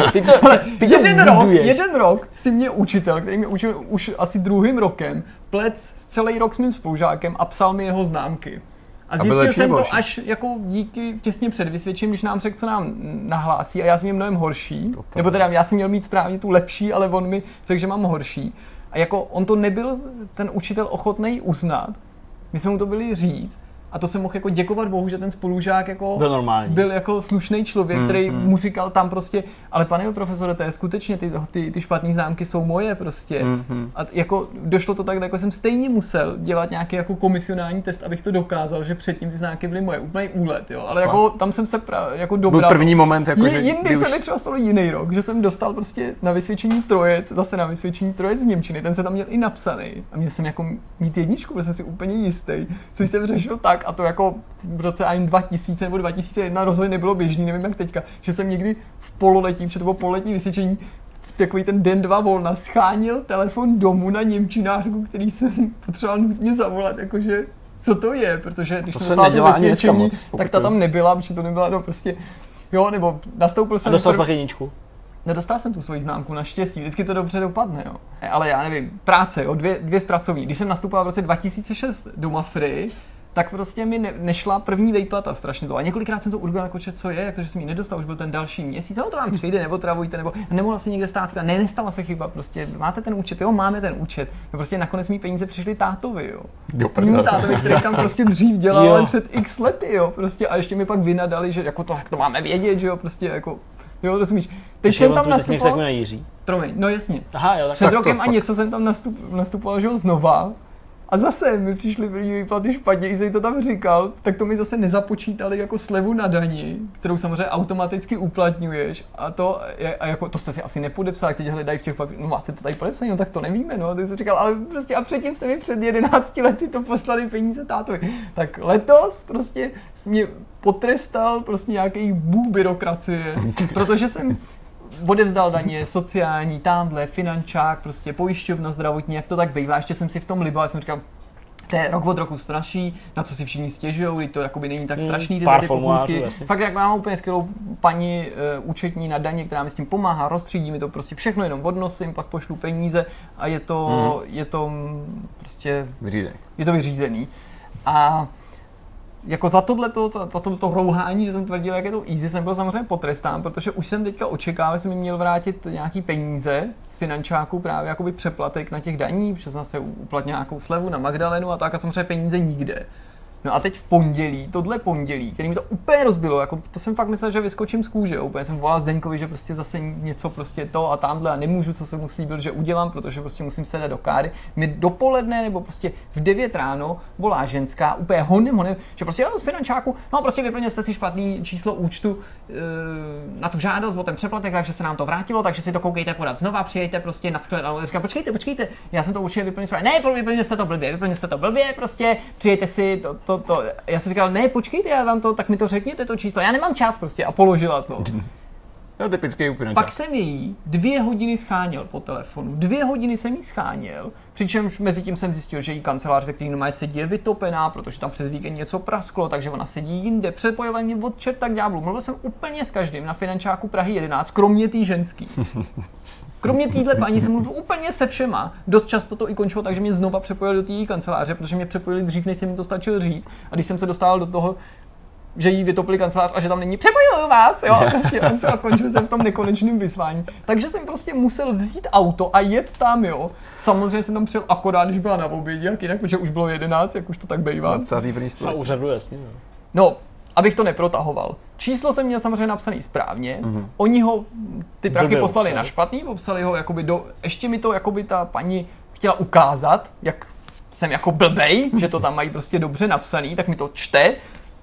Jeden rok si mě učitel, který mě učil už asi 2. rokem, plet celý rok s mým spolužákem a psal mi jeho známky. A zjistil jsem to až jako díky těsně před vysvědčením, když nám řekl, co nám nahlásí a já jsem měl mnohem horší. Nebo teda já jsem měl mít správně tu lepší, ale on mi řekl, že mám horší. A jako on to nebyl ten učitel ochotný uznat. My jsme mu to byli říct. A to jsem mohl jako děkovat Bohu, že ten spolužák jako byl jako slušný člověk, který mu říkal tam prostě, ale pane profesore, to je skutečně, ty špatné známky jsou moje prostě. A jako došlo to tak, jako jsem stejně musel dělat nějaký jako komisionální test, abych to dokázal, že předtím ty známky byly moje, úplný úlet, jo. Ale jako tam jsem se jako dobral. Byl první moment, jako že jindy se mi třeba stalo jiný rok, že jsem dostal prostě na vysvědčení trojec, zase na vysvědčení trojec z němčiny, ten se tam měl i napsaný. A měl jsem jako mít jedničku, protože jsem si úplně jistý, co jsem řešil tak, a to jako v roce 2000 nebo 2001 rozhodně nebylo běžný, nevím jak teďka, že jsem někdy v pololetí, protože to bylo pololetí vysvědčení, takový ten den 2 volna, schánil telefon domů na němčinářku, který jsem potřeboval nutně zavolat, jakože co to je, protože když jsem dostal to vysvědčení, tak ta tam nebyla, protože to nebyla, no prostě, jo, nebo nastoupil jsem... A dostal jsi pak jedničku? No dostal jsem tu svoji známku, naštěstí, vždycky to dobře dopadne, jo. Ale já nevím, práce, jo, dvě z pracovní. Když jsem nastupoval v roce 2006 do Mafry, tak prostě mi nešla první výplata strašně dlouho. A několikrát jsem to urgoval jako, co je, protože jsem ji nedostal, už byl ten další měsíc. To vám přijde, nebo travujte, nebo nemohla se někde stát. Ne, nestala se chyba, prostě máte ten účet, jo, máme ten účet. No prostě nakonec mý peníze přišly tátovi, jo. Mým tátovi, který tam prostě dřív dělal, ale před x lety, jo, prostě a ještě mi pak vynadali, že jako to máme vědět, že jo, prostě jako, jo, rozumíš. Teď jsem tam nastupoval. Promiň, no jasně. Aha, jo, tak před rokem a něco jsem tam nastupoval, že jo, znova. A zase mi přišly první výplaty špatně, když jsem to tam říkal, tak to mi zase nezapočítali jako slevu na dani, kterou samozřejmě automaticky uplatňuješ. A jako, to jste si asi nepodepsal, jak teď hledají v těch papírech, no máte to tady podepsané, no tak to nevíme, no. A ty jsi říkal, ale prostě a předtím jste mi před 11 lety to poslali peníze tátovi. Tak letos prostě jsi mě potrestal prostě nějaký bůh byrokracie, protože jsem odevzdal daně, sociální, tamhle, finančák, prostě pojišťovna zdravotní, jak to tak bývá, ještě jsem si v tom líbil, já jsem říkal, to je rok od roku straší, na co si všichni stěžujou, když to jakoby není tak strašný, ty popůzky. Fakt jak mám úplně skvělou paní účetní na daně, která mi s tím pomáhá, rozstřídí mi to prostě všechno, jenom odnosím, pak pošlu peníze a je to prostě vyřízený. A jako za tohleto rouhání, že jsem tvrdil, jak je to easy, jsem byl samozřejmě potrestán, protože už jsem teďka očekával, že jsem mi měl vrátit nějaký peníze z finančáku, právě jakoby přeplatek na těch daní, protože jsem se uplatnil nějakou slevu na Magdalenu a tak a samozřejmě peníze nikde. No a teď v pondělí, tohle pondělí, který mi to úplně rozbilo, jako to jsem fakt myslel, že vyskočím z kůže, úplně jsem volal Zdeňkovi, že prostě zase něco prostě to a tamhle a nemůžu, co jsem mu slíbil, že udělám, protože prostě musím sedat do káry. Mi dopoledne nebo prostě v 9 ráno volá ženská, úplně honem, že prostě jo, z finančáku, no prostě vyplnil jste si špatný číslo účtu na tu žádost o ten přeplatek, takže se nám to vrátilo, takže si to koukejte podat znova, přijďte prostě na shledanou. Říkám, počkejte, já jsem to určitě vyplnil správně. Ne, vyplnil jste to blbě, prostě přijďte si to. Já jsem říkal, ne, počkejte, já vám to, tak mi to řekněte to číslo, já nemám čas prostě a položila to. No, typický úplně pak jsem jí 2 hodiny scháněl po telefonu, 2 hodiny jsem jí scháněl, přičemž mezi tím jsem zjistil, že její kancelář, ve který normálně sedí, je vytopená, protože tam přes víkend něco prasklo, takže ona sedí jinde, přepojoval mě od čerta k ďáblu, mluvil jsem úplně s každým na finančáku Prahy 11, kromě té ženský. Kromě téhle paní jsem mluvil úplně se všema. Dost často to i končilo tak, že mě znova přepojili do té kanceláře, protože mě přepojili dřív, než jsem jim to stačil říct. A když jsem se dostal do toho, že jí vytopili kancelář a že tam není, přepojuju vás, jo, a prostě a končil jsem v tom nekonečném vyzvání. Takže jsem prostě musel vzít auto a jet tam, jo. Samozřejmě jsem tam přijel akorát, když byla na obědě, jak jinak, protože už bylo 11, jak už to tak bývá. A úřadu, jasně, jo. No, abych to neprotahoval. Číslo jsem měl samozřejmě napsaný správně, oni ho, ty prachy poslali na špatný, popsali ho jakoby ještě mi to jakoby ta paní chtěla ukázat, jak jsem jako blbej, že to tam mají prostě dobře napsaný, tak mi to čte,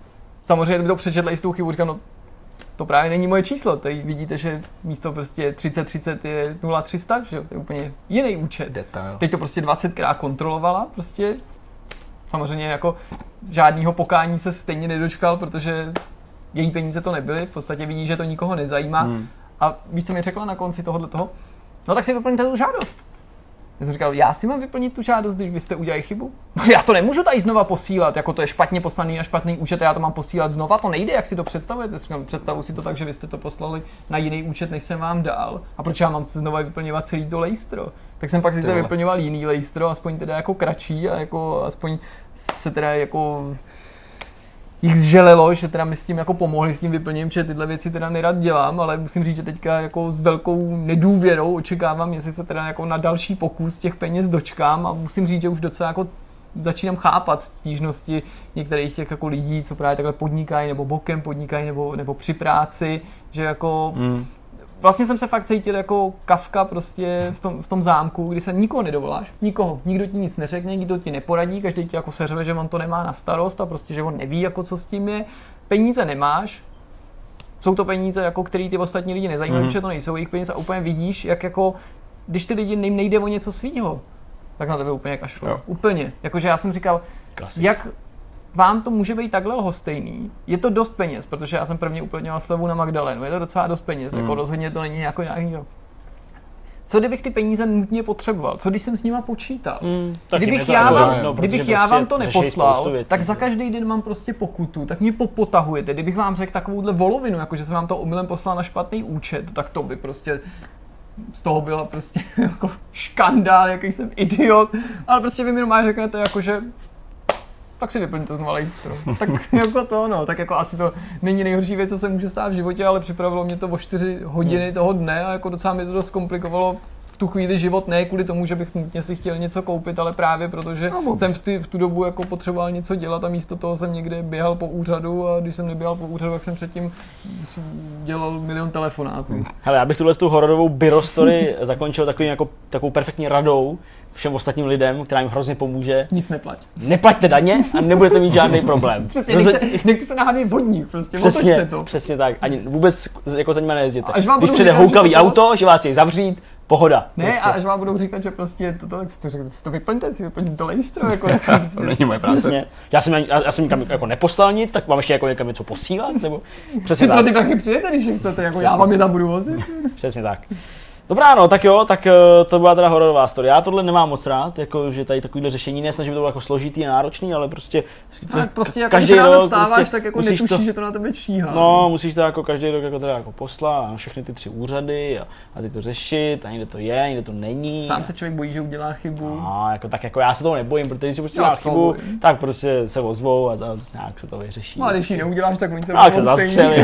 samozřejmě by to přečetla i s tou chybou, říkám, no to právě není moje číslo, tady vidíte, že místo prostě 3030 je 0300, že jo, to je úplně jiný účet. Detail. Teď to prostě 20krát kontrolovala, prostě samozřejmě jako žádného pokání se stejně nedočkal, protože její peníze to nebyly, v podstatě vidí, že to nikoho nezajímá. A víš, co mi řekla na konci tohoto? No tak si vyplňte tu žádost. Já jsem říkal, já si mám vyplnit tu žádost, když vy jste udělali chybu? No já to nemůžu tady znova posílat, jako to je špatně poslaný na špatný účet a já to mám posílat znova, to nejde, jak si to představujete? Představuji si to tak, že vy jste to poslali na jiný účet, než jsem vám dal. A proč já mám znova vyplňovat celý to lejstro? Tak jsem pak si to vyplňoval jiný lejstro, aspoň teda jako kratší a jako aspoň se teda jako jich zželelo, že teda mi s tím jako pomohli s tím vyplněním, že tyhle věci teda nerad dělám, ale musím říct, že teďka jako s velkou nedůvěrou očekávám, jestli se teda jako na další pokus těch peněz dočkám a musím říct, že už docela jako začínám chápat stížnosti některých těch jako lidí, co právě takhle podnikají nebo bokem podnikají nebo při práci, že jako vlastně jsem se fakt cítil jako Kafka prostě v tom zámku, kdy se nikoho nedovoláš, nikdo ti nic neřekne, nikdo ti neporadí, každý ti jako seřve, že on to nemá na starost a prostě, že on neví, jako co s tím je. Peníze nemáš, jsou to peníze, jako který ty ostatní lidi nezajímají, protože to nejsou jejich peníze a úplně vidíš, jak jako, když ty lidi nejde o něco svýho, tak na tebe úplně kašlou. Úplně. Jakože já jsem říkal, jak vám to může být takhle lhostejný, je to dost peněz, protože já jsem prvně uplatňoval slevu na Magdalenu, je to docela dost peněz, jako rozhodně to není nějaký. Co kdybych ty peníze nutně potřeboval, co když jsem s nima počítal? Kdybych já vám to neposlal, tak za každý den mám prostě pokutu, tak mě popotahujete, kdybych vám řekl takovouhle volovinu, jako že jsem vám to omylem poslal na špatný účet, tak to by prostě z toho byla prostě jako škandál, jaký jsem idiot, ale prostě vy mi normálně řeknete jako, že tak si vyplň to znova lejstro. Tak jako to, no, tak jako asi to není nejhorší věc, co se může stát v životě, ale připravilo mě to o 4 hodiny toho dne a jako docela mi to dost komplikovalo v tu chvíli život, ne kvůli tomu, že bych nutně si chtěl něco koupit, ale právě protože jsem v tu dobu jako potřeboval něco dělat a místo toho jsem někde běhal po úřadu a když jsem neběhal po úřadu, tak jsem předtím dělal milion telefonátů. Hele, já bych tuhle tu hororovou Biro story zakončil takovou perfektní radou všem ostatním lidem, která jim hrozně pomůže. Nic neplať. Neplaťte daně a nebudete mít žádný problém. Přesně, nechte se nahádat vodník, prostě otočte to. Přesně tak, ani vůbec jako za nimi nejezděte. Když přijde houkavý auto, že vás chtějí zavřít, pohoda. Ne, prostě. A až vám budou říkat, že prostě to vyplňte, si vyplňte to lejstro, jako to není moje práce. Přesně. Já jsem nikam jako neposlal nic, tak vám ještě jako někam něco posílat, nebo přesně tak. Pro ty prachy přijete, když chcete, jako přesně. Já vám je tam budu vozit. Přesně tak. Dobrá, no, tak jo, tak to byla teda hororová story. Já tohle nemám moc rád, jako, že tady takovýhle řešení, nesnažím to bylo jako složitý a náročný, ale prostě jako každý rok vstáváš, prostě tak jako netušíš, že to na tebe číhá. No, musíš to jako každý rok jako teda jako poslat na všechny ty 3 úřady a ty to řešit a někde to je, někde to není. Sám se člověk bojí, že udělá chybu. No, jako tak jako já se toho nebojím, protože když si prostě dělá chybu, tak prostě se ozvou a nějak se to vyřeší. No a když ji neuděláš, tak oni se zastřelí.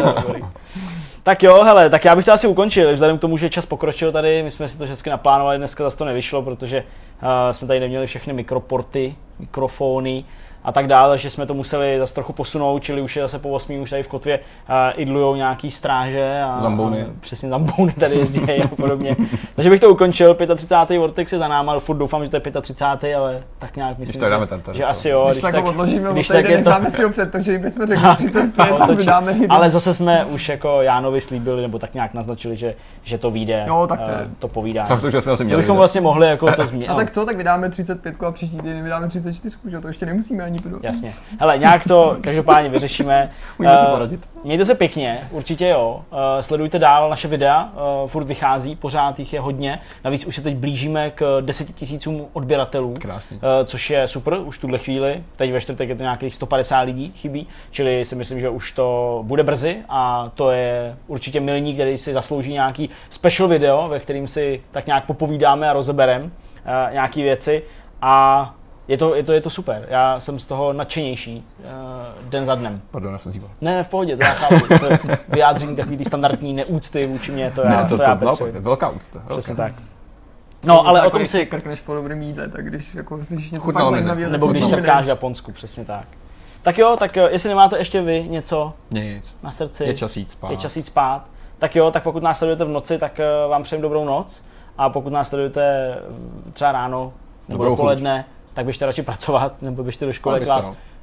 Tak jo, hele, tak já bych to asi ukončil, vzhledem k tomu, že čas pokročil tady, my jsme si to všechny naplánovali, dneska zase to nevyšlo, protože jsme tady neměli všechny mikroporty, mikrofony a tak dále, že jsme to museli zase trochu posunout, čili už je zase po 8, už tady v kotvě idlujou nějaký stráže a zambouny. Přesně zambouny tady jezdí a podobně. Takže bych to ukončil, 35. Vortex je za náma, ale furt doufám, že to je 35. ale tak nějak myslím, že asi jo. Když tak odložíme, když tak necháme si ho přetočit, bychom řekli 35 a vydáme hydro. Ale zase jsme už jako Jánovi slíbili, nebo tak nějak naznačili, že to vyjde, to povídání. Tak to, že jsme asi měli. Bychom vlastně mohli jako to změnit. A tak co, tak vydáme 35 a příští týden vydáme 34, že to ještě nemusíme ani to. Jasně. Hele, nějak to každopádně vyřešíme. Můžeme si poradit. Mějte se pěkně, určitě jo. Sledujte dál naše videa, furt vychází, pořád jich je hodně. Navíc už se teď blížíme k 10 000 odběratelů. Krásně. Což je super, už v tuhle chvíli. Teď ve čtvrtek je to nějakých 150 lidí chybí, čili si myslím, že už to bude brzy a to je určitě milník, který si zaslouží nějaký special video, ve kterým si tak nějak popovídáme a rozebereme nějaký věci a je to super, já jsem z toho nadšenější den za dnem. Pardon, já jsem zýval. Ne, v pohodě, to já chápu, to je vyjádření takový ty standardní neúcty vůči mě, to já potřebuji. Velká úcta. Přesně tak. No, ale o tom si krkneš po dobrém jídle, tak když jako slyšíš něco fakt zajímavého, nebo když srkáš v Japonsku, přesně tak. Tak jo, tak jestli nemáte ještě vy něco na srdci, je čas jít spát. Tak jo, tak pokud nás sledujete v noci, tak vám přejem dobrou noc a pokud nás sledujete třeba ráno nebo dopoledne, tak běžte radši pracovat, nebo běžte do školy,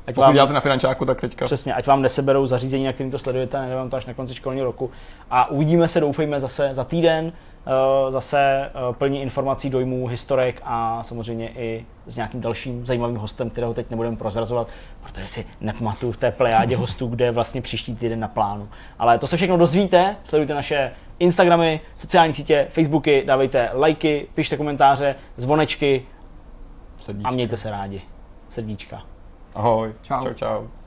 Pokud děláte na finančáku, tak teďka. Přesně, ať vám neseberou zařízení, na kterým to sledujete, nedá vám to až na konci školního roku. A uvidíme se, doufejme, zase za týden, zase plní informací, dojmů, historek a samozřejmě i s nějakým dalším zajímavým hostem, kterého teď nebudeme prozrazovat, protože si nepamatuju v té plejádě hostů, kde je vlastně příští týden na plánu. Ale to se všechno dozvíte, sledujte naše Instagramy, sociální sítě, Facebooky, dávejte lajky, pište komentáře, zvonečky a mějte se rádi. Srdíčka. Ahoj. Čau. Čau, čau.